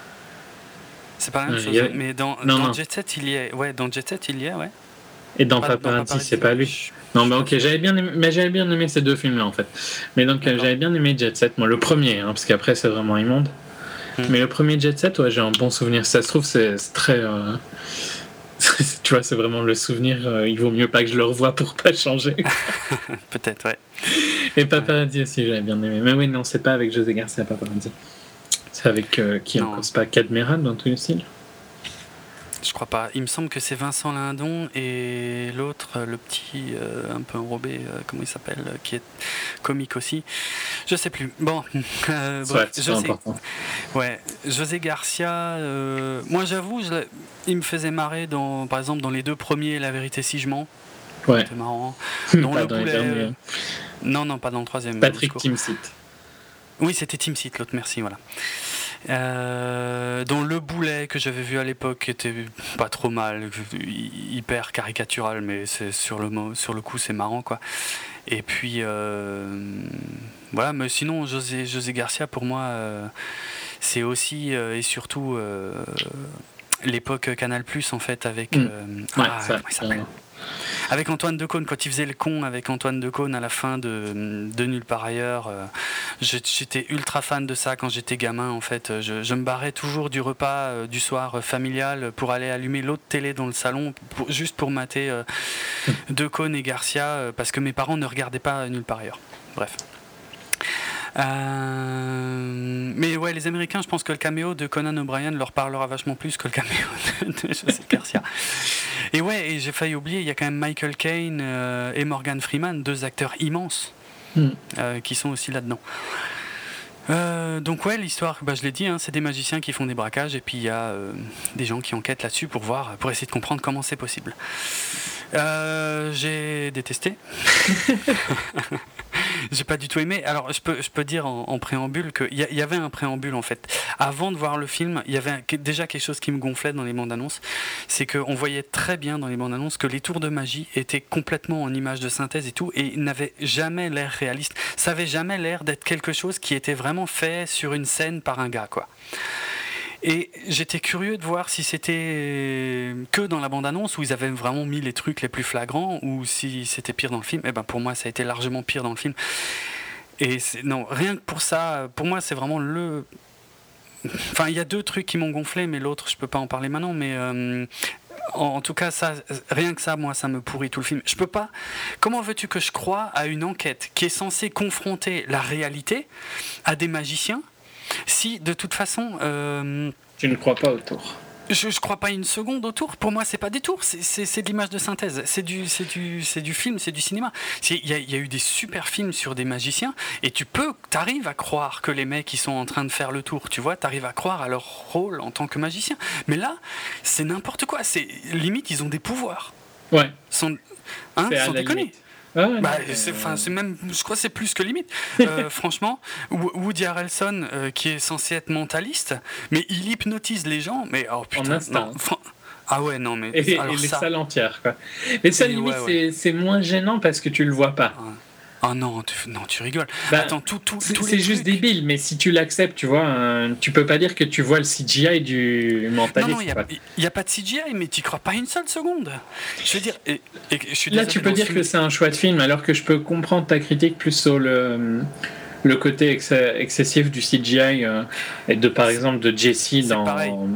A: C'est pas la même euh, chose, a... mais dans, non, dans non. Jet Set, il y est. Ouais, dans Jet Set, il y est, ouais.
B: Et dans pas, Paparazzi, c'est pas lui. Non, mais ok, j'avais bien aimé, mais j'avais bien aimé ces deux films-là, en fait. Mais donc, euh, j'avais bien aimé Jet Set, moi, le premier, hein, parce qu'après, c'est vraiment immonde. Hmm. Mais le premier Jet Set, ouais, j'ai un bon souvenir. Si ça se trouve, c'est, c'est très... Euh... tu vois, c'est vraiment le souvenir. Euh, il vaut mieux pas que je le revoie pour pas changer.
A: Peut-être, ouais.
B: Et Paparazzi aussi, j'avais bien aimé. Mais oui, non, c'est pas avec José Garcia, Paparazzi. C'est avec euh, qui encore? C'est pas Cadmeran dans tous les styles?
A: Je crois pas. Il me semble que c'est Vincent Lindon et l'autre, le petit, euh, un peu enrobé, euh, comment il s'appelle, euh, qui est comique aussi. Je sais plus. Bon, euh,
B: bref, ouais, c'est
A: José,
B: important.
A: Ouais, José Garcia. Euh, moi, j'avoue, je, il me faisait marrer dans, par exemple, dans les deux premiers, La Vérité si je mens.
B: Ouais.
A: C'était marrant.
B: Dans le dans boulet. Euh,
A: non, non, pas dans le troisième.
B: Patrick Timsit.
A: Oui, c'était Timsit, l'autre. Merci, voilà. Euh, dont Le Boulet que j'avais vu à l'époque était pas trop mal, hyper caricatural, mais c'est sur le sur le coup c'est marrant quoi. Et puis euh, voilà, mais sinon José José Garcia pour moi euh, c'est aussi euh, et surtout euh, l'époque Canal Plus en fait avec
B: mmh.
A: euh,
B: ouais,
A: ah,
B: ça,
A: comment il s'appelle ? Avec Antoine Decaune, quand il faisait le con avec Antoine Decaune à la fin de, de Nulle part ailleurs, euh, j'étais ultra fan de ça quand j'étais gamin en fait. Je, je me barrais toujours du repas euh, du soir euh, familial pour aller allumer l'autre télé dans le salon, pour, juste pour mater euh, Decaune et Garcia, euh, parce que mes parents ne regardaient pas Nulle part ailleurs. Bref. Euh... Mais ouais, les Américains, je pense que le caméo de Conan O'Brien leur parlera vachement plus que le caméo de, de José Garcia. Et ouais, et j'ai failli oublier, il y a quand même Michael Caine euh, et Morgan Freeman, deux acteurs immenses, mm. euh, qui sont aussi là-dedans. Euh, donc ouais, l'histoire, bah, je l'ai dit, hein, c'est des magiciens qui font des braquages et puis il y a euh, des gens qui enquêtent là-dessus pour voir, pour essayer de comprendre comment c'est possible. Euh, j'ai détesté. J'ai pas du tout aimé. Alors je peux, je peux dire en, en préambule qu'il y, y avait un préambule en fait. Avant de voir le film, il y avait un, déjà quelque chose qui me gonflait dans les bandes annonces. C'est qu'on voyait très bien dans les bandes annonces que les tours de magie étaient complètement en images de synthèse et tout, et n'avaient jamais l'air réaliste. Ça avait jamais l'air d'être quelque chose qui était vraiment fait sur une scène par un gars, quoi. Et j'étais curieux de voir si c'était que dans la bande-annonce où ils avaient vraiment mis les trucs les plus flagrants ou si c'était pire dans le film. Et ben pour moi, ça a été largement pire dans le film. Et c'est, non, rien que pour ça, pour moi, c'est vraiment le... Enfin, il y a deux trucs qui m'ont gonflé, mais l'autre, je peux pas en parler maintenant, mais... Euh... En, en tout cas, ça, rien que ça, moi, ça me pourrit tout le film. Je peux pas... Comment veux-tu que je croie à une enquête qui est censée confronter la réalité à des magiciens si, de toute façon... Euh...
B: Tu ne crois pas autour.
A: Je, je crois pas une seconde au tour. Pour moi, c'est pas des tours, c'est, c'est, c'est de l'image de synthèse. C'est du, c'est du, c'est du film, c'est du cinéma. Il y, y a eu des super films sur des magiciens, et tu peux, t'arrives à croire que les mecs ils sont en train de faire le tour. Tu vois, t'arrives à croire à leur rôle en tant que magicien. Mais là, c'est n'importe quoi. C'est limite, ils ont des pouvoirs.
B: Ouais.
A: Sans, hein, sans déconner.
B: Ah ouais,
A: bah,
B: non,
A: c'est,
B: euh...
A: c'est même, je crois que c'est plus que limite. Euh, franchement, Woody Harrelson, euh, qui est censé être mentaliste, mais il hypnotise les gens, mais oh putain,
B: en instant.
A: Non, fran... ah ouais, non, mais.
B: Et,
A: alors
B: et les
A: ça...
B: salles entières, quoi. Et ça, et limite, ouais, ouais. C'est, c'est moins gênant parce que tu le vois pas.
A: Ouais. Oh non, tu, non, tu rigoles.
B: Bah,
A: Attends, tout, tout,
B: c'est,
A: tous
B: c'est
A: les
B: juste
A: trucs...
B: débile, mais si tu l'acceptes, tu vois, hein, tu peux pas dire que tu vois le C G I du mentaliste.
A: Non, non, il n'y a, a pas de C G I, mais tu crois pas une seule seconde. Je veux dire, et, et, je suis
B: là, tu peux dire film... que c'est un choix de film, alors que je peux comprendre ta critique plus sur le, le côté ex- excessif du C G I euh, et de, par exemple, de Jesse dans,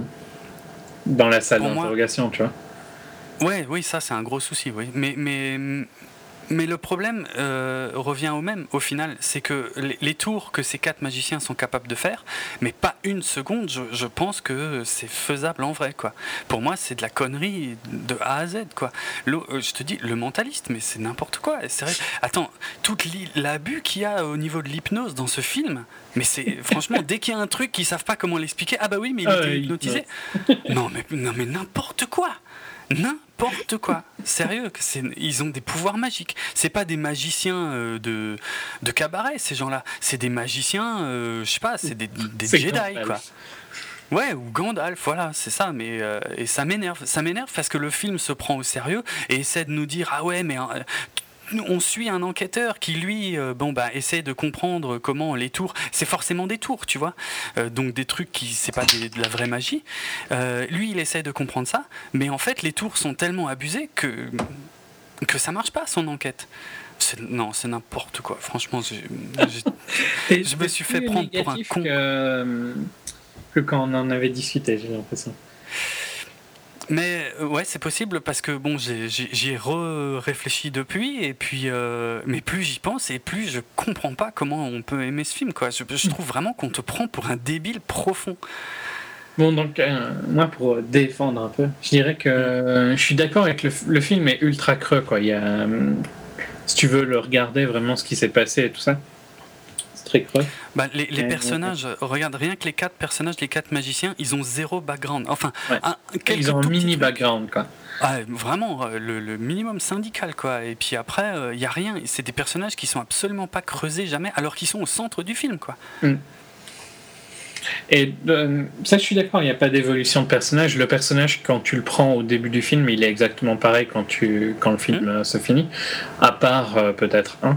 B: dans la salle Pour d'interrogation, moi... tu vois.
A: Ouais, oui, ça, c'est un gros souci, oui. Mais. mais... Mais le problème euh, revient au même, au final, c'est que les, les tours que ces quatre magiciens sont capables de faire, mais pas une seconde, je, je pense que c'est faisable en vrai, quoi. Pour moi, c'est de la connerie de A à Z, quoi. Le, euh, je te dis, le mentaliste, mais c'est n'importe quoi. C'est vrai. Attends, tout l'abus qu'il y a au niveau de l'hypnose dans ce film, mais c'est franchement, dès qu'il y a un truc qu'ils savent pas comment l'expliquer, ah bah oui, mais il était euh, hypnotisé. Non, mais, non, mais n'importe quoi. N'importe quoi, sérieux, c'est, ils ont des pouvoirs magiques. C'est pas des magiciens euh, de, de cabaret, ces gens-là. C'est des magiciens, euh, je sais pas, c'est des, des c'est Jedi, Gandalf. Quoi. Ouais, ou Gandalf, voilà, c'est ça. Mais euh, et ça m'énerve, ça m'énerve parce que le film se prend au sérieux et essaie de nous dire ah ouais, mais euh, on suit un enquêteur qui lui euh, bon bah essaie de comprendre comment les tours, c'est forcément des tours, tu vois, euh, donc des trucs qui c'est pas des, de la vraie magie. Euh, lui il essaie de comprendre ça, mais en fait les tours sont tellement abusés que que ça marche pas son enquête. C'est, non, c'est n'importe quoi. Franchement, j'ai, j'ai, je me suis fait prendre pour un con.
B: Que, que quand on en avait discuté, j'ai l'impression.
A: Mais ouais, c'est possible parce que bon, j'ai, j'ai, j'y ai réfléchi depuis et puis, euh, mais plus j'y pense et plus je comprends pas comment on peut aimer ce film, quoi. Je, je trouve vraiment qu'on te prend pour un débile profond.
B: Bon, donc euh, moi pour défendre un peu, je dirais que euh, je suis d'accord avec le, le film est ultra creux, quoi. Il y a, euh, si tu veux le regarder vraiment ce qui s'est passé et tout ça. Très creux.
A: Bah, les, les personnages, ouais. Regarde, rien que les quatre personnages, les quatre magiciens, ils ont zéro background. Enfin,
B: ouais. un, ils ont un mini background, quoi.
A: Ah, vraiment, le, le minimum syndical, quoi. Et puis après, il euh, n'y a rien. C'est des personnages qui sont absolument pas creusés jamais, alors qu'ils sont au centre du film, quoi.
B: Mm. Et euh, ça, je suis d'accord, il n'y a pas d'évolution de personnage. Le personnage, quand tu le prends au début du film, il est exactement pareil quand, tu, quand le film mm. se finit, à part euh, peut-être un.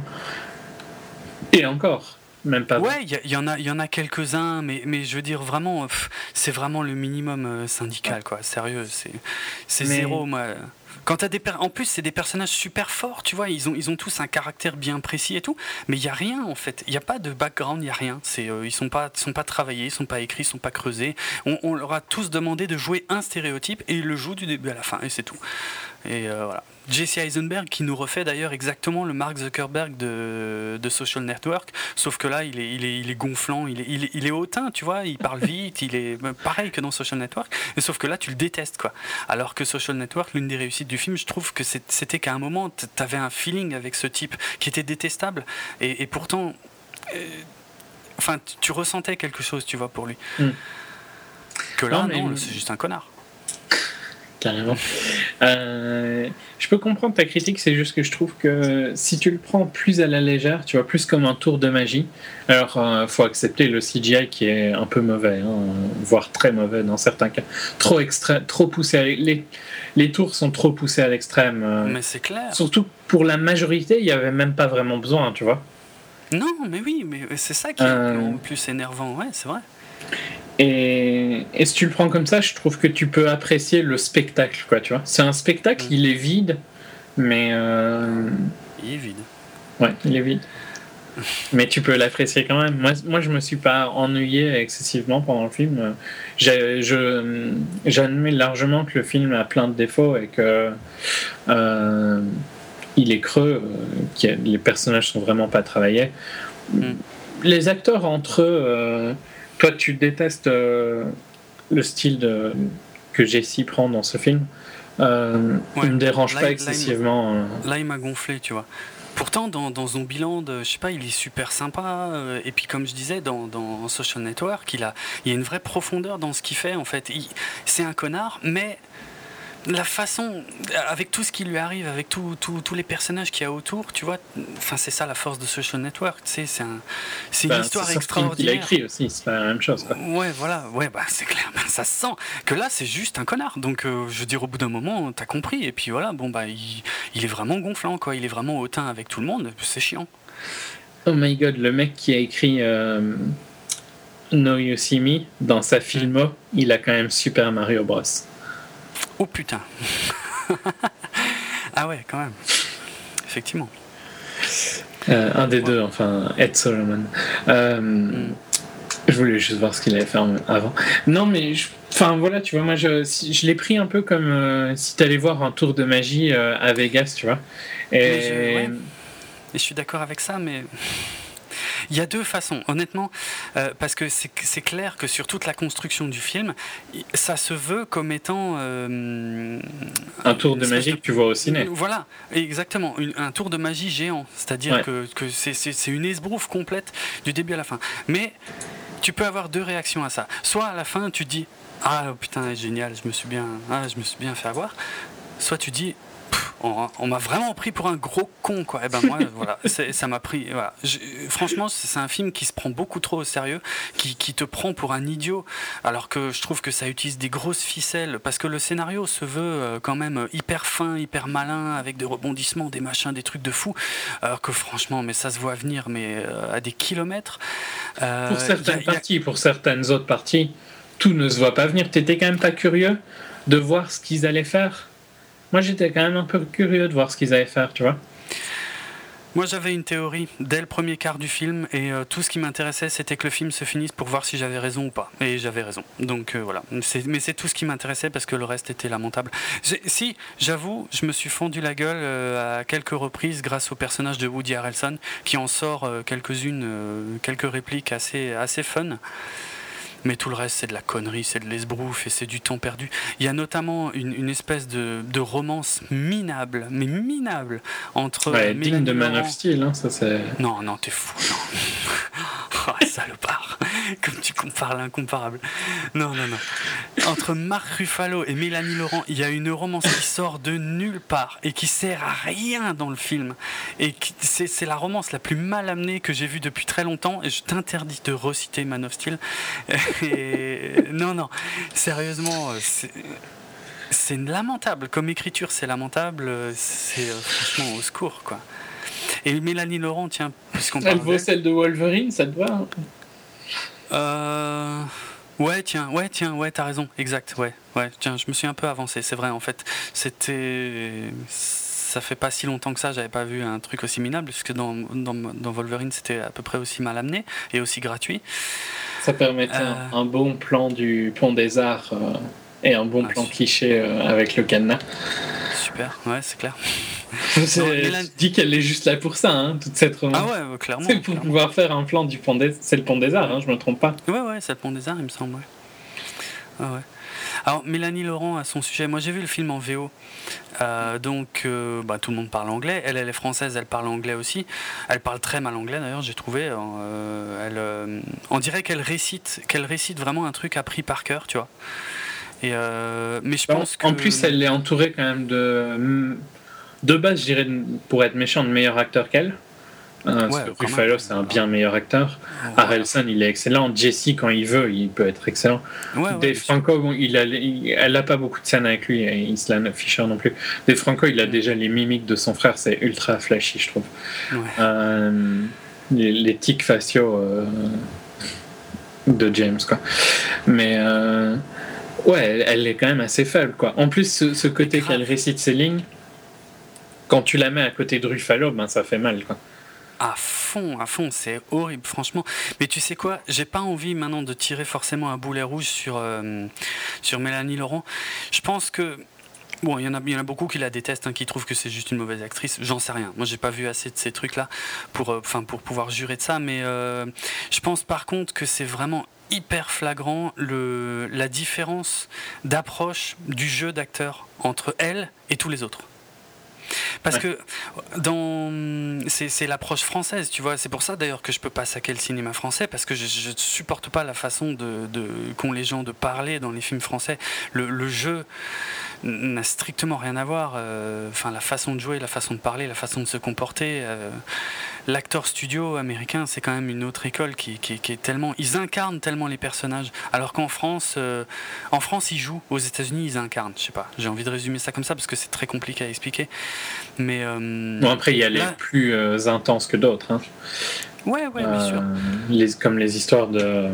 B: Et encore. Même pas.
A: Ouais, il y, y en a, il y en a quelques-uns, mais, mais je veux dire vraiment, pff, c'est vraiment le minimum euh, syndical, quoi. Sérieux, c'est, c'est mais... zéro, moi. Quand t'as des per... En plus, c'est des personnages super forts, tu vois, ils ont, ils ont tous un caractère bien précis et tout, mais il n'y a rien, en fait. Il n'y a pas de background, il n'y a rien. C'est, euh, ils ne sont pas, sont pas travaillés, ils ne sont pas écrits, ils ne sont pas creusés. On, on leur a tous demandé de jouer un stéréotype et ils le jouent du début à la fin, et c'est tout. Et euh, voilà. Jesse Eisenberg qui nous refait d'ailleurs exactement le Mark Zuckerberg de, de Social Network, sauf que là il est, il est, il est gonflant, il est, il, est, il est hautain, tu vois, il parle vite, il est pareil que dans Social Network, et sauf que là tu le détestes, quoi. Alors que Social Network, l'une des réussites du film, je trouve que c'était qu'à un moment t'avais un feeling avec ce type qui était détestable, et, et pourtant euh, enfin tu, tu ressentais quelque chose, tu vois, pour lui. Mm. Que là non, mais... non c'est juste un connard.
B: Carrément. Euh, je peux comprendre ta critique, c'est juste que je trouve que si tu le prends plus à la légère, tu vois, plus comme un tour de magie, alors il euh, faut accepter le C G I qui est un peu mauvais, hein, voire très mauvais dans certains cas, trop extrême, trop poussé. À les, les tours sont trop poussés à l'extrême. Euh,
A: mais c'est clair.
B: Surtout pour la majorité, il n'y avait même pas vraiment besoin, tu vois.
A: Non, mais oui, mais c'est ça qui est euh... le plus énervant, ouais, c'est vrai.
B: Et, et si tu le prends comme ça, je trouve que tu peux apprécier le spectacle, quoi, tu vois. C'est un spectacle, mmh. il est vide, mais... Euh...
A: Il est vide.
B: Ouais, il est vide. Mais tu peux l'apprécier quand même. Moi, moi je me suis pas ennuyé excessivement pendant le film. J'ai, je, j'admets largement que le film a plein de défauts et que euh, il est creux, que les personnages sont vraiment pas travaillés. Mmh. Les acteurs entre eux... Euh, toi, tu détestes euh, le style de, que Jessie prend dans ce film euh, ouais, ne me dérange là, pas excessivement.
A: Là, il, là, il m'a gonflé, tu vois. Pourtant, dans, dans Zombieland, je sais pas, il est super sympa. Euh, et puis, comme je disais, dans, dans Social Network, il, a, il y a une vraie profondeur dans ce qu'il fait, en fait. Il, c'est un connard, mais la façon, avec tout ce qui lui arrive, avec tous tout, tout les personnages qu'il y a autour, tu vois, enfin, c'est ça la force de Social Network, tu sais, c'est, un, c'est ben, une histoire c'est extraordinaire.
B: Il a écrit aussi, c'est pas la même chose. Quoi.
A: Ouais, voilà, ouais, bah, c'est clair, ben, ça se sent que là, c'est juste un connard. Donc, euh, je veux dire, au bout d'un moment, t'as compris, et puis voilà, bon, bah, il, il est vraiment gonflant, quoi, il est vraiment hautain avec tout le monde, c'est chiant.
B: Oh my god, le mec qui a écrit euh, No You See Me, dans sa filmo, il a quand même Super Mario Bros.
A: Oh putain. Ah ouais, quand même. Effectivement.
B: Euh, un des ouais. deux, enfin, Ed Solomon. Euh, mm. Je voulais juste voir ce qu'il avait fait avant. Non, mais je, enfin voilà, tu vois, moi je, je l'ai pris un peu comme euh, si t'allais voir un tour de magie euh, à Vegas, tu vois. Et
A: je, ouais. Et je suis d'accord avec ça, mais il y a deux façons, honnêtement, euh, parce que c'est, c'est clair que sur toute la construction du film, ça se veut comme étant euh,
B: un tour de magie de... que tu vois au ciné.
A: Voilà, exactement, une, un tour de magie géant, c'est-à-dire ouais. que, que c'est, c'est, c'est une esbrouffe complète du début à la fin. Mais tu peux avoir deux réactions à ça. Soit à la fin, tu te dis ah putain, génial, je me suis bien, ah, je me suis bien fait avoir. Soit tu dis On, on m'a vraiment pris pour un gros con, quoi. Et ben moi, voilà, c'est, ça m'a pris. Voilà. Je, franchement, c'est un film qui se prend beaucoup trop au sérieux, qui, qui te prend pour un idiot, alors que je trouve que ça utilise des grosses ficelles, parce que le scénario se veut quand même hyper fin, hyper malin, avec des rebondissements, des machins, des trucs de fou, alors que franchement, mais ça se voit venir, mais à des kilomètres.
B: Euh, pour certaines y a, parties, y a... pour certaines autres parties, tout ne se voit pas venir. T'étais quand même pas curieux de voir ce qu'ils allaient faire? Moi, j'étais quand même un peu curieux de voir ce qu'ils allaient faire, tu vois.
A: Moi, j'avais une théorie dès le premier quart du film, et euh, tout ce qui m'intéressait, c'était que le film se finisse pour voir si j'avais raison ou pas. Et j'avais raison. Donc euh, voilà. C'est, mais c'est tout ce qui m'intéressait, parce que le reste était lamentable. J'ai, si, j'avoue, je me suis fendu la gueule euh, à quelques reprises grâce au personnage de Woody Harrelson, qui en sort euh, quelques-unes, euh, quelques répliques assez, assez fun. Mais tout le reste, c'est de la connerie, c'est de l'esbrouf et c'est du temps perdu. Il y a notamment une, une espèce de, de romance minable, mais minable, entre...
B: Ouais, digne de Man of Steel, hein, ça c'est...
A: Non, non, t'es fou, non. Oh, salopard. Comme tu compares l'incomparable. Non, non, non. Entre Mark Ruffalo et Mélanie Laurent, il y a une romance qui sort de nulle part et qui sert à rien dans le film. Et qui, c'est, c'est la romance la plus mal amenée que j'ai vue depuis très longtemps. Et je t'interdis de reciter Man of Steel. Et... Non, non. Sérieusement, c'est... c'est lamentable. Comme écriture, c'est lamentable. C'est euh, franchement au secours, quoi. Et Mélanie Laurent, tiens, puisqu'on parle.
B: Elle vaut celle de Wolverine, ça te va hein
A: Euh. Ouais, tiens, ouais, tiens, ouais, t'as raison, exact, ouais, ouais, tiens, je me suis un peu avancé, c'est vrai, en fait, c'était. Ça fait pas si longtemps que ça, j'avais pas vu un truc aussi minable, puisque dans, dans, dans Wolverine, c'était à peu près aussi mal amené et aussi gratuit.
B: Ça permettait euh... un, un bon plan du Pont des Arts euh, et un bon ah, plan super. cliché euh, avec le cadenas.
A: Super, ouais, c'est clair.
B: C'est, non, je la... dis qu'elle est juste là pour ça, hein, toute cette romance.
A: Ah ouais, clairement.
B: C'est pour
A: clairement.
B: pouvoir faire un plan du Pont des... C'est le Pont des Arts, hein, je me trompe pas.
A: Ouais, ouais, c'est le Pont des Arts, il me semble, ouais. Ah ouais. Alors, Mélanie Laurent, à son sujet, moi j'ai vu le film en V O, euh, donc euh, bah, tout le monde parle anglais, elle, elle est française, elle parle anglais aussi, elle parle très mal anglais d'ailleurs, j'ai trouvé, euh, elle, euh, on dirait qu'elle récite, qu'elle récite vraiment un truc appris par cœur, tu vois. Et, euh, mais je pense
B: en,
A: que...
B: En plus, elle est entourée quand même de... De base, je dirais, pour être méchant, de meilleur acteur qu'elle. Euh, ouais, Ruffalo, c'est un bien meilleur acteur. Ouais, Harrelson, il est excellent. Jesse, quand il veut, il peut être excellent. Ouais, Dave ouais, Franco, bon, il a, il, elle n'a pas beaucoup de scènes avec lui, et Isla Fisher non plus. Dave Franco, il a déjà les mimiques de son frère, c'est ultra flashy, je trouve. Ouais. Euh, les, les tics faciaux euh, de James, quoi. Mais euh, ouais, elle, elle est quand même assez faible, quoi. En plus, ce, ce côté qu'elle récite ses lignes, quand tu la mets à côté de Ruffalo, ben ça fait mal, quoi.
A: À fond, à fond, c'est horrible, franchement. Mais tu sais quoi, j'ai pas envie maintenant de tirer forcément un boulet rouge sur, euh, sur Mélanie Laurent. Je pense que bon, il y en a, il y en a beaucoup qui la détestent, hein, qui trouvent que c'est juste une mauvaise actrice. J'en sais rien. Moi, j'ai pas vu assez de ces trucs-là pour, enfin, euh, pour pouvoir jurer de ça. Mais euh, je pense par contre que c'est vraiment hyper flagrant le, la différence d'approche du jeu d'acteur entre elle et tous les autres. Parce ouais. que dans c'est, c'est l'approche française, tu vois. C'est pour ça d'ailleurs que je peux pas saquer le cinéma français, parce que je, je supporte pas la façon de, de qu'ont les gens de parler dans les films français. Le, le jeu n'a strictement rien à voir. Euh, enfin, la façon de jouer, la façon de parler, la façon de se comporter. Euh, l'acteur studio américain, c'est quand même une autre école qui, qui, qui est tellement, ils incarnent tellement les personnages. Alors qu'en France, euh, en France, ils jouent. Aux États-Unis, ils incarnent. Je sais pas. J'ai envie de résumer ça comme ça parce que c'est très compliqué à expliquer. Mais euh,
B: bon, après, il y a là, les plus euh, intenses que d'autres. Hein.
A: Ouais, ouais, bien euh, sûr.
B: Les, comme les histoires de. Euh,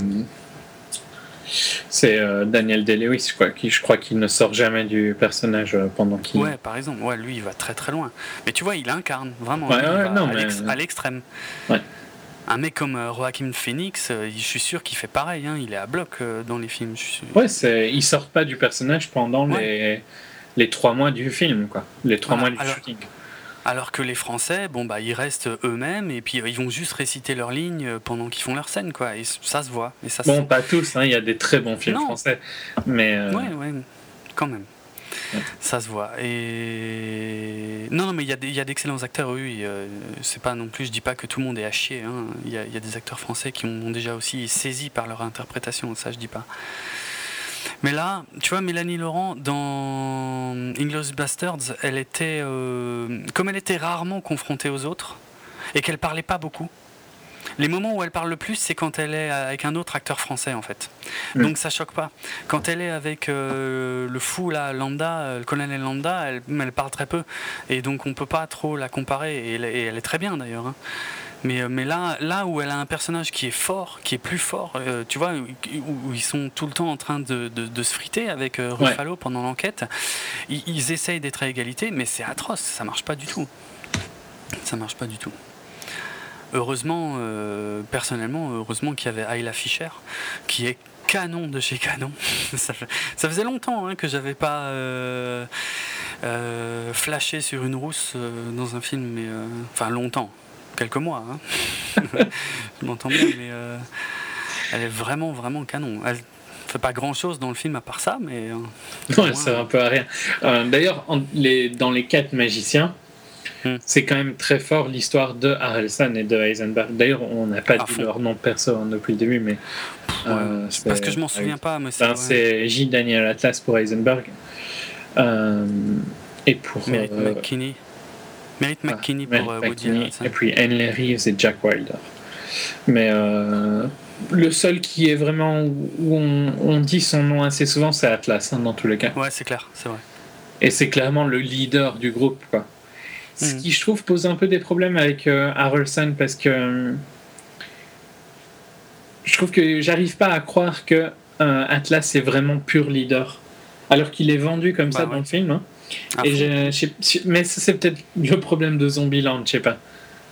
B: c'est euh, Daniel Day-Lewis, quoi, qui je crois qu'il ne sort jamais du personnage euh, pendant qu'il.
A: Ouais, par exemple. Ouais, lui, il va très très loin. Mais tu vois, il incarne vraiment.
B: Ouais,
A: lui,
B: ouais,
A: il va
B: non,
A: à,
B: mais...
A: l'ex- à l'extrême.
B: Ouais.
A: Un mec comme euh, Joaquin Phoenix, euh, je suis sûr qu'il fait pareil. Hein, il est à bloc euh, dans les films. Je suis...
B: Ouais, c'est... il sort pas du personnage pendant ouais. les les trois mois du film, quoi. Les trois voilà, mois du
A: alors...
B: shooting.
A: Alors que les Français, bon bah ils restent eux-mêmes et puis ils vont juste réciter leurs lignes pendant qu'ils font leur scène, quoi. Et ça se voit. Et ça
B: bon,
A: se...
B: pas tous, hein. Il y a des très bons films non. français, mais. Euh...
A: Ouais, ouais, quand même. Ouais. Ça se voit. Et non, non, mais il y a, il y a d'excellents acteurs. Oui, euh, c'est pas non plus. Je dis pas que tout le monde est à chier. Hein. Il y a, il y a des acteurs français qui ont déjà aussi saisi par leur interprétation. Ça, je dis pas. Mais là, tu vois, Mélanie Laurent, dans Inglourious Basterds, elle était, euh, comme elle était rarement confrontée aux autres, et qu'elle parlait pas beaucoup, les moments où elle parle le plus, c'est quand elle est avec un autre acteur français, en fait. Mmh. Donc ça choque pas. Quand elle est avec euh, le fou, là, Lambda, le colonel Lambda, elle, elle parle très peu. Et donc on peut pas trop la comparer, et elle, et elle est très bien, d'ailleurs, hein. Mais, mais là, là où elle a un personnage qui est fort, qui est plus fort, euh, tu vois, où, où ils sont tout le temps en train de, de, de se friter avec euh, Ruffalo ouais. pendant l'enquête, ils, ils essayent d'être à égalité, mais c'est atroce, ça marche pas du tout. Ça marche pas du tout. Heureusement, euh, personnellement, heureusement qu'il y avait Ayla Fisher, qui est canon de chez canon. ça, fait, ça faisait longtemps hein, que j'avais pas euh, euh, flashé sur une rousse euh, dans un film, mais euh, enfin longtemps. Quelques mois, hein. Je m'entends bien, mais euh, elle est vraiment, vraiment canon. Elle fait pas grand-chose dans le film à part ça, mais... Euh,
B: non, elle sert un peu à rien. Euh, d'ailleurs, en, les, dans les quatre magiciens, hmm. c'est quand même très fort l'histoire de Harrelson et de Heisenberg. D'ailleurs, on n'a pas à dit fond. Leur nom perso hein, depuis le début, mais...
A: Ouais, euh, c'est parce que je m'en souviens pas, mais
B: c'est... Ben, c'est J. Daniel Atlas pour Heisenberg. Euh, et pour...
A: Merritt
B: euh,
A: McKinney. Merritt McKinney
B: ah,
A: pour
B: Merritt
A: Woody Harrelson.
B: Et puis Henry Reeves et Jack Wilder. Mais euh, le seul qui est vraiment où on, on dit son nom assez souvent, c'est Atlas, hein, dans tous les cas.
A: Ouais, c'est clair, c'est vrai.
B: Et c'est clairement le leader du groupe, quoi. Ce mmh. qui, je trouve, pose un peu des problèmes avec euh, Harrelson, parce que euh, je trouve que j'arrive pas à croire que euh, Atlas est vraiment pur leader, alors qu'il est vendu comme bah, ça ouais. dans le film, hein. Ah, et je, je, mais ça, c'est peut-être le problème de Zombieland, je sais pas.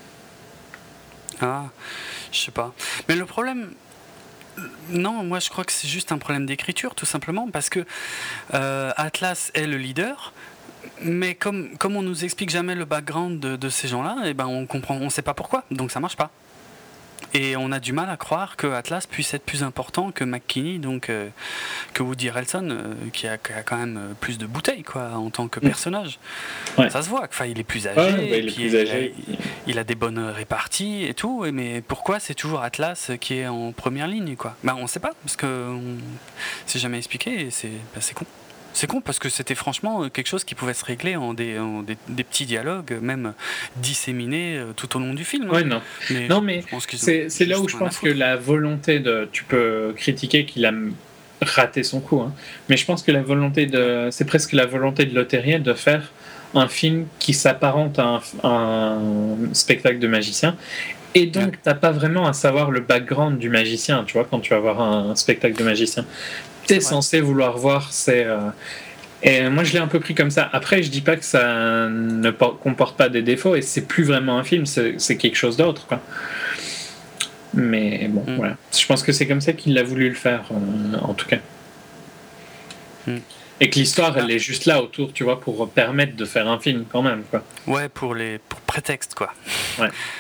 A: Ah, je sais pas. Mais le problème, non, moi je crois que c'est juste un problème d'écriture, tout simplement, parce que euh, Atlas est le leader, mais comme comme on nous explique jamais le background de, de ces gens-là, et ben on comprend, on sait pas pourquoi, donc ça marche pas. Et on a du mal à croire que Atlas puisse être plus important que McKinney, donc euh, que Woody Harrelson, euh, qui, a, qui a quand même plus de bouteilles, quoi, en tant que personnage. Ouais. Ça se voit, enfin, il est plus âgé,
B: ouais, bah, il, est
A: puis
B: plus
A: il,
B: âgé.
A: Il, il a des bonnes réparties et tout. Mais pourquoi c'est toujours Atlas qui est en première ligne, quoi? Ben, on sait pas, parce que on... c'est jamais expliqué, et c'est, ben, c'est con. C'est con parce que c'était franchement quelque chose qui pouvait se régler en des, en des, des petits dialogues, même disséminés tout au long du film.
B: Ouais, non. Mais non, mais c'est, c'est là où je pense que la volonté de... Tu peux critiquer qu'il a raté son coup, hein, mais je pense que la volonté de... C'est presque la volonté de Leterrier de faire un film qui s'apparente à un, un spectacle de magicien. Et donc, ouais. t'as pas vraiment à savoir le background du magicien, tu vois, quand tu vas voir un, un spectacle de magicien. T'es censé vouloir voir, c'est... Euh... Et moi, je l'ai un peu pris comme ça. Après, je dis pas que ça ne comporte pas des défauts, et c'est plus vraiment un film, c'est, c'est quelque chose d'autre, quoi. Mais bon, mm. voilà. Je pense que c'est comme ça qu'il a voulu le faire, euh, en tout cas. Mm. Et que l'histoire, elle est juste là autour, tu vois, pour permettre de faire un film, quand même, quoi.
A: Ouais, pour les pour prétexte, quoi.
B: Ouais.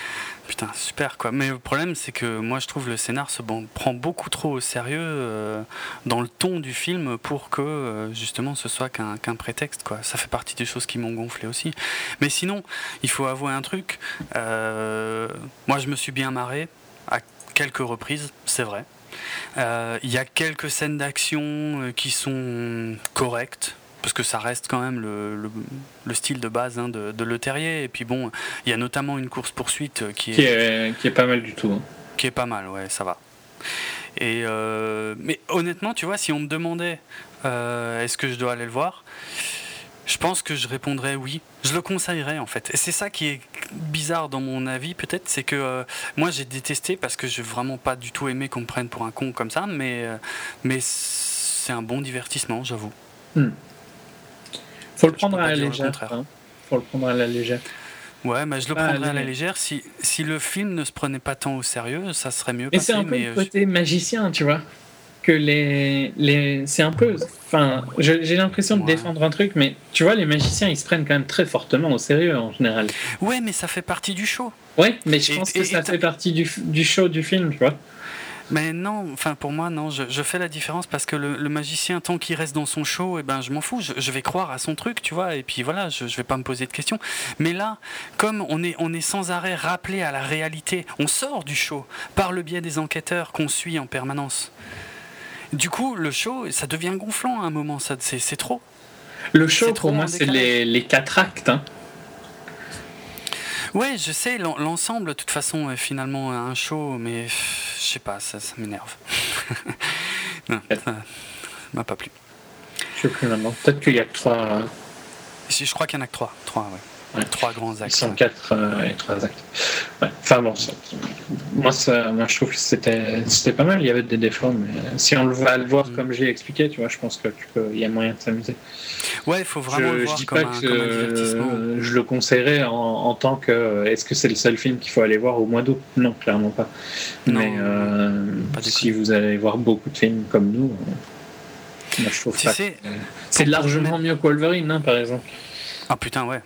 A: Putain, super quoi. Mais le problème, c'est que moi je trouve le scénar se bon, prend beaucoup trop au sérieux euh, dans le ton du film pour que euh, justement ce soit qu'un, qu'un prétexte quoi. Ça fait partie des choses qui m'ont gonflé aussi. Mais sinon, il faut avouer un truc. Euh, moi je me suis bien marré à quelques reprises, c'est vrai. Il euh, y a quelques scènes d'action qui sont correctes. Parce que ça reste quand même le, le, le style de base hein, de, de Le Terrier. Et puis bon, il y a notamment une course-poursuite qui est,
B: qui est, qui est pas mal du tout. Hein.
A: Qui est pas mal, ouais, ça va. Et euh, mais honnêtement, tu vois, si on me demandait euh, est-ce que je dois aller le voir, je pense que je répondrais oui. Je le conseillerais en fait. Et c'est ça qui est bizarre dans mon avis peut-être, c'est que euh, moi j'ai détesté parce que j'ai vraiment pas du tout aimé qu'on me prenne pour un con comme ça, mais, euh, mais c'est un bon divertissement, j'avoue.
B: Hmm. Faut le prendre à la légère. Hein. Faut le prendre à la légère.
A: Ouais, mais je le prendrais ah, à la légère. Si, si le film ne se prenait pas tant au sérieux, ça serait mieux.
B: Et passé, c'est un peu mais le côté je... magicien, tu vois. Que les, les, c'est un peu. Enfin, j'ai l'impression de ouais. défendre un truc, mais tu vois, les magiciens, ils se prennent quand même très fortement au sérieux en général.
A: Ouais, mais ça fait partie du show.
B: Ouais, mais je et, pense que et, ça et fait partie du, du show du film, tu vois.
A: Mais non, enfin pour moi non, je, je fais la différence parce que le, le magicien tant qu'il reste dans son show, et eh ben je m'en fous, je, je vais croire à son truc, tu vois, et puis voilà, je, je vais pas me poser de questions. Mais là, comme on est on est sans arrêt rappelé à la réalité, on sort du show par le biais des enquêteurs qu'on suit en permanence. Du coup, le show, ça devient gonflant à un moment, ça c'est, c'est trop.
B: Le show pour moi c'est les, les quatre actes. Hein.
A: Ouais, je sais, l'ensemble, de toute façon, est finalement un show, mais je sais pas, ça, ça m'énerve. Non, ça m'a pas plu.
B: Je sais plus maintenant. Peut-être qu'il y a que trois.
A: Je crois qu'il y en a que trois. Trois, ouais. Ouais. Trois grands actes.
B: Ils sont quatre euh, et trois actes. Ouais. Enfin bon, ça, moi, ça, moi je trouve que c'était, c'était pas mal. Il y avait des défauts, mais si on va le voir mm. comme j'ai expliqué, tu vois, je pense que tu peux, il y a moyen de s'amuser.
A: Ouais, il faut vraiment
B: je,
A: le voir
B: je dis
A: comme,
B: pas
A: un,
B: que
A: comme un divertissement.
B: Euh, je le conseillerais en, en tant que. Est-ce que c'est le seul film qu'il faut aller voir au mois d'août ? Non, clairement pas. Non, mais euh, pas si vous allez voir beaucoup de films comme nous, euh, moi je trouve tu pas. Sais, que, euh, c'est largement mieux que Wolverine, hein, par exemple.
A: Ah putain ouais.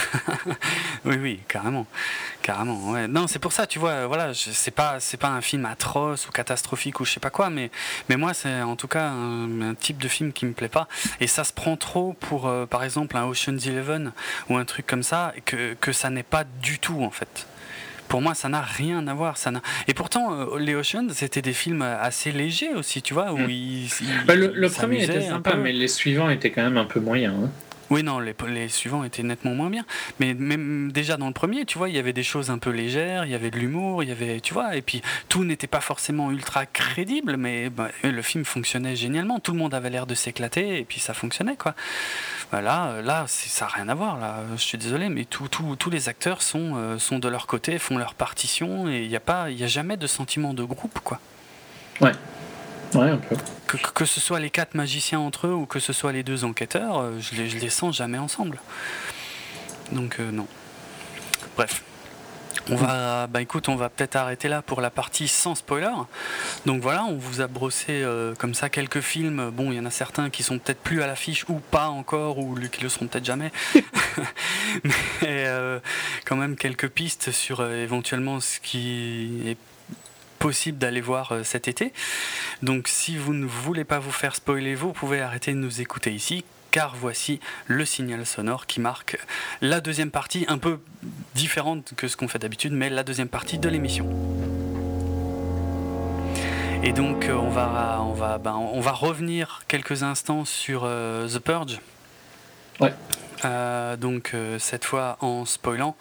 A: oui oui carrément carrément ouais. Non c'est pour ça tu vois voilà je, c'est pas c'est pas un film atroce ou catastrophique ou je sais pas quoi mais mais moi c'est en tout cas un, un type de film qui me plaît pas et ça se prend trop pour euh, par exemple un Ocean's Eleven ou un truc comme ça que que ça n'est pas du tout en fait. Pour moi, ça n'a rien à voir. Ça n'a... Et pourtant, euh, les Oceans, c'était des films assez légers aussi, tu vois, où mmh. ils, ils,
B: bah, le, le premier était sympa, mais les suivants étaient quand même un peu moyens. Hein.
A: Oui, non, les, les suivants étaient nettement moins bien. Mais même déjà dans le premier, tu vois, il y avait des choses un peu légères, il y avait de l'humour, il y avait, tu vois, et puis tout n'était pas forcément ultra crédible, mais bah, le film fonctionnait génialement. Tout le monde avait l'air de s'éclater, et puis ça fonctionnait, quoi. Là, là, c'est, ça n'a rien à voir. Là, je suis désolé, mais tout, tout, tous les acteurs sont, euh, sont de leur côté, font leur partition, et il n'y a pas, il y a jamais de sentiment de groupe, quoi.
B: Ouais. Ouais, un peu.
A: Que, que ce soit les quatre magiciens entre eux ou que ce soit les deux enquêteurs, euh, je, les, je les sens jamais ensemble. Donc euh, non. Bref. On va, bah écoute, on va peut-être arrêter là pour la partie sans spoiler. Donc voilà, on vous a brossé euh, comme ça quelques films. Bon, il y en a certains qui sont peut-être plus à l'affiche ou pas encore, ou qui le seront peut-être jamais. Mais euh, quand même quelques pistes sur euh, éventuellement ce qui est possible d'aller voir euh, cet été. Donc si vous ne voulez pas vous faire spoiler, vous pouvez arrêter de nous écouter ici, car voici le signal sonore qui marque la deuxième partie, un peu différente que ce qu'on fait d'habitude, mais la deuxième partie de l'émission. Et donc on va, on va, ben, on va revenir quelques instants sur euh, The Purge.
B: Ouais.
A: Euh, donc euh, cette fois en spoilant.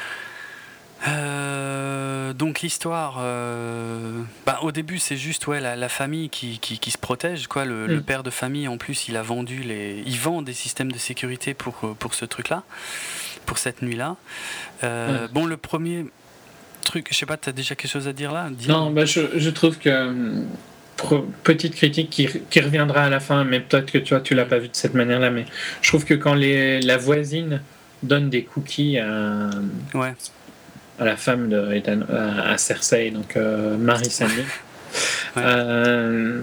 A: Euh, donc l'histoire, euh, bah, au début c'est juste ouais la, la famille qui, qui, qui se protège quoi. Le, mm. le père de famille en plus il a vendu les, il vend des systèmes de sécurité pour pour ce truc là, pour cette nuit là. Euh, mm. Bon le premier truc, je sais pas, t'as déjà quelque chose à dire là? Dis
B: non, bah je, je trouve que pro, petite critique qui, qui reviendra à la fin, mais peut-être que tu vois tu l'as pas vu de cette manière là, mais je trouve que quand les la voisine donne des cookies à
A: ouais.
B: à la femme de Ethan, à Cersei, donc euh, Marie Sandling, ouais. euh,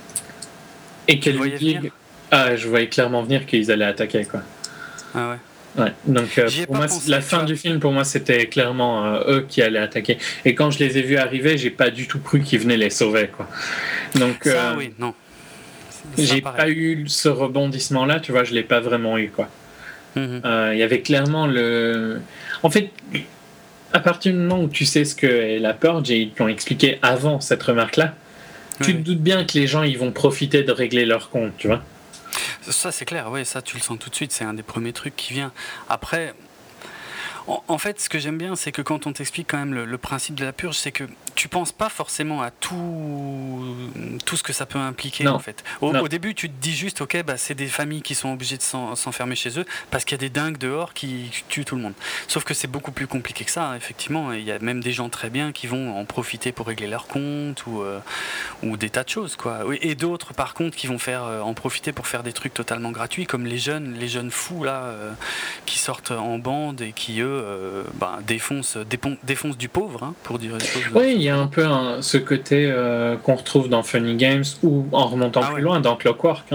B: et qu'elle lui dit, ah, je voyais clairement venir qu'ils allaient attaquer quoi.
A: Ah ouais.
B: Ouais, donc euh, pour moi, pensé, la fin vois. du film, pour moi, c'était clairement euh, eux qui allaient attaquer. Et quand je les ai vus arriver, j'ai pas du tout cru qu'ils venaient les sauver, quoi. Donc,
A: ça,
B: euh,
A: oui, non.
B: Ça, j'ai pareil. pas eu ce rebondissement-là, tu vois, je l'ai pas vraiment eu, quoi. Il mm-hmm. euh, y avait clairement le. En fait, à partir du moment où tu sais ce qu'est la purge et ils te l'ont expliqué avant cette remarque-là, oui. tu te doutes bien que les gens ils vont profiter de régler leur compte, tu vois.
A: Ça c'est clair, oui, ça tu le sens tout de suite, c'est un des premiers trucs qui vient. Après, en, en fait, ce que j'aime bien, c'est que quand on t'explique quand même le, le principe de la purge, c'est que tu penses pas forcément à tout, tout ce que ça peut impliquer,
B: non.
A: en fait. Au, au début, tu te dis juste, ok, bah, c'est des familles qui sont obligées de s'en, s'enfermer chez eux parce qu'il y a des dingues dehors qui tuent tout le monde. Sauf que c'est beaucoup plus compliqué que ça, hein, effectivement. Il y a même des gens très bien qui vont en profiter pour régler leur compte ou, euh, ou des tas de choses, quoi. Et d'autres, par contre, qui vont faire, euh, en profiter pour faire des trucs totalement gratuits, comme les jeunes, les jeunes fous, là, euh, qui sortent en bande et qui, eux, euh, bah, défoncent, dépon- défoncent du pauvre, hein, pour dire les choses.
B: Oui, il y a un peu un, ce côté euh, qu'on retrouve dans Funny Games ou en remontant ah, plus ouais. loin dans Clockwork. Hein.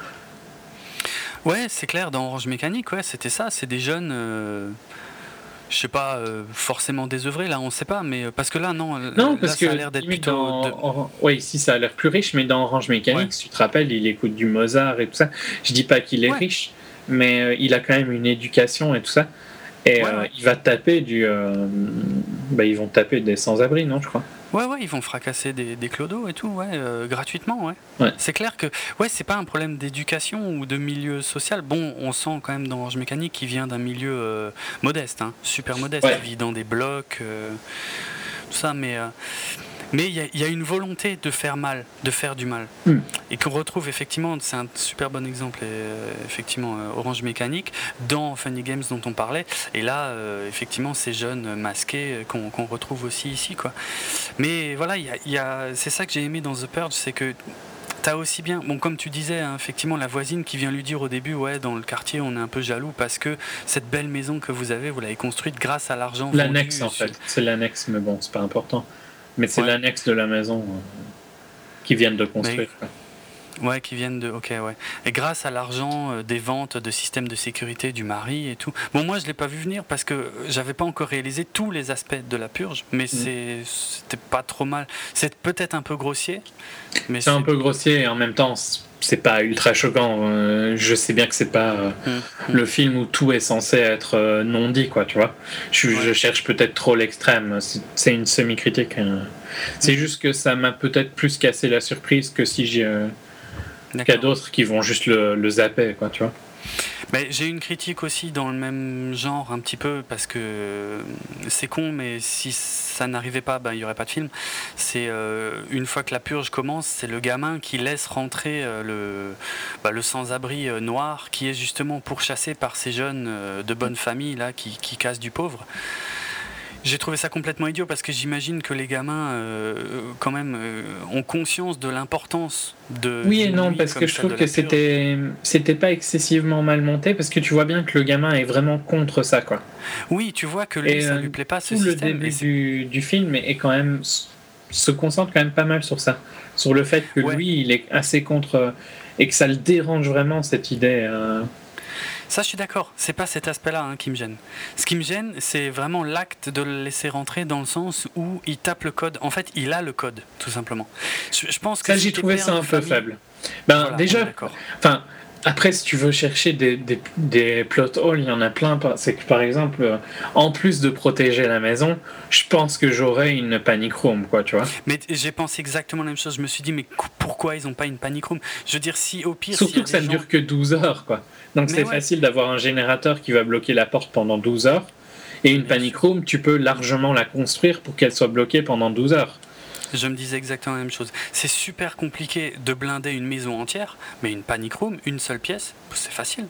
A: Ouais, c'est clair, dans Orange Mécanique, ouais, c'était ça. C'est des jeunes, euh, je sais pas, euh, forcément désœuvrés, là, on sait pas, mais parce que là, non,
B: non parce
A: là,
B: que
A: ça a l'air d'être plutôt.
B: Dans,
A: de...
B: or, oui, si ça a l'air plus riche, mais dans Orange Mécanique, ouais. si tu te rappelles, il écoute du Mozart et tout ça. Je dis pas qu'il est ouais. riche, mais euh, il a quand même une éducation et tout ça. Et ouais, euh, ouais. il va taper du. Euh, bah, ils vont taper des sans-abri, non, je crois.
A: Ouais, ouais, ils vont fracasser des, des clodos et tout, ouais, euh, gratuitement, ouais.
B: ouais.
A: C'est clair que, ouais, c'est pas un problème d'éducation ou de milieu social. Bon, on sent quand même dans Orange Mécanique qu'il vient d'un milieu euh, modeste, hein, super modeste. Ouais. Il vit dans des blocs, euh, tout ça, mais. Euh, Mais il y, y a une volonté de faire mal, de faire du mal.
B: Mm.
A: Et qu'on retrouve effectivement, c'est un super bon exemple, et, euh, effectivement, euh, Orange Mécanique, dans Funny Games dont on parlait. Et là, euh, effectivement, ces jeunes masqués euh, qu'on, qu'on retrouve aussi ici, quoi. Mais voilà, y a, y a, c'est ça que j'ai aimé dans The Purge, c'est que t'as aussi bien, bon, comme tu disais, hein, effectivement, la voisine qui vient lui dire au début, ouais, dans le quartier, on est un peu jaloux parce que cette belle maison que vous avez, vous l'avez construite grâce à l'argent vendu.
B: L'annexe, en fait. C'est l'annexe, mais bon, c'est pas important. Mais c'est ouais. l'annexe de la maison euh, qui viennent de construire.
A: Mais, ouais, qui viennent de. Ok, ouais. Et grâce à l'argent euh, des ventes de systèmes de sécurité du mari et tout. Bon, moi, je l'ai pas vu venir parce que j'avais pas encore réalisé tous les aspects de la purge, mais mmh. c'est, c'était pas trop mal. C'est peut-être un peu grossier. Mais
B: c'est, c'est un peu grossier et en même temps, c'est pas ultra choquant. Euh, je sais bien que c'est pas euh, mmh. le film où tout est censé être euh, non dit, quoi, tu vois. Je, ouais. je cherche peut-être trop l'extrême. C'est, c'est une semi-critique. Hein. C'est mmh. juste que ça m'a peut-être plus cassé la surprise que si j'ai. Euh, qu'il y a d'autres qui vont juste le, le zapper, quoi, tu vois.
A: Mais j'ai une critique aussi dans le même genre un petit peu parce que c'est con, mais si ça n'arrivait pas, ben, il n'y aurait pas de film. C'est euh, une fois que la purge commence, c'est le gamin qui laisse rentrer euh, le, bah, le sans-abri euh, noir qui est justement pourchassé par ces jeunes euh, de bonne famille là qui, qui cassent du pauvre. J'ai trouvé ça complètement idiot parce que j'imagine que les gamins, euh, quand même, euh, ont conscience de l'importance de.
B: Oui et non, parce que je trouve que c'était, c'était pas excessivement mal monté parce que tu vois bien que le gamin est vraiment contre ça, quoi.
A: Oui, tu vois que lui, et ça euh, lui plaît pas ce
B: tout
A: système.
B: Le début du, du film est quand même se concentre quand même pas mal sur ça, sur le fait que ouais. lui, il est assez contre et que ça le dérange vraiment cette idée. Euh,
A: Ça, je suis d'accord. C'est pas cet aspect-là hein, qui me gêne. Ce qui me gêne, c'est vraiment l'acte de le laisser rentrer dans le sens où il tape le code. En fait, il a le code, tout simplement. Je, je pense que
B: ça, j'ai trouvé ça un peu famille... faible. Ben voilà, déjà, enfin. Après, si tu veux chercher des, des, des plot holes, il y en a plein. C'est que par exemple, en plus de protéger la maison, je pense que j'aurais une panic room, quoi, tu vois.
A: Mais j'ai pensé exactement la même chose. Je me suis dit, mais pourquoi ils n'ont pas une panic room ? Je veux dire, si au pire.
B: Surtout
A: si
B: que ça ne
A: gens...
B: dure que douze heures, quoi. Donc mais c'est ouais. facile d'avoir un générateur qui va bloquer la porte pendant douze heures. Et une Bien panic sûr. room, tu peux largement la construire pour qu'elle soit bloquée pendant douze heures.
A: Je me disais exactement la même chose. C'est super compliqué de blinder une maison entière, mais une panic room, une seule pièce, c'est facile.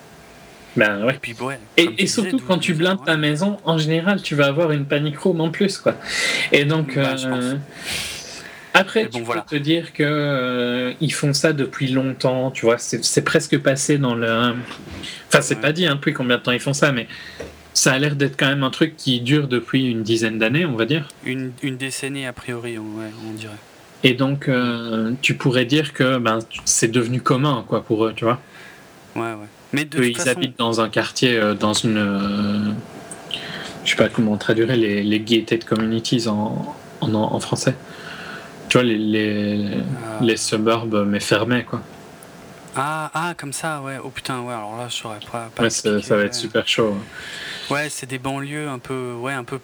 B: Ben ouais.
A: Et, puis, ouais,
B: et, et surtout quand tu blindes ouais. ta maison, en général, tu vas avoir une panic room en plus, quoi. Et donc,
A: ben, euh,
B: après, bon, tu voilà. peux te dire que euh, ils font ça depuis longtemps, tu vois. C'est, c'est presque passé dans le. Enfin, c'est ouais. pas dit hein, depuis combien de temps ils font ça, mais. Ça a l'air d'être quand même un truc qui dure depuis une dizaine d'années, on va dire.
A: Une, une décennie a priori, on, ouais, on dirait.
B: Et donc, euh, tu pourrais dire que ben, c'est devenu commun quoi, pour eux, tu vois.
A: Ouais, ouais. Mais de
B: Eux,
A: toute
B: ils
A: façon...
B: habitent dans un quartier, euh, dans une. Euh, je sais pas comment on traduirait les, les gated communities en, en, en français. Tu vois, les, les, euh... les suburbs, mais fermés, quoi.
A: Ah, ah, comme ça, ouais. Oh putain, ouais, alors là, je saurais pas, pas
B: ouais,
A: expliquer,
B: ça va
A: ouais.
B: être super chaud. Hein.
A: Ouais, c'est des banlieues un peu, ouais, un peu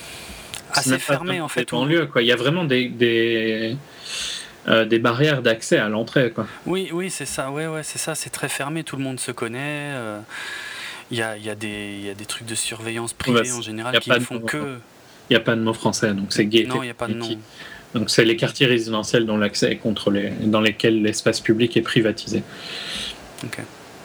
B: assez
A: fermées, en fait.
B: Des banlieues, quoi. Il y a vraiment des, des, euh, des barrières d'accès à l'entrée, quoi.
A: Oui, oui, c'est ça, ouais, ouais, c'est ça, c'est très fermé, tout le monde se connaît. Euh, il y, a, y, a des, y a des trucs de surveillance privée, en général, qui ne font que...
B: Il n'y a pas de mot français, donc c'est gated.
A: Non, il n'y a pas de nom.
B: Donc c'est les quartiers résidentiels dont l'accès est contrôlé, dans lesquels l'espace public est privatisé.
A: Ok.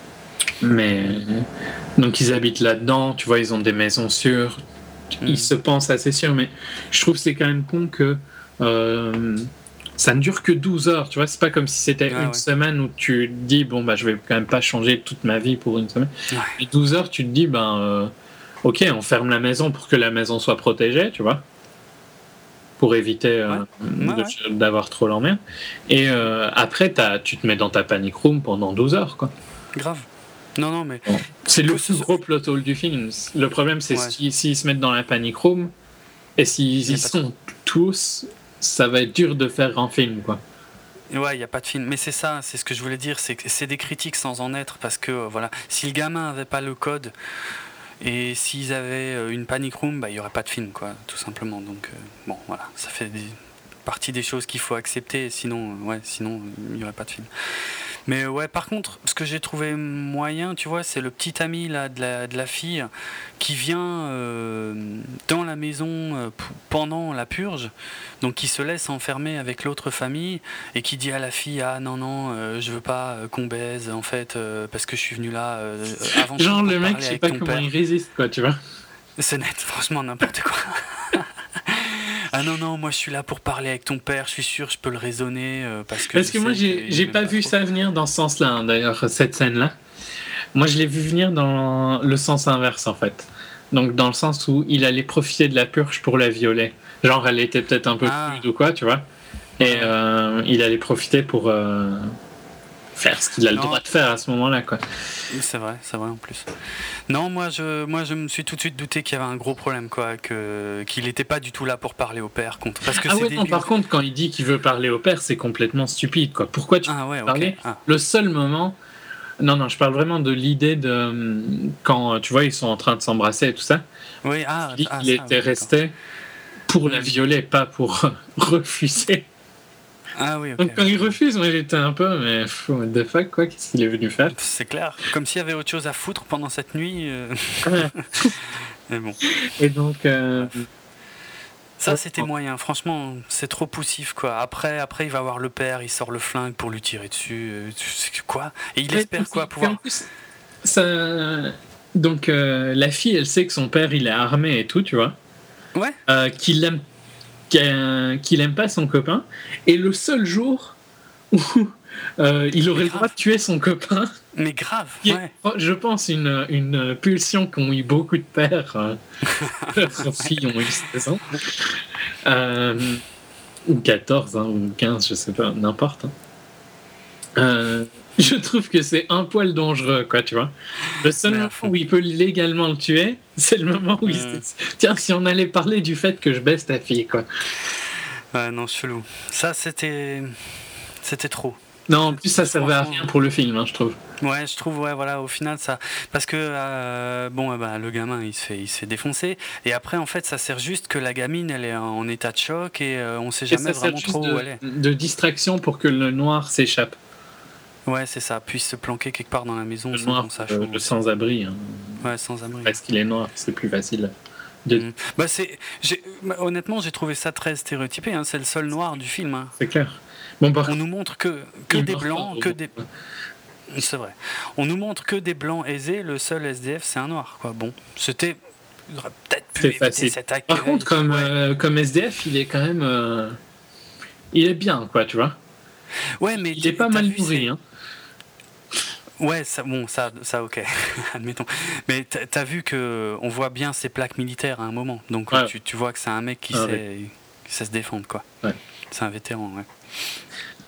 B: Mais donc ils habitent là-dedans, tu vois, ils ont des maisons sûres, mmh. Ils se pensent assez sûrs, mais je trouve que c'est quand même con que euh, ça ne dure que douze heures, tu vois, c'est pas comme si c'était ah, une ouais. semaine où tu te dis, bon, bah je vais quand même pas changer toute ma vie pour une semaine. Ouais. Et douze heures, tu te dis, ben, euh, ok, on ferme la maison pour que la maison soit protégée, tu vois. Pour éviter euh, ouais. Ouais, de, ouais. d'avoir trop l'emmerde. Et euh, après, t'as, tu te mets dans ta panic room pendant douze heures, quoi.
A: Grave. Non, non, mais...
B: Bon. C'est le plus gros plot hole du film. Le problème, c'est ouais. s'ils, s'ils se mettent dans la panic room, et s'ils y sont de... tous, ça va être dur de faire un film, quoi.
A: Ouais, il n'y a pas de film. Mais c'est ça, c'est ce que je voulais dire, c'est que c'est des critiques sans en être, parce que, euh, voilà, si le gamin n'avait pas le code... Et s'ils avaient une panic room, bah, il n'y aurait pas de film, quoi, tout simplement. Donc, euh, bon, voilà, ça fait des, partie des choses qu'il faut accepter, sinon, ouais, sinon il n'y aurait pas de film. Mais ouais, par contre, ce que j'ai trouvé moyen, tu vois, c'est le petit ami là, de, la, de la fille qui vient euh, dans la maison euh, p- pendant la purge, donc qui se laisse enfermer avec l'autre famille et qui dit à la fille, ah non, non, euh, je veux pas euh, qu'on baise, en fait, euh, parce que je suis venu là euh, avant
B: Genre
A: tout
B: le mec, je sais pas comment père. Il résiste, quoi, tu vois.
A: C'est net, franchement, n'importe quoi. Ah non, non, moi je suis là pour parler avec ton père, je suis sûr, je peux le raisonner. Euh, parce que,
B: parce que moi, j'ai, j'ai pas, pas vu trop. Ça venir dans ce sens-là, hein, d'ailleurs, cette scène-là. Moi, je l'ai vu venir dans le sens inverse, en fait. Donc, dans le sens où il allait profiter de la purge pour la violer. Genre, elle était peut-être un peu ah. crude ou quoi, tu vois. Et euh, il allait profiter pour euh, faire ce qu'il a le non. droit de faire à ce moment-là, quoi.
A: C'est vrai, c'est vrai en plus. Non, moi je, moi je me suis tout de suite douté qu'il y avait un gros problème, quoi, que, qu'il n'était pas du tout là pour parler au père. Contre, parce que
B: ah
A: c'est
B: ouais, non, par contre, quand il dit qu'il veut parler au père, c'est complètement stupide, quoi. Pourquoi tu
A: ah, ouais,
B: veux parler
A: okay. ah.
B: Le seul moment... Non, non, je parle vraiment de l'idée de... Quand, tu vois, ils sont en train de s'embrasser et tout ça.
A: Oui, ah,
B: il dit
A: ah,
B: qu'il
A: ça,
B: était
A: oui,
B: resté pour la violer, pas pour refuser.
A: Ah oui, okay,
B: donc quand
A: okay.
B: il refuse, moi j'étais un peu, mais what the fuck, quoi, qu'est-ce qu'il est venu faire?
A: C'est clair, comme s'il y avait autre chose à foutre pendant cette nuit. Euh... mais bon.
B: Et donc. Euh...
A: Ça c'était moyen, franchement, c'est trop poussif, quoi. Après, après il va voir le père, il sort le flingue pour lui tirer dessus. Euh, quoi? Et il ouais, espère quoi pouvoir. En plus,
B: ça... Donc euh, la fille, elle sait que son père il est armé et tout, tu vois.
A: Ouais.
B: Euh, qu'il l'aime. Qu'il aime pas son copain, et le seul jour où euh, il aurait le droit de tuer son copain.
A: Mais grave, ouais.
B: Je pense une, une pulsion qu'ont eu beaucoup de pères. Euh, leurs filles ont eu seize ans. Euh, ou quatorze, hein, ou quinze, je sais pas, n'importe. Hein. Euh, je trouve que c'est un poil dangereux, quoi, tu vois. Le seul moment où il peut légalement le tuer, c'est le moment où mmh. il se dit, tiens, si on allait parler du fait que je baisse ta fille, quoi.
A: Ouais, non, chelou. Ça, c'était... C'était trop.
B: Non, en plus, ça servait à rien pour le film, hein, je trouve.
A: Ouais, je trouve, ouais, voilà, au final, ça... Parce que, euh, bon, euh, bah, le gamin, il se, fait, il se fait défoncer, et après, en fait, ça sert juste que la gamine, elle est en état de choc, et euh, on sait jamais vraiment trop
B: de,
A: où elle est.
B: De distraction pour que le noir s'échappe.
A: Ouais, c'est ça, puisse se planquer quelque part dans la maison.
B: Le noir, euh, le sans-abri. Hein.
A: Ouais, sans-abri.
B: Parce qu'il est noir, c'est plus facile. De...
A: Mmh. Bah, c'est... J'ai... Honnêtement, j'ai trouvé ça très stéréotypé, hein. C'est le seul noir du film. Hein.
B: C'est clair. Bon, par...
A: On nous montre que, que des blancs, que des... C'est vrai. On nous montre que des blancs aisés, le seul S D F, c'est un noir, quoi. Bon, c'était... Il aurait peut-être pu éviter
B: facile.
A: Cet accueil.
B: Par contre, comme, ouais. euh, comme S D F, il est quand même... Euh... Il est bien, quoi, tu vois.
A: Ouais, mais...
B: Il est pas mal nourri, hein.
A: Ouais, ça, bon, ça, ça ok, admettons. Mais t'as, t'as vu que on voit bien ses plaques militaires à un moment, donc ouais. tu, tu vois que c'est un mec qui, ah, sait, ouais. qui sait se défendre, quoi.
B: Ouais.
A: C'est un vétéran, ouais.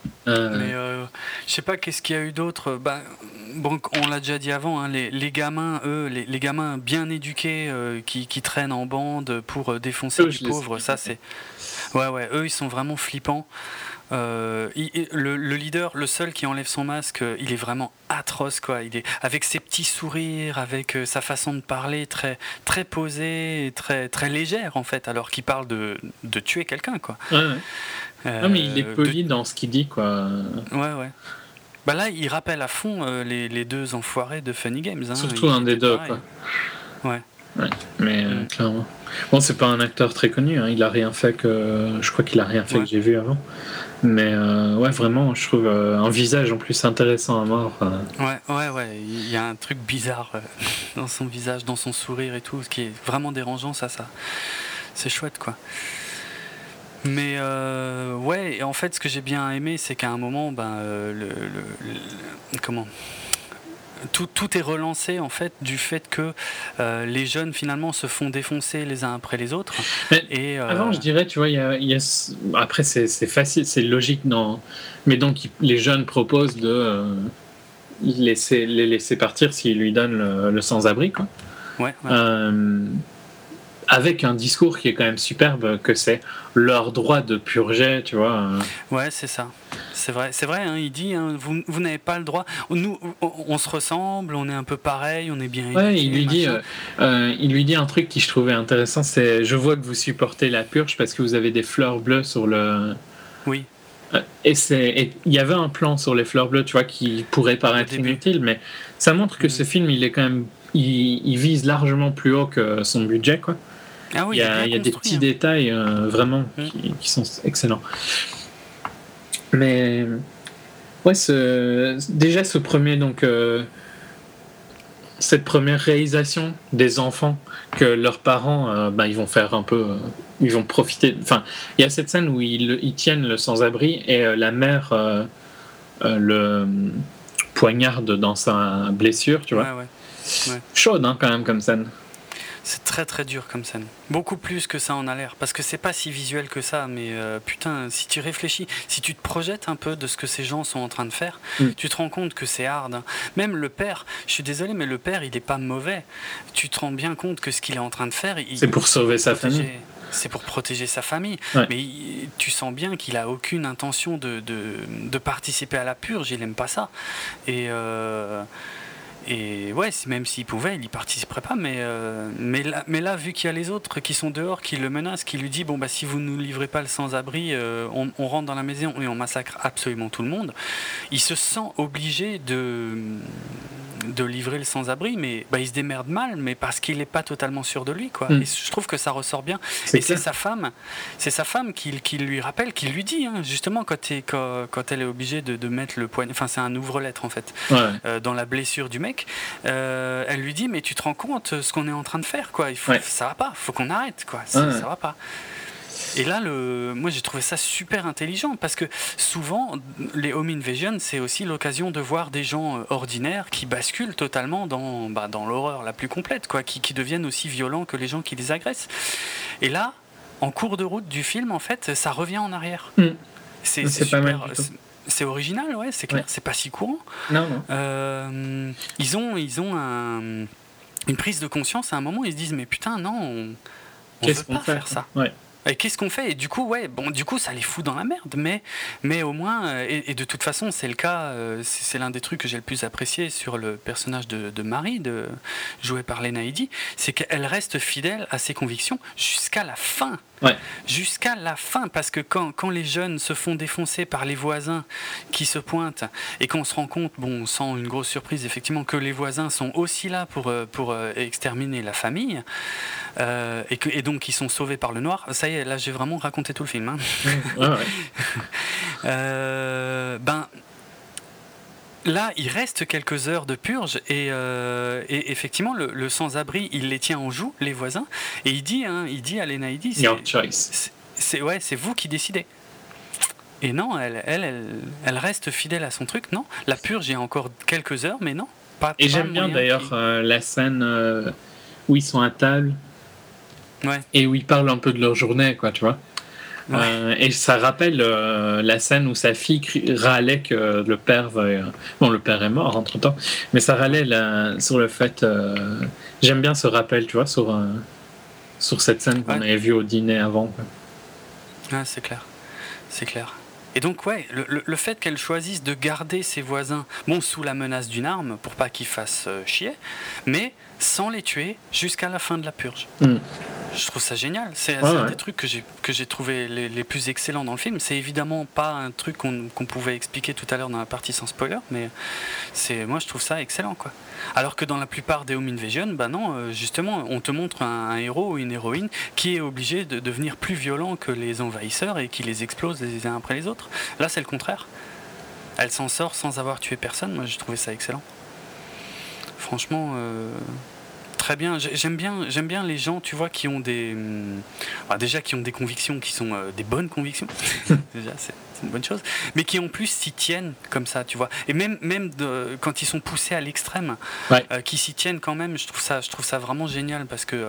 A: Euh... Mais euh, je sais pas qu'est-ce qu'il y a eu d'autre. Bah, bon, on l'a déjà dit avant, hein, les, les gamins, eux, les, les gamins bien éduqués euh, qui, qui traînent en bande pour euh, défoncer eux, les pauvres, ça c'est. Ouais, ouais, eux ils sont vraiment flippants. Euh, il, le, le leader, le seul qui enlève son masque, il est vraiment atroce, quoi. Il est avec ses petits sourires, avec euh, sa façon de parler très, très posée, très, très légère en fait, alors qu'il parle de, de tuer quelqu'un, quoi.
B: Ouais, ouais. Euh, non, mais il est poli de... dans ce qu'il dit, quoi.
A: Ouais, ouais. Bah là, il rappelle à fond euh, les, les deux enfoirés de Funny Games. Hein.
B: Surtout il un des deux, pareil.
A: Quoi. Ouais.
B: Ouais, mais mm. euh, clairement. Bon, c'est pas un acteur très connu, hein. Il a rien fait que. Je crois qu'il a rien fait ouais. que j'ai vu avant. Mais euh, ouais, vraiment, je trouve euh, un visage en plus intéressant à mort. Euh.
A: Ouais, ouais, ouais. Il y a un truc bizarre euh, dans son visage, dans son sourire et tout, ce qui est vraiment dérangeant, ça, ça. C'est chouette, quoi. Mais euh, ouais, et en fait, ce que j'ai bien aimé, c'est qu'à un moment, ben, euh, le, le, le, comment tout, tout est relancé en fait du fait que euh, les jeunes finalement se font défoncer les uns après les autres.
B: Mais
A: et, euh...
B: avant, je dirais, tu vois, y a, y a... après c'est, c'est facile, c'est logique, non. Mais donc les jeunes proposent de euh, laisser, les laisser partir s'ils lui donnent le, le sans-abri, quoi.
A: Ouais. ouais.
B: Euh... Avec un discours qui est quand même superbe, que c'est leur droit de purger, tu vois.
A: Ouais, c'est ça. C'est vrai, c'est vrai. Hein, il dit, hein, vous, vous n'avez pas le droit. Nous, on, on se ressemble, on est un peu pareil, on est bien.
B: Ouais,
A: éduqués,
B: il lui dit, euh, euh, il lui dit un truc qui je trouvais intéressant, c'est, je vois que vous supportez la purge parce que vous avez des fleurs bleues sur le.
A: Oui.
B: Et c'est, il y avait un plan sur les fleurs bleues, tu vois, qui pourrait paraître inutile, mais ça montre que mmh. ce film, il est quand même, il, il vise largement plus haut que son budget, quoi.
A: Ah oui,
B: il y a, il y a des petits hein. détails euh, vraiment mmh. qui, qui sont excellents. Mais ouais, ce, déjà ce premier donc euh, cette première réalisation des enfants que leurs parents, euh, bah, ils vont faire un peu, euh, ils vont profiter. Enfin, il y a cette scène où ils, ils tiennent le sans-abri et euh, la mère euh, euh, le poignarde dans sa blessure, tu vois.
A: Ouais, ouais. Ouais.
B: Chaude hein, quand même comme scène.
A: C'est très très dur comme scène. Beaucoup plus que ça en a l'air. Parce que c'est pas si visuel que ça, mais euh, putain, si tu réfléchis, si tu te projettes un peu de ce que ces gens sont en train de faire, mm. tu te rends compte que c'est hard. Hein. Même le père, je suis désolé, mais le père, il est pas mauvais. Tu te rends bien compte que ce qu'il est en train de faire... Il,
B: c'est pour sauver sa
A: protéger,
B: famille.
A: C'est pour protéger sa famille.
B: Ouais.
A: Mais il, tu sens bien qu'il a aucune intention de, de, de participer à la purge. Il aime pas ça. Et... Euh, Et ouais, même s'il pouvait, il n'y participerait pas. Mais, euh, mais, là, mais là, vu qu'il y a les autres qui sont dehors, qui le menacent, qui lui disent bon, bah, si vous ne nous livrez pas le sans-abri, euh, on, on rentre dans la maison et on massacre absolument tout le monde, il se sent obligé de, de livrer le sans-abri. Mais bah, il se démerde mal, mais parce qu'il n'est pas totalement sûr de lui. Quoi. Mm. Et je trouve que ça ressort bien. C'est et clair. c'est sa femme, c'est sa femme qui, qui lui rappelle, qui lui dit, hein, justement, quand, quand, quand elle est obligée de, de mettre le poignet, enfin, c'est un ouvre-lettre en fait,
B: ouais.
A: euh, dans la blessure du mec. Euh, elle lui dit mais tu te rends compte ce qu'on est en train de faire quoi, il faut,
B: ouais.
A: ça va pas, faut qu'on arrête quoi, ça,
B: ouais.
A: ça va pas. Et là le, moi j'ai trouvé ça super intelligent parce que souvent les home invasion c'est aussi l'occasion de voir des gens ordinaires qui basculent totalement dans, bah, dans l'horreur la plus complète quoi, qui, qui deviennent aussi violents que les gens qui les agressent. Et là en cours de route du film en fait ça revient en arrière.
B: mm.
A: c'est,
B: c'est,
A: c'est
B: pas
A: super,
B: mal du tout.
A: C'est original, ouais, c'est clair, ouais. C'est pas si courant.
B: Non, non.
A: Euh, ils ont, ils ont un, une prise de conscience à un moment, ils se disent mais putain non, on, on
B: Qu'est-ce
A: veut
B: qu'on
A: pas
B: fait
A: faire ça.
B: Ouais.
A: Et qu'est-ce qu'on fait ? Et du coup, ouais, bon, du coup, ça les fout dans la merde, mais, mais au moins, et, et de toute façon, c'est le cas, c'est, c'est l'un des trucs que j'ai le plus apprécié sur le personnage de, de Marie, de, joué par Lena Headey, c'est qu'elle reste fidèle à ses convictions jusqu'à la fin.
B: Ouais.
A: Jusqu'à la fin, parce que quand, quand les jeunes se font défoncer par les voisins qui se pointent et qu'on se rend compte, bon, sans une grosse surprise, effectivement, que les voisins sont aussi là pour, pour exterminer la famille, euh, et, que, et donc ils sont sauvés par le noir, ça y est, là j'ai vraiment raconté tout le film. Hein.
B: Ouais, ouais.
A: euh, ben. Là, il reste quelques heures de purge et, euh, et effectivement, le, le sans-abri, il les tient en joue, les voisins, et il dit, hein, il dit à Lena Headey, c'est,
B: Your choice.
A: C'est, c'est, ouais, c'est vous qui décidez. Et non, elle, elle, elle, elle reste fidèle à son truc. Non, la purge, il y a encore quelques heures, mais non, pas.
B: Et
A: pas
B: j'aime bien d'ailleurs
A: qui...
B: euh, la scène euh, où ils sont à table
A: ouais.
B: et où ils parlent un peu de leur journée, quoi, tu vois. Ouais. Euh, et ça rappelle euh, la scène où sa fille râlait que le père veuille... Bon, le père est mort entre-temps, mais ça râlait la... sur le fait... Euh... J'aime bien ce rappel, tu vois, sur, euh... sur cette scène qu'on ouais. avait vue au dîner avant. Quoi.
A: Ah, c'est clair. C'est clair. Et donc, ouais, le, le, le fait qu'elle choisisse de garder ses voisins, bon, sous la menace d'une arme, pour pas qu'ils fassent euh, chier, mais sans les tuer jusqu'à la fin de la purge. Mm. Je trouve ça génial. C'est, ouais, c'est un ouais. des trucs que j'ai, que j'ai trouvé les, les plus excellents dans le film. C'est évidemment pas un truc qu'on, qu'on pouvait expliquer tout à l'heure dans la partie sans spoiler, mais c'est, moi, je trouve ça excellent, quoi. Alors que dans la plupart des Home Invasion, bah non, justement, on te montre un, un héros ou une héroïne qui est obligé de devenir plus violent que les envahisseurs et qui les explose les uns après les autres. Là, c'est le contraire. Elle s'en sort sans avoir tué personne. Moi, j'ai trouvé ça excellent. Franchement, euh, très bien. J'aime bien, j'aime bien les gens, tu vois, qui ont des, bah, déjà qui ont des convictions qui sont euh, des bonnes convictions. Déjà, c'est, c'est une bonne chose. Mais qui en plus s'y tiennent comme ça, tu vois. Et même, même de, quand ils sont poussés à l'extrême, ouais. euh, qui s'y tiennent quand même. Je trouve ça, je trouve ça vraiment génial parce que. Euh,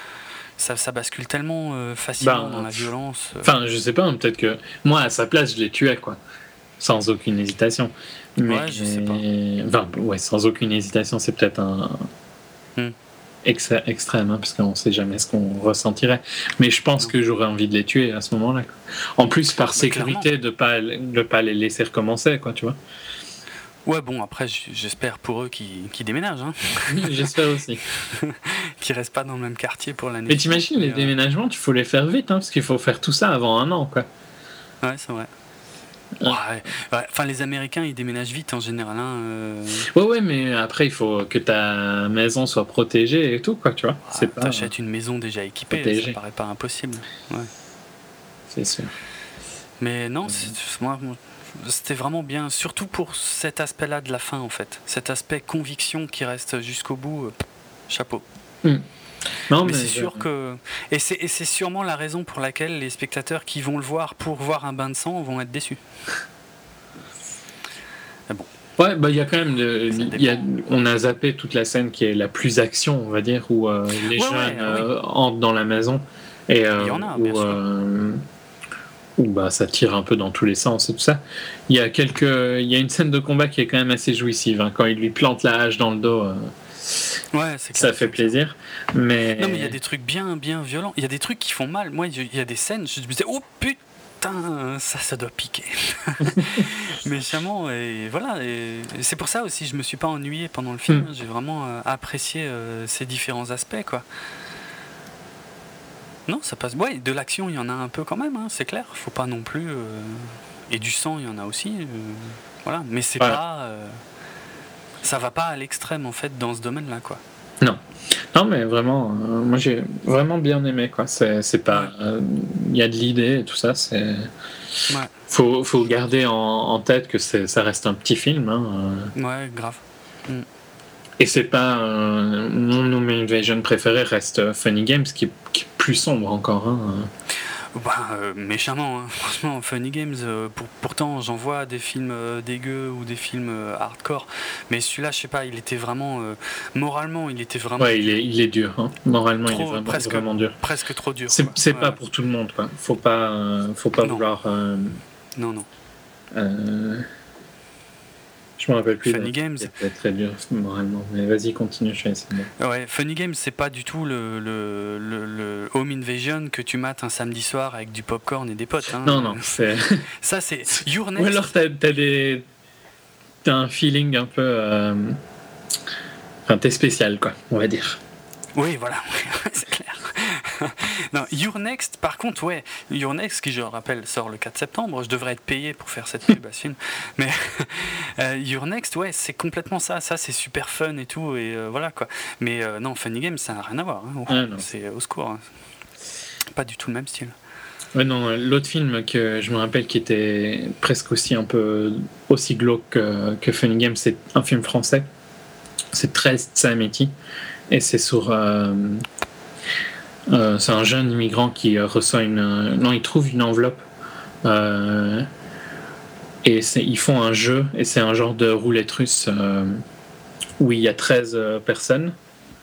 A: Ça, ça bascule tellement euh, facilement ben, dans la violence.
B: Enfin, je sais pas, hein, peut-être que moi, à sa place, je les tuais, quoi. Sans aucune hésitation. Mais,
A: ouais, je sais pas.
B: Enfin, ouais, sans aucune hésitation, c'est peut-être un. Hmm. Ex- extrême, hein, parce qu'on sait jamais ce qu'on ressentirait. Mais je pense non. que j'aurais envie de les tuer à ce moment-là. Quoi. En plus, par sécurité, de pas, de pas les laisser recommencer, quoi, tu vois.
A: Ouais, bon, après, j'espère pour eux qu'ils, qu'ils déménagent. Hein.
B: J'espère aussi.
A: Qu'ils restent pas dans le même quartier pour l'année.
B: Mais t'imagines, les euh... déménagements, il faut les faire vite, hein, parce qu'il faut faire tout ça avant un an, quoi.
A: Ouais, c'est vrai. Ouais. Ouais. Enfin, les Américains, ils déménagent vite en général. Hein, euh...
B: Ouais, ouais, mais après, il faut que ta maison soit protégée et tout, quoi, tu vois.
A: Ouais,
B: c'est pas...
A: T'achètes une maison déjà équipée, protégée. Ça paraît pas impossible. Ouais.
B: C'est sûr.
A: Mais non, c'est, moi... moi c'était vraiment bien, surtout pour cet aspect-là de la fin, en fait. Cet aspect conviction qui reste jusqu'au bout. Euh, chapeau.
B: Mm. Non,
A: mais, mais c'est
B: je...
A: sûr que... Et c'est, et c'est sûrement la raison pour laquelle les spectateurs qui vont le voir pour voir un bain de sang vont être déçus. Mais bon.
B: Ouais, bah il y a quand même... De, y a, on a zappé toute la scène qui est la plus action, on va dire, où euh, les ouais, jeunes ouais, euh, oui. entrent dans la maison. Et, euh,
A: il y en a,
B: où,
A: bien sûr.
B: Euh, où bah, ça tire un peu dans tous les sens et tout ça. Il y a quelques, il y a une scène de combat qui est quand même assez jouissive, hein, quand il lui plante la hache dans le dos. Euh,
A: ouais, c'est
B: ça
A: clair,
B: fait plaisir. Mais...
A: Non, mais il y a des trucs bien, bien violents. Il y a des trucs qui font mal. Moi, il y a des scènes, je me disais, oh putain, ça, ça doit piquer. Méchamment, et voilà. Et c'est pour ça aussi, je me suis pas ennuyé pendant le film. Mm. J'ai vraiment euh, apprécié euh, ces différents aspects, quoi. Non, ça passe. Ouais, de l'action, il y en a un peu quand même, hein, c'est clair. Faut pas non plus. Euh... Et du sang, il y en a aussi. Euh... Voilà. Mais c'est ouais. pas. Euh... Ça va pas à l'extrême, en fait, dans ce domaine-là, quoi.
B: Non. Non, mais vraiment, euh, moi j'ai vraiment bien aimé, quoi. C'est, c'est pas. Il ouais. euh, y a de l'idée et tout ça, c'est.
A: Ouais.
B: Faut, faut garder en, en tête que c'est, ça reste un petit film. Hein.
A: Ouais, grave. Mm.
B: Et c'est pas euh, mon Home Invasion préféré reste Funny Games qui, qui est plus sombre encore. Hein.
A: Bah, euh, méchamment, hein. Franchement, Funny Games. Euh, pour, pourtant, j'en vois des films euh, dégueux ou des films euh, hardcore, mais celui-là, je sais pas, il était vraiment euh, moralement, il était vraiment.
B: Ouais, il est, il est dur. Hein. Moralement,
A: trop,
B: il est vraiment,
A: presque,
B: vraiment dur.
A: Presque trop dur.
B: C'est, c'est
A: ouais.
B: pas pour tout le monde, quoi. Faut pas, euh, faut pas
A: non.
B: vouloir. Euh,
A: non, non.
B: Euh, Je me rappelle plus.
A: Funny Games.
B: C'était très dur moralement. Mais vas-y, continue, je vais essayer.
A: Ouais, Funny Games, c'est pas du tout le, le, le, le Home Invasion que tu mates un samedi soir avec du popcorn et des potes. Hein.
B: Non, non. C'est...
A: Ça, c'est Your Next.
B: Ou alors, t'as, t'as, des... t'as un feeling un peu. Euh... Enfin, t'es spécial, quoi, on va dire.
A: Oui, voilà, c'est clair. Non, Your Next, par contre, ouais, Your Next, qui je rappelle sort le quatre septembre, je devrais être payé pour faire cette pub à ce film, mais euh, Your Next, ouais, c'est complètement ça, ça c'est super fun et tout, et euh, voilà quoi. Mais euh, non, Funny Games, ça n'a rien à voir, hein. Oh, ah, c'est au secours, hein. Pas du tout le même style.
B: Ouais, non, l'autre film que je me rappelle qui était presque aussi un peu aussi glauque que, que Funny Games, c'est un film français, c'est treize Tsameti, et c'est sur. Euh, Euh, c'est un jeune immigrant qui euh, reçoit une. Euh, non, il trouve une enveloppe. Euh, et c'est, ils font un jeu, et c'est un genre de roulette russe euh, où il y a treize euh, personnes.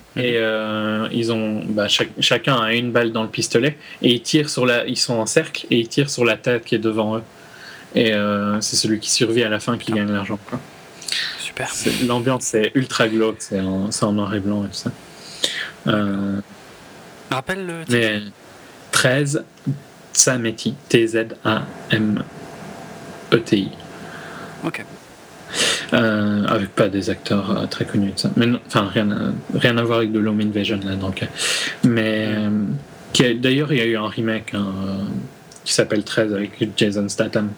B: Et euh, ils ont, bah, chaque, chacun a une balle dans le pistolet et ils tirent sur la, ils sont en cercle et ils tirent sur la tête qui est devant eux. Et euh, c'est celui qui survit à la fin qui gagne l'argent. Quoi.
A: Super.
B: C'est, l'ambiance c'est ultra glauque, c'est en, c'est en noir et blanc et tout ça. Euh,
A: Rappelle le titre.
B: Mais treize Tsameti, T Z A M E T I.
A: Ok.
B: Euh, avec pas des acteurs euh, très connus de ça, mais enfin rien, à, rien à voir avec de l'Home Invasion là dans le cas. Mais euh, qui a, d'ailleurs il y a eu un remake hein, euh, qui s'appelle treize avec Jason Statham.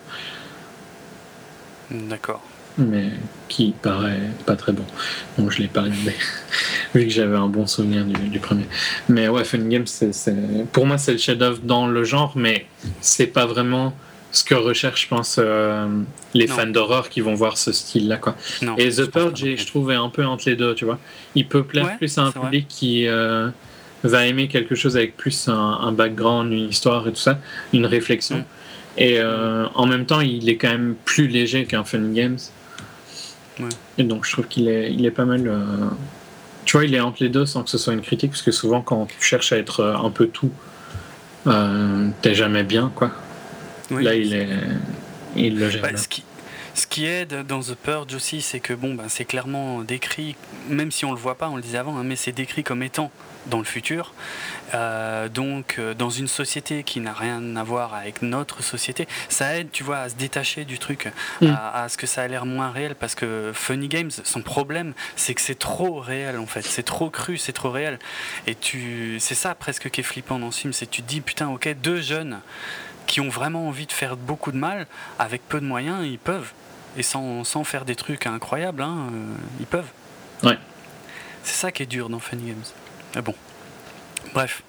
A: D'accord.
B: Mais qui paraît pas très bon, donc je l'ai pas regardé vu que j'avais un bon souvenir du, du premier. Mais ouais, Fun Games, c'est, c'est, pour moi c'est le chef-d'œuvre dans le genre, mais c'est pas vraiment ce que recherchent, je pense, euh, les non. fans d'horreur qui vont voir ce style-là, quoi. Non, et The Purge, je, je trouve, est un peu entre les deux, tu vois. Il peut plaire ouais, plus à un public vrai. qui euh, va aimer quelque chose avec plus un, un background, une histoire et tout ça, une réflexion. Mm. Et euh, en même temps, il est quand même plus léger qu'un Fun Games. Ouais. Et donc, je trouve qu'il est, il est pas mal... Euh... Tu vois, il est entre les deux sans que ce soit une critique, parce que souvent, quand tu cherches à être un peu tout, euh, t'es jamais bien, quoi. Oui, là, il est, il le gère.
A: Bah, ce qui, ce qui aide dans The Purge aussi, c'est que bon, bah, c'est clairement décrit, même si on le voit pas, on le disait avant, hein, mais c'est décrit comme étant dans le futur. Euh, donc, euh, dans une société qui n'a rien à voir avec notre société, ça aide, tu vois, à se détacher du truc, mm. à, à ce que ça a l'air moins réel, parce que Funny Games, son problème, c'est que c'est trop réel en fait, c'est trop cru, c'est trop réel, et tu, c'est ça presque qui est flippant dans ce film, c'est que tu te dis putain, ok, deux jeunes qui ont vraiment envie de faire beaucoup de mal, avec peu de moyens, ils peuvent. Et sans, sans faire des trucs incroyables, hein, euh, ils peuvent.
B: Ouais.
A: C'est ça qui est dur dans Funny Games. Mais bon. Bref.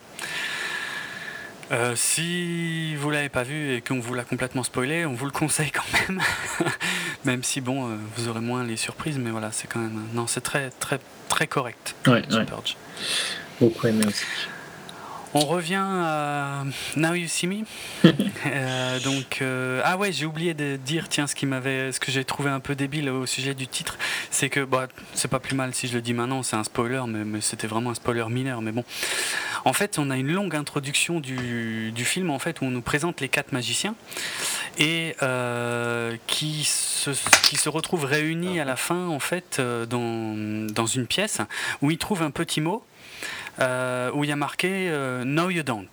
A: Euh, si vous l'avez pas vu et qu'on vous l'a complètement spoilé, on vous le conseille quand même. Même si, bon, euh, vous aurez moins les surprises, mais voilà, c'est quand même... Non, c'est très, très, très correct.
B: Ouais, ouais. Purge. Beaucoup aimé aussi.
A: On revient à Now You See Me. euh, donc, euh, ah ouais, j'ai oublié de dire, tiens, ce qui m'avait, ce que j'ai trouvé un peu débile au sujet du titre, c'est que, bah, c'est pas plus mal si je le dis maintenant, c'est un spoiler, mais, mais c'était vraiment un spoiler mineur, mais bon. En fait, on a une longue introduction du, du film, en fait, où on nous présente les quatre magiciens et euh, qui se, qui se retrouvent réunis à la fin, en fait, dans, dans une pièce où ils trouvent un petit mot. Euh, où il y a marqué euh, No You Don't.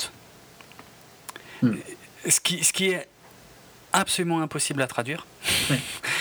A: Hmm. Ce, qui, ce qui est absolument impossible à traduire. Oui.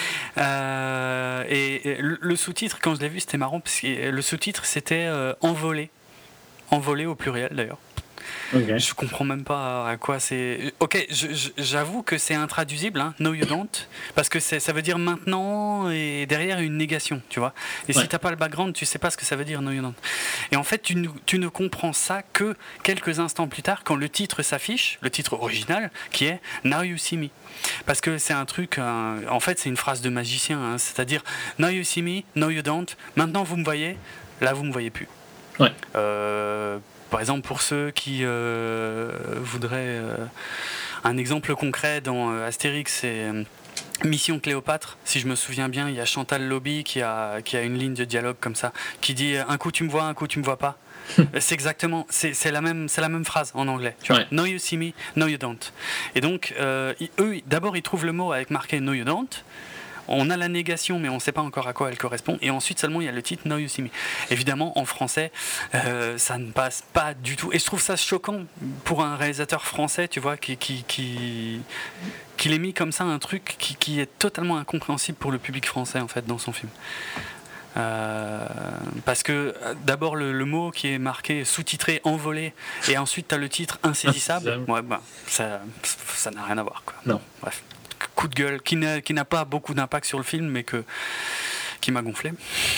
A: euh, et, et le, le sous-titre, quand je l'ai vu, c'était marrant, parce que le sous-titre, c'était euh, Envolé. Envolé au pluriel, d'ailleurs. Okay. Je comprends même pas à quoi c'est. Ok, je, je, j'avoue que c'est intraduisible, hein, no you don't, parce que c'est, ça veut dire maintenant et derrière une négation, tu vois. Et ouais. Si t'as pas le background, tu sais pas ce que ça veut dire no you don't. Et en fait, tu ne, tu ne comprends ça que quelques instants plus tard, quand le titre s'affiche, le titre original, qui est Now You See Me. Parce que c'est un truc, euh, en fait, c'est une phrase de magicien, hein, c'est-à-dire Now You See Me, no you don't. Maintenant vous me voyez, là vous me voyez plus.
B: Ouais.
A: Euh, Par exemple, pour ceux qui euh, voudraient euh, un exemple concret dans euh, Astérix, c'est euh, Mission Cléopâtre. Si je me souviens bien, il y a Chantal Lobby qui a, qui a une ligne de dialogue comme ça, qui dit un coup tu me vois, un coup tu me vois pas. C'est exactement, c'est, c'est, la même, c'est la même phrase en anglais. Tu vois, ouais. No you see me, no you don't. Et donc, euh, eux, d'abord, ils trouvent le mot avec marqué no you don't. On a la négation, mais on ne sait pas encore à quoi elle correspond. Et ensuite seulement, il y a le titre Now You See Me. Évidemment, en français, euh, ça ne passe pas du tout. Et je trouve ça choquant pour un réalisateur français, tu vois, qui, qui, qui, qui l'ait mis comme ça un truc qui, qui est totalement incompréhensible pour le public français, en fait, dans son film. Euh, parce que d'abord le, le mot qui est marqué sous-titré envolé et ensuite tu as le titre insaisissable. Ouais, bah, ça, ça n'a rien à voir, quoi.
B: Non.
A: Bref. Coup de gueule qui n'a, qui n'a pas beaucoup d'impact sur le film mais que, qui m'a gonflé.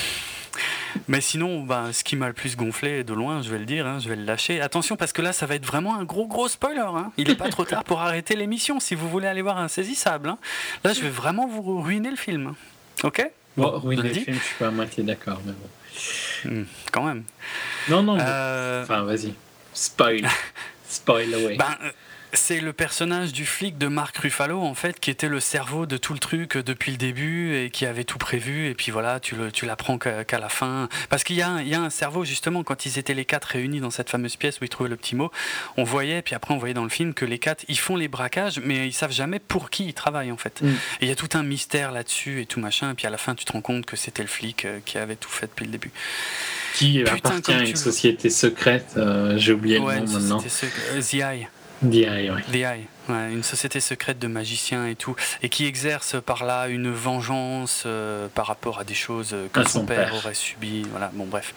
A: Mais sinon, bah, ce qui m'a le plus gonflé de loin, je vais le dire, hein, je vais le lâcher. Attention parce que là ça va être vraiment un gros gros spoiler, hein. Il n'est pas trop tard pour arrêter l'émission si vous voulez aller voir Insaisissable, hein. Là je vais vraiment vous ruiner le film. Ok ?
B: Bon, ruiner le film, je suis pas à moitié d'accord, mais bon.
A: Mmh, quand même.
B: Non, non, mais...
A: euh...
B: enfin vas-y, spoil, spoil away.
A: Ben, c'est le personnage du flic de Mark Ruffalo en fait, qui était le cerveau de tout le truc depuis le début et qui avait tout prévu. Et puis voilà, tu, le, tu l'apprends qu'à, qu'à la fin. Parce qu'il y a, il y a un cerveau justement quand ils étaient les quatre réunis dans cette fameuse pièce où ils trouvaient le petit mot. On voyait, puis après on voyait dans le film que les quatre ils font les braquages, mais ils savent jamais pour qui ils travaillent en fait. Mm. Et il y a tout un mystère là-dessus et tout machin. Et puis à la fin, tu te rends compte que c'était le flic qui avait tout fait depuis le début.
B: Qui Putain, appartient à une société secrète, euh, j'ai oublié
A: ouais,
B: le nom maintenant.
A: Sec- euh, The Eye.
B: The Eye, oui.
A: The Eye, ouais, une société secrète de magiciens et tout, et qui exerce par là une vengeance euh, par rapport à des choses que
B: à
A: son,
B: son
A: père,
B: père
A: aurait subies. Voilà, bon bref.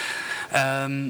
A: Euh,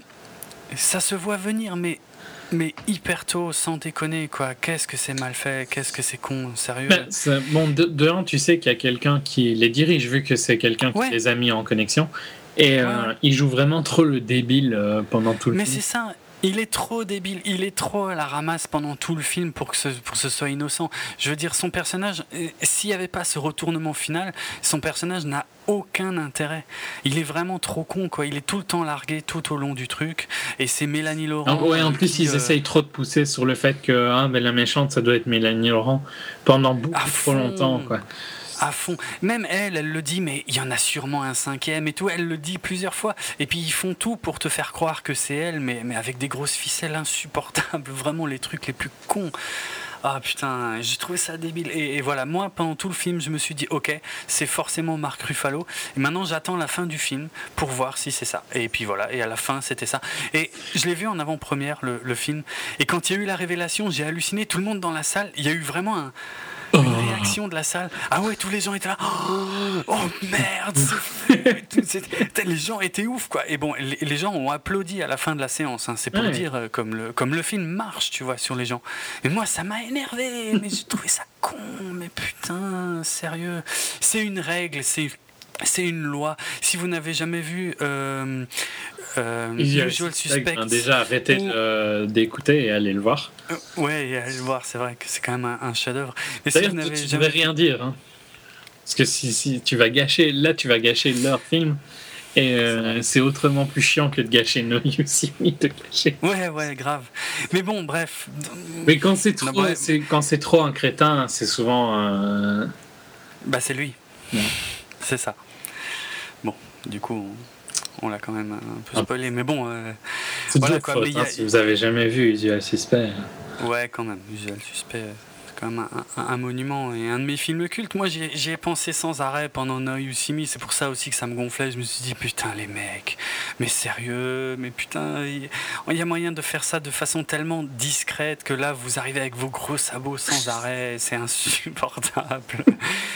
A: ça se voit venir, mais mais hyper tôt, sans déconner, quoi. Qu'est-ce que c'est mal fait, qu'est-ce que c'est con, sérieux.
B: Ben, bon, de, de un, tu sais qu'il y a quelqu'un qui les dirige, vu que c'est quelqu'un qui ouais. les a mis en connexion, et euh, ouais. il joue vraiment trop le débile euh, pendant tout le
A: mais
B: film.
A: Mais c'est ça. Il est trop débile, il est trop à la ramasse pendant tout le film pour que ce, pour que ce soit innocent. Je veux dire, son personnage, s'il n'y avait pas ce retournement final, son personnage n'a aucun intérêt. Il est vraiment trop con, quoi. Il est tout le temps largué tout au long du truc. Et c'est Mélanie Laurent.
B: Ah, ouais, en plus, qui, ils euh... essayent trop de pousser sur le fait que hein, ben, la méchante, ça doit être Mélanie Laurent pendant beaucoup à trop fond. longtemps, quoi.
A: À fond. Même elle, elle le dit, mais il y en a sûrement un cinquième et tout. Elle le dit plusieurs fois. Et puis ils font tout pour te faire croire que c'est elle, mais, mais avec des grosses ficelles insupportables. Vraiment les trucs les plus cons. Ah putain, j'ai trouvé ça débile. Et, et voilà, moi, pendant tout le film, je me suis dit, ok, c'est forcément Mark Ruffalo. Et maintenant, j'attends la fin du film pour voir si c'est ça. Et puis voilà, et à la fin, c'était ça. Et je l'ai vu en avant-première, le, le film. Et quand il y a eu la révélation, j'ai halluciné. Tout le monde dans la salle, il y a eu vraiment un... une réaction de la salle. Ah ouais, tous les gens étaient là. Oh, oh merde, c'est fou. Les gens étaient ouf, quoi. Et bon, les, les gens ont applaudi à la fin de la séance. Hein. C'est pour ouais. dire euh, comme le comme le film marche, tu vois, sur les gens. Et moi, ça m'a énervé. Mais j'ai trouvé ça con. Mais putain, sérieux. C'est une règle. C'est c'est une loi. Si vous n'avez jamais vu euh, euh, Usual Suspect,
B: hein, déjà arrêtez ou... euh, d'écouter et allez le voir.
A: Euh, ouais, et allez le voir. C'est vrai que c'est quand même un, un chef-d'œuvre.
B: Mais si vous n'avez tu jamais... ne rien dire, hein. Parce que si, si tu vas gâcher, là tu vas gâcher leur film. Et euh, c'est autrement plus chiant que de gâcher No You See Me, de gâcher.
A: Ouais, ouais, grave. Mais bon, bref.
B: Mais quand c'est trop, non, c'est, quand c'est trop un crétin, c'est souvent. Euh...
A: Bah, c'est lui.
B: Ouais.
A: C'est ça. Bon, du coup, on, on l'a quand même un peu spoilé. Mais bon. Euh,
B: c'est
A: voilà,
B: quoi, faute, hein, a... si vous avez jamais vu Usual Suspect.
A: Ouais, quand même. Usual Suspect. Quand même un, un, un monument et un de mes films cultes. Moi, j'y, j'y ai pensé sans arrêt pendant No You See Me. C'est pour ça aussi que ça me gonflait. Je me suis dit, putain, les mecs, mais sérieux, mais putain, il y, y a moyen de faire ça de façon tellement discrète que là, vous arrivez avec vos gros sabots sans arrêt. C'est insupportable.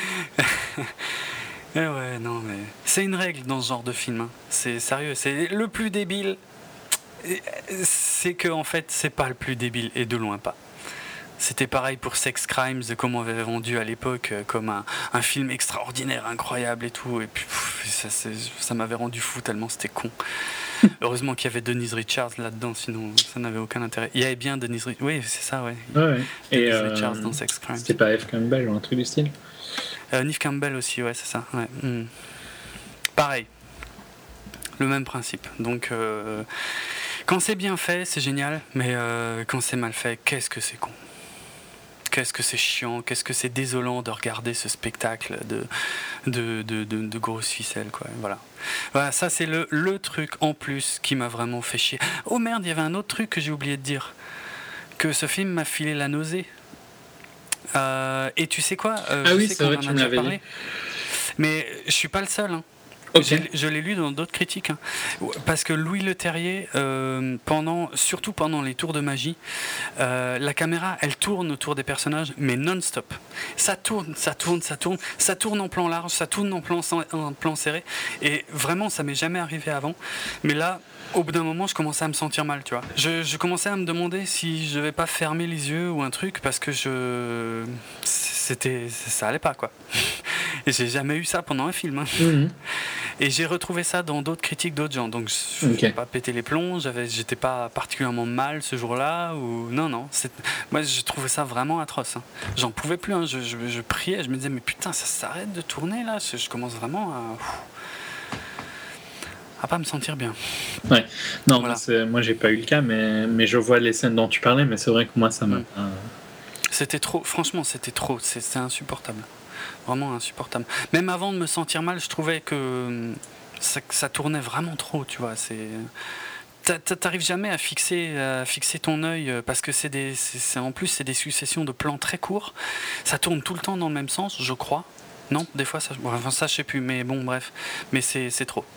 A: Et ouais, non, mais c'est une règle dans ce genre de film. Hein. C'est sérieux. C'est le plus débile. C'est que, en fait, c'est pas le plus débile et de loin pas. C'était pareil pour Sex Crimes, comme on avait vendu à l'époque, comme un, un film extraordinaire, incroyable et tout. Et puis pff, ça, ça m'avait rendu fou tellement c'était con. Heureusement qu'il y avait Denise Richards là-dedans, sinon ça n'avait aucun intérêt. Il y avait bien Denise Richards. Oui, c'est ça, ouais.
B: ouais. Et
A: Denise
B: euh,
A: Richards dans Sex Crimes.
B: C'était pas Neve Campbell ou un truc du style
A: euh, Neve Campbell aussi, ouais, c'est ça. Ouais. Mm. Pareil. Le même principe. Donc, euh, quand c'est bien fait, c'est génial. Mais euh, quand c'est mal fait, qu'est-ce que c'est con. Qu'est-ce que c'est chiant, qu'est-ce que c'est désolant de regarder ce spectacle de, de, de, de, de grosses ficelles, quoi. Voilà. Voilà, ça c'est le, le truc en plus qui m'a vraiment fait chier. Oh merde, il y avait un autre truc que j'ai oublié de dire. Que ce film m'a filé la nausée. Euh, et tu sais quoi euh,
B: Ah oui,
A: sais
B: c'est vrai, tu me l'avais dit.
A: Mais je suis pas le seul, hein.
B: Okay.
A: Je l'ai lu dans d'autres critiques, hein. Parce que Louis Leterrier, euh, pendant, surtout pendant les tours de magie, euh, la caméra, elle tourne autour des personnages, mais non-stop. Ça tourne, ça tourne, ça tourne, ça tourne en plan large, ça tourne en plan, en plan serré, et vraiment, ça m'est jamais arrivé avant. Mais là, au bout d'un moment, je commençais à me sentir mal, tu vois. Je, je commençais à me demander si je devais pas fermer les yeux ou un truc, parce que je, c'était, ça allait pas, quoi. Et j'ai jamais eu ça pendant un film. Hein.
B: Mmh.
A: Et j'ai retrouvé ça dans d'autres critiques d'autres gens. Donc je n'ai okay. pas pété les plombs, j'avais, j'étais pas particulièrement mal ce jour-là. Ou... Non, non. C'est... Moi, j'ai trouvé ça vraiment atroce. Hein. J'en pouvais plus. Hein. Je, je, je priais, je me disais, mais putain, ça s'arrête de tourner là. Je, je commence vraiment à. à pas me sentir bien.
B: Ouais. Non, voilà. moi, moi j'ai pas eu le cas, mais, mais je vois les scènes dont tu parlais, mais c'est vrai que moi ça m'a. Mmh.
A: C'était trop, franchement, c'était trop, c'était insupportable. Vraiment insupportable. Même avant de me sentir mal, je trouvais que ça, ça tournait vraiment trop, tu vois. C'est... T'arrives jamais à fixer, à fixer ton œil parce que c'est des, c'est, c'est, en plus c'est des successions de plans très courts. Ça tourne tout le temps dans le même sens, je crois. Non, des fois ça, bon, enfin ça je sais plus, mais bon bref, mais c'est, c'est trop.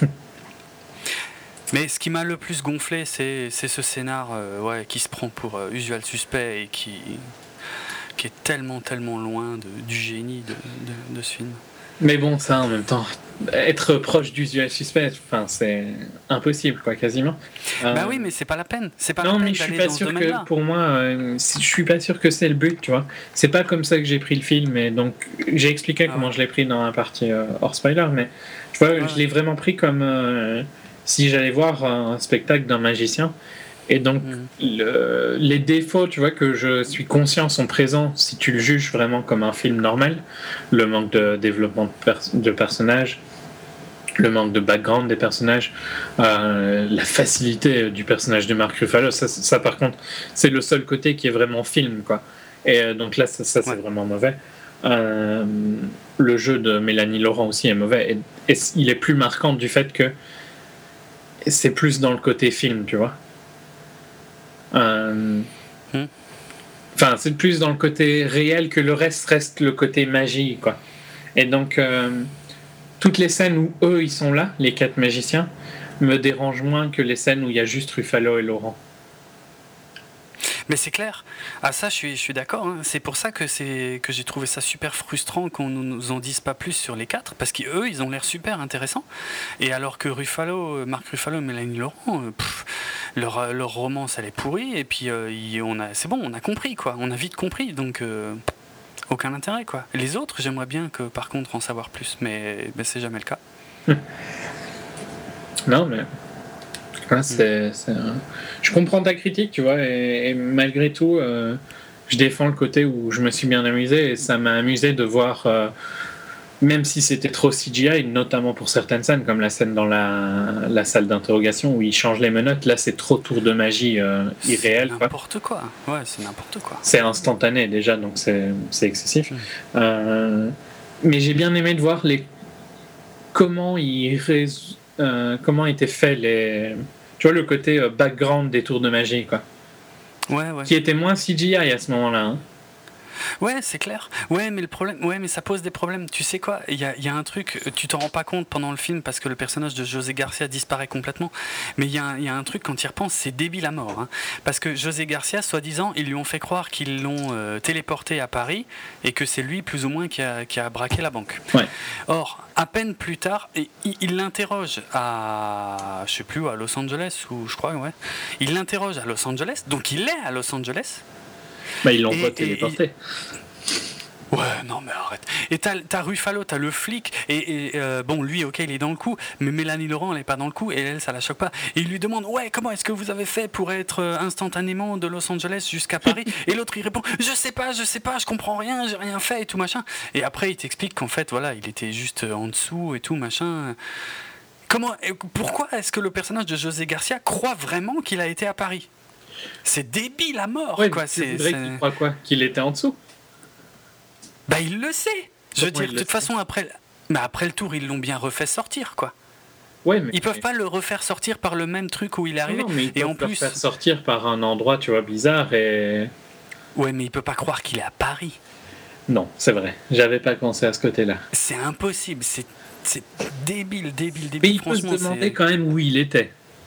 A: Mais ce qui m'a le plus gonflé, c'est, c'est ce scénar, euh, ouais, qui se prend pour euh, Usual Suspect et qui, qui est tellement tellement loin de, du génie de, de, de ce film.
B: Mais bon, ça en même temps, être proche d'Usual Suspect, enfin, c'est impossible, quoi, quasiment.
A: Euh... Bah oui, mais c'est pas la peine. C'est pas
B: non,
A: la peine
B: mais je suis pas sûr
A: que,
B: pour moi, euh, je suis pas sûr que c'est le but, tu vois. C'est pas comme ça que j'ai pris le film, et donc j'ai expliqué ah comment ouais. je l'ai pris dans la partie euh, hors spoiler, mais tu vois, ah je ouais. l'ai vraiment pris comme euh, si j'allais voir un spectacle d'un magicien. Et donc, mmh. le, les défauts, tu vois, que je suis conscient sont présents si tu le juges vraiment comme un film normal. Le manque de développement de, pers- de personnages, le manque de background des personnages, euh, la facilité du personnage de Mark Ruffalo, ça, ça par contre, c'est le seul côté qui est vraiment film, quoi. Et donc là, ça, ça c'est ouais. vraiment mauvais. Euh, le jeu de Mélanie Laurent aussi est mauvais. Et, et il est plus marquant du fait que c'est plus dans le côté film, tu vois. Euh... Hmm. Enfin, c'est plus dans le côté réel que le reste reste le côté magie, quoi. Et donc, euh, toutes les scènes où eux, ils sont là, les quatre magiciens, me dérangent moins que les scènes où il y a juste Ruffalo et Laurent.
A: Mais c'est clair. Ah ça, je suis, je suis d'accord. Hein. C'est pour ça que c'est que j'ai trouvé ça super frustrant qu'on nous en dise pas plus sur les quatre, parce qu'eux, ils ont l'air super intéressants. Et alors que Ruffalo, Mark Ruffalo, Mélanie Laurent, pff, leur leur romance, elle est pourrie. Et puis euh, on a, c'est bon, on a compris quoi. On a vite compris. Donc euh, aucun intérêt quoi. Les autres, j'aimerais bien que par contre en savoir plus, mais ben, c'est jamais le cas.
B: Non mais. Ah, c'est, c'est un... Je comprends ta critique, tu vois, et, et malgré tout, euh, je défends le côté où je me suis bien amusé, et ça m'a amusé de voir, euh, même si c'était trop C G I, notamment pour certaines scènes, comme la scène dans la, la salle d'interrogation où ils changent les menottes, là c'est trop tour de magie euh, irréel.
A: C'est n'importe quoi. quoi, ouais, c'est n'importe quoi.
B: C'est instantané déjà, donc c'est, c'est excessif. Mmh. Euh, mais j'ai bien aimé de voir les... comment ils rés... euh, comment étaient faits les... Tu vois, le côté euh, background des tours de magie, quoi.
A: Ouais, ouais.
B: Qui était moins C G I à ce moment-là. Hein.
A: Ouais, c'est clair. Ouais, mais le problème, ouais, mais ça pose des problèmes. Tu sais quoi ? Il y a, y a un truc, tu t'en rends pas compte pendant le film parce que le personnage de José Garcia disparaît complètement. Mais il y, y a un truc, quand tu y repenses, c'est débile à mort. Hein. Parce que José Garcia, soi-disant, ils lui ont fait croire qu'ils l'ont euh, téléporté à Paris et que c'est lui, plus ou moins, qui a, qui a braqué la banque.
B: Ouais.
A: Or, à peine plus tard, il, il l'interroge à, je sais plus, à Los Angeles, ou je crois, ouais. Il l'interroge à Los Angeles, donc il est à Los Angeles.
B: Bah, ils l'ont et, pas téléporté.
A: Et... Ouais, non, mais arrête. Et t'as, t'as Ruffalo, t'as le flic, et, et euh, bon, lui, ok, il est dans le coup, mais Mélanie Laurent, elle est pas dans le coup, et elle, ça la choque pas. Et il lui demande, ouais, comment est-ce que vous avez fait pour être instantanément de Los Angeles jusqu'à Paris ? Et l'autre, il répond, je sais pas, je sais pas, je comprends rien, j'ai rien fait, et tout, machin. Et après, il t'explique qu'en fait, voilà, il était juste en dessous, et tout, machin. Comment, pourquoi est-ce que le personnage de José Garcia croit vraiment qu'il a été à Paris ? C'est débile à mort,
B: ouais,
A: quoi.
B: C'est vrai qu'il croit quoi ? Qu'il était en dessous ?
A: Bah, il le sait. Je veux dire, de toute façon, après, bah, après le tour, ils l'ont bien refait sortir, quoi.
B: Ouais, mais...
A: Ils peuvent pas le refaire sortir par le même truc où il est arrivé.
B: Non, mais ils
A: et
B: peuvent
A: en
B: le
A: plus,
B: faire sortir par un endroit, tu vois, bizarre et.
A: Ouais, mais il peut pas croire qu'il est à Paris.
B: Non, c'est vrai. J'avais pas pensé à ce côté-là.
A: C'est impossible. C'est, c'est débile, débile, débile.
B: Mais il peut se demander c'est... quand même où il était.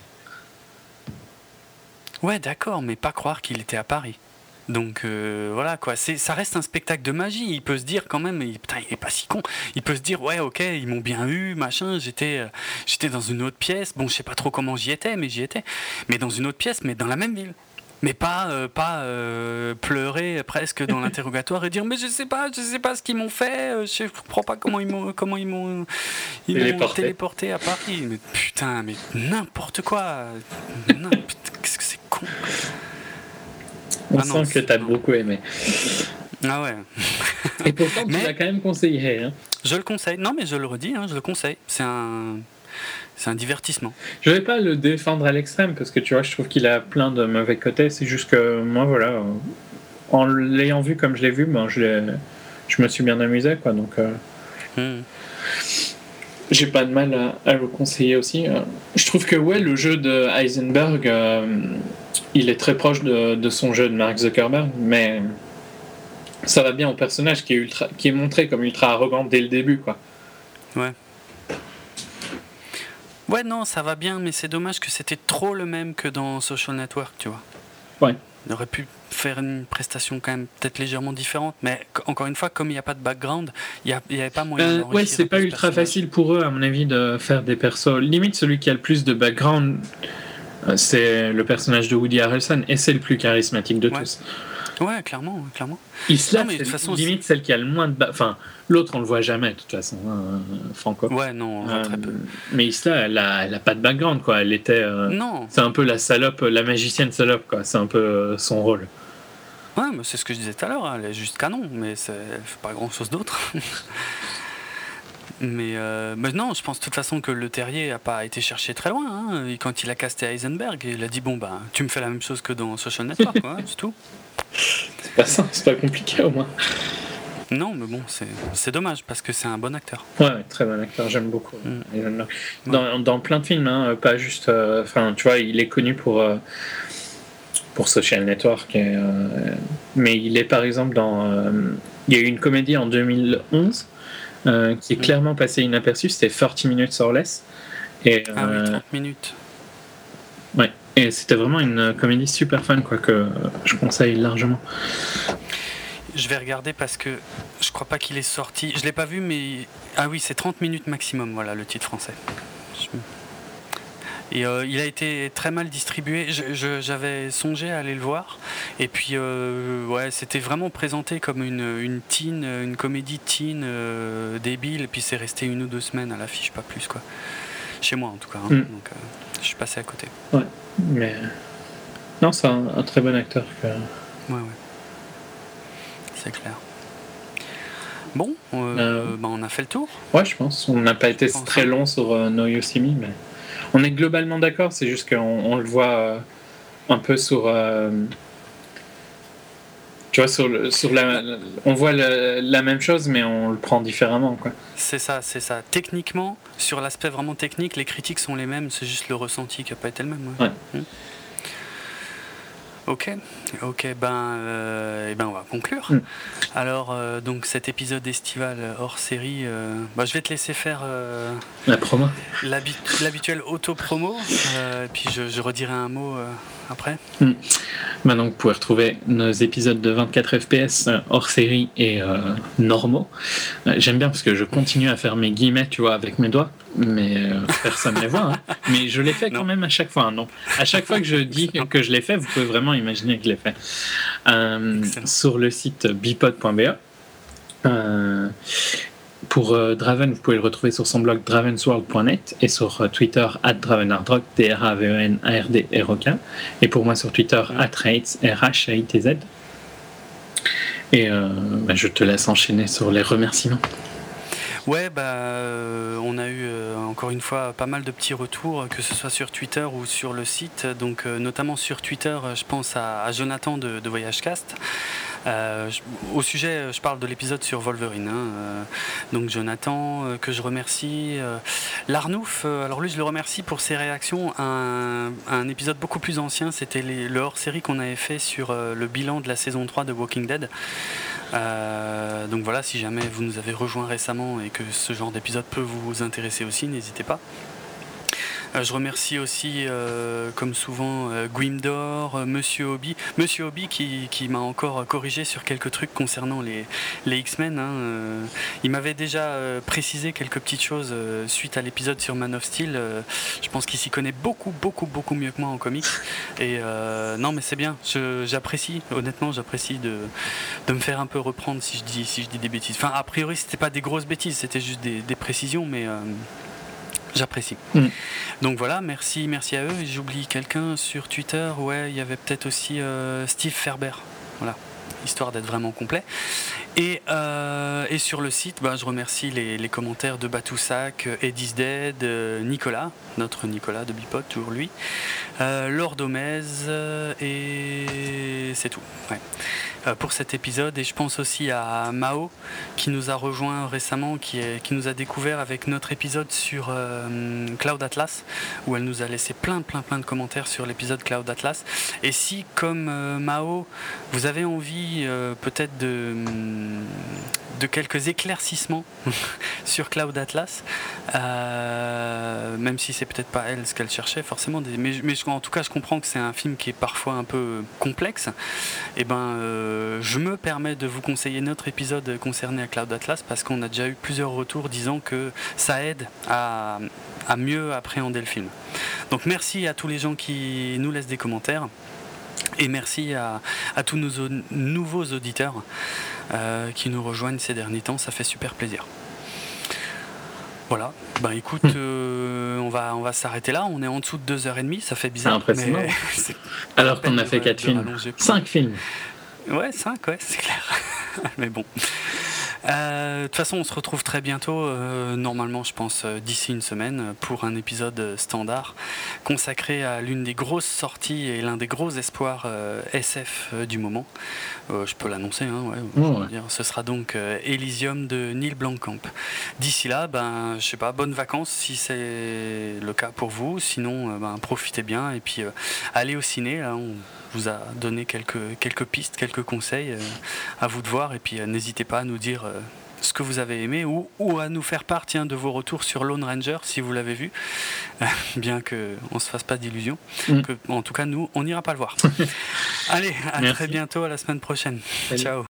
A: Ouais, d'accord, mais pas croire qu'il était à Paris. Donc euh, voilà quoi, c'est, ça reste un spectacle de magie. Il peut se dire quand même, il, putain, il est pas si con. Il peut se dire ouais, ok, ils m'ont bien eu, machin. J'étais, euh, j'étais dans une autre pièce. Bon, je sais pas trop comment j'y étais, mais j'y étais. Mais dans une autre pièce, mais dans la même ville. Mais pas, euh, pas euh, pleurer presque dans l'interrogatoire et dire mais je sais pas, je sais pas ce qu'ils m'ont fait. Je comprends pas comment ils m'ont, comment ils m'ont, ils téléporté. m'ont téléporté à Paris. Mais putain, mais n'importe quoi. N'importe, qu'est-ce que c'est con.
B: On
A: ah
B: sent
A: non,
B: que t'as non. beaucoup aimé.
A: Ah ouais.
B: Et pourtant, tu mais l'as quand même conseillé. Hein.
A: Je le conseille. Non, mais je le redis, hein, je le conseille. C'est un, c'est un divertissement.
B: Je vais pas le défendre à l'extrême parce que tu vois, je trouve qu'il a plein de mauvais côtés. C'est juste que moi, voilà, en l'ayant vu comme je l'ai vu, ben je l'ai, je me suis bien amusé, quoi. Donc, euh, hmm. j'ai pas de mal à, à le conseiller aussi. Je trouve que ouais, le jeu de Heisenberg, euh, il est très proche de, de son jeu de Mark Zuckerberg, mais ça va bien au personnage qui est ultra, qui est montré comme ultra arrogant dès le début, quoi.
A: Ouais. Ouais, non, ça va bien, mais c'est dommage que c'était trop le même que dans Social Network, tu vois.
B: Ouais.
A: Il aurait pu faire une prestation quand même peut-être légèrement différente, mais encore une fois, comme il n'y a pas de background, il n'y avait pas moyen
B: euh,
A: d'enrichir.
B: Ouais, c'est pas ultra personnage. Facile pour eux, à mon avis, de faire des persos. Limite, celui qui a le plus de background, c'est le personnage de Woody Harrelson, et c'est le plus charismatique de
A: ouais.
B: tous.
A: Ouais, clairement, clairement.
B: Isla, non, mais de toute façon, limite c'est... celle qui a le moins de... Ba... Enfin, l'autre, on le voit jamais, de toute façon, hein, Franco.
A: Ouais, non, on le voit euh, très peu.
B: Mais Isla, elle a, elle a pas de background, quoi. Elle était... Euh...
A: Non.
B: C'est un peu la salope, la magicienne salope, quoi. C'est un peu euh, son rôle.
A: Ouais, mais c'est ce que je disais tout à l'heure, elle est juste canon, mais c'est... elle fait pas grand-chose d'autre. Mais, euh, mais non, je pense de toute façon que Le Terrier n'a pas été cherché très loin. Hein. Et quand il a casté Heisenberg, il a dit bon, bah, tu me fais la même chose que dans Social Network, quoi, c'est tout.
B: C'est pas ça, c'est pas compliqué au moins.
A: Non, mais bon, c'est, c'est dommage parce que c'est un bon acteur.
B: Ouais, très bon acteur, j'aime beaucoup. Mm. Dans, ouais. dans plein de films, hein, pas juste. Enfin, euh, tu vois, il est connu pour. Euh, pour Social Network. Et, euh, mais il est par exemple dans. Euh, il y a eu une comédie en deux mille onze. Euh, qui est clairement passé inaperçu, c'était forty minutes or less. Et,
A: ah
B: euh,
A: oui, trente minutes.
B: Ouais, et c'était vraiment une comédie super fun, quoi, que je conseille largement.
A: Je vais regarder parce que je crois pas qu'il est sorti. Je l'ai pas vu, mais. Ah oui, c'est trente minutes maximum, voilà le titre français. Je... Et euh, il a été très mal distribué. Je, je, j'avais songé à aller le voir. Et puis, euh, ouais, c'était vraiment présenté comme une, une teen, une comédie teen euh, débile. Et puis, c'est resté une ou deux semaines à l'affiche, pas plus, quoi. Chez moi, en tout cas. Hein. Mm. Donc, euh, je suis passé à côté.
B: Ouais, mais. Non, c'est un, un très bon acteur. Que...
A: Ouais, ouais. C'est clair. Bon, euh, euh... Bah, on a fait le tour.
B: Ouais, je pense. On n'a pas été très long sur euh, No You See Me, mais. On est globalement d'accord, c'est juste qu'on on le voit euh, un peu sur... Euh, tu vois, sur, le, sur la... On voit le, la même chose, mais on le prend différemment, quoi.
A: C'est ça, c'est ça. Techniquement, sur l'aspect vraiment technique, les critiques sont les mêmes, c'est juste le ressenti qui n'a pas été le même. Ouais.
B: Ouais.
A: Mmh. Ok, ok, ben, euh, et ben on va conclure. Mm. Alors, euh, donc cet épisode estival hors série, euh, bah, je vais te laisser faire euh,
B: la promo,
A: l'habit- l'habituel auto-promo, euh, puis je, je redirai un mot euh, après.
B: Mm. Maintenant, vous pouvez retrouver nos épisodes de vingt-quatre F P S hors série et euh, normaux. Euh, j'aime bien parce que je continue à faire mes guillemets, tu vois, avec mes doigts, mais euh, personne ne les voit. Hein. Mais je les fais quand non. même à chaque fois. Hein, non. À chaque fois que je dis que je les fais, vous pouvez vraiment imaginer que je les fais. Euh, sur le site bipod point b e. Euh, pour euh, Draven, vous pouvez le retrouver sur son blog dravensworld point net et sur euh, Twitter at dravenardrock, D R A V E N A R D R O K, et pour moi sur Twitter ouais. at rates, R H A I T Z. Et euh, bah, je te laisse enchaîner sur les remerciements.
A: Ouais, bah, euh, on a eu euh, encore une fois pas mal de petits retours, que ce soit sur Twitter ou sur le site. Donc, euh, notamment sur Twitter, je pense à, à Jonathan de, de VoyageCast. Euh, je, au sujet, je parle de l'épisode sur Wolverine. Hein, euh, donc, Jonathan, euh, que je remercie. Euh, Larnouf, euh, alors lui, je le remercie pour ses réactions à un, à un épisode beaucoup plus ancien. C'était les, le hors-série qu'on avait fait sur euh, le bilan de la saison trois de Walking Dead. Euh, donc voilà, si jamais vous nous avez rejoint récemment et que ce genre d'épisode peut vous intéresser aussi, n'hésitez pas. Euh, je remercie aussi, euh, comme souvent, euh, Gwimdor, euh, Monsieur Hobby, Monsieur Hobby qui, qui m'a encore corrigé sur quelques trucs concernant les, les X-Men. Hein, euh, il m'avait déjà euh, précisé quelques petites choses euh, suite à l'épisode sur Man of Steel. Euh, je pense qu'il s'y connaît beaucoup, beaucoup, beaucoup mieux que moi en comics. Et euh, non, mais c'est bien. Je, j'apprécie, honnêtement, j'apprécie de, de me faire un peu reprendre si je dis, si je dis des bêtises. Enfin, a priori, c'était pas des grosses bêtises, c'était juste des, des précisions, mais. Euh, J'apprécie. Mm. Donc voilà, merci, merci à eux. J'oublie quelqu'un sur Twitter. Ouais, il y avait peut-être aussi euh, Steve Ferber. Voilà, histoire d'être vraiment complet. Et, euh, et sur le site, bah, je remercie les, les commentaires de Batoussac, Eddie's Dead, Nicolas, notre Nicolas de Bipod, toujours lui, euh, Lord Omez, et c'est tout. Ouais. Euh, pour cet épisode. Et je pense aussi à Mao, qui nous a rejoint récemment, qui, est, qui nous a découvert avec notre épisode sur euh, Cloud Atlas, où elle nous a laissé plein, plein, plein de commentaires sur l'épisode Cloud Atlas. Et si, comme euh, Mao, vous avez envie euh, peut-être de, de quelques éclaircissements sur Cloud Atlas, euh, même si c'est peut-être pas elle ce qu'elle cherchait forcément, des, mais, mais en tout cas je comprends que c'est un film qui est parfois un peu complexe, et ben euh, je me permets de vous conseiller notre épisode concerné à Cloud Atlas, parce qu'on a déjà eu plusieurs retours disant que ça aide à, à mieux appréhender le film. Donc merci à tous les gens qui nous laissent des commentaires. Et merci à, à tous nos au, nouveaux auditeurs euh, qui nous rejoignent ces derniers temps, ça fait super plaisir. Voilà, bah écoute, euh, on va, on va s'arrêter là, on est en dessous de deux heures trente, ça fait bizarre.
B: C'est impressionnant.
A: Mais c'est
B: alors qu'on a fait quatre films, cinq films.
A: Ouais, cinq, ouais, c'est clair. Mais bon. Euh, de toute façon, on se retrouve très bientôt, euh, normalement, je pense, euh, d'ici une semaine, pour un épisode standard consacré à l'une des grosses sorties et l'un des gros espoirs euh, S F euh, du moment. Euh, je peux l'annoncer, hein, ouais,
B: oh, ouais.
A: Dire, ce sera donc euh, Elysium de Neil Blomkamp. D'ici là, ben, je sais pas, bonnes vacances si c'est le cas pour vous. Sinon, euh, ben, profitez bien et puis euh, allez au ciné. Là, on vous a donné quelques, quelques pistes, quelques conseils, euh, à vous de voir, et puis euh, n'hésitez pas à nous dire euh, ce que vous avez aimé, ou, ou à nous faire part tiens, de vos retours sur Lone Ranger si vous l'avez vu, euh, bien qu'on ne se fasse pas d'illusions, mm. que, en tout cas nous on n'ira pas le voir. Allez, à Merci. Très bientôt, à la semaine prochaine. Salut. Ciao.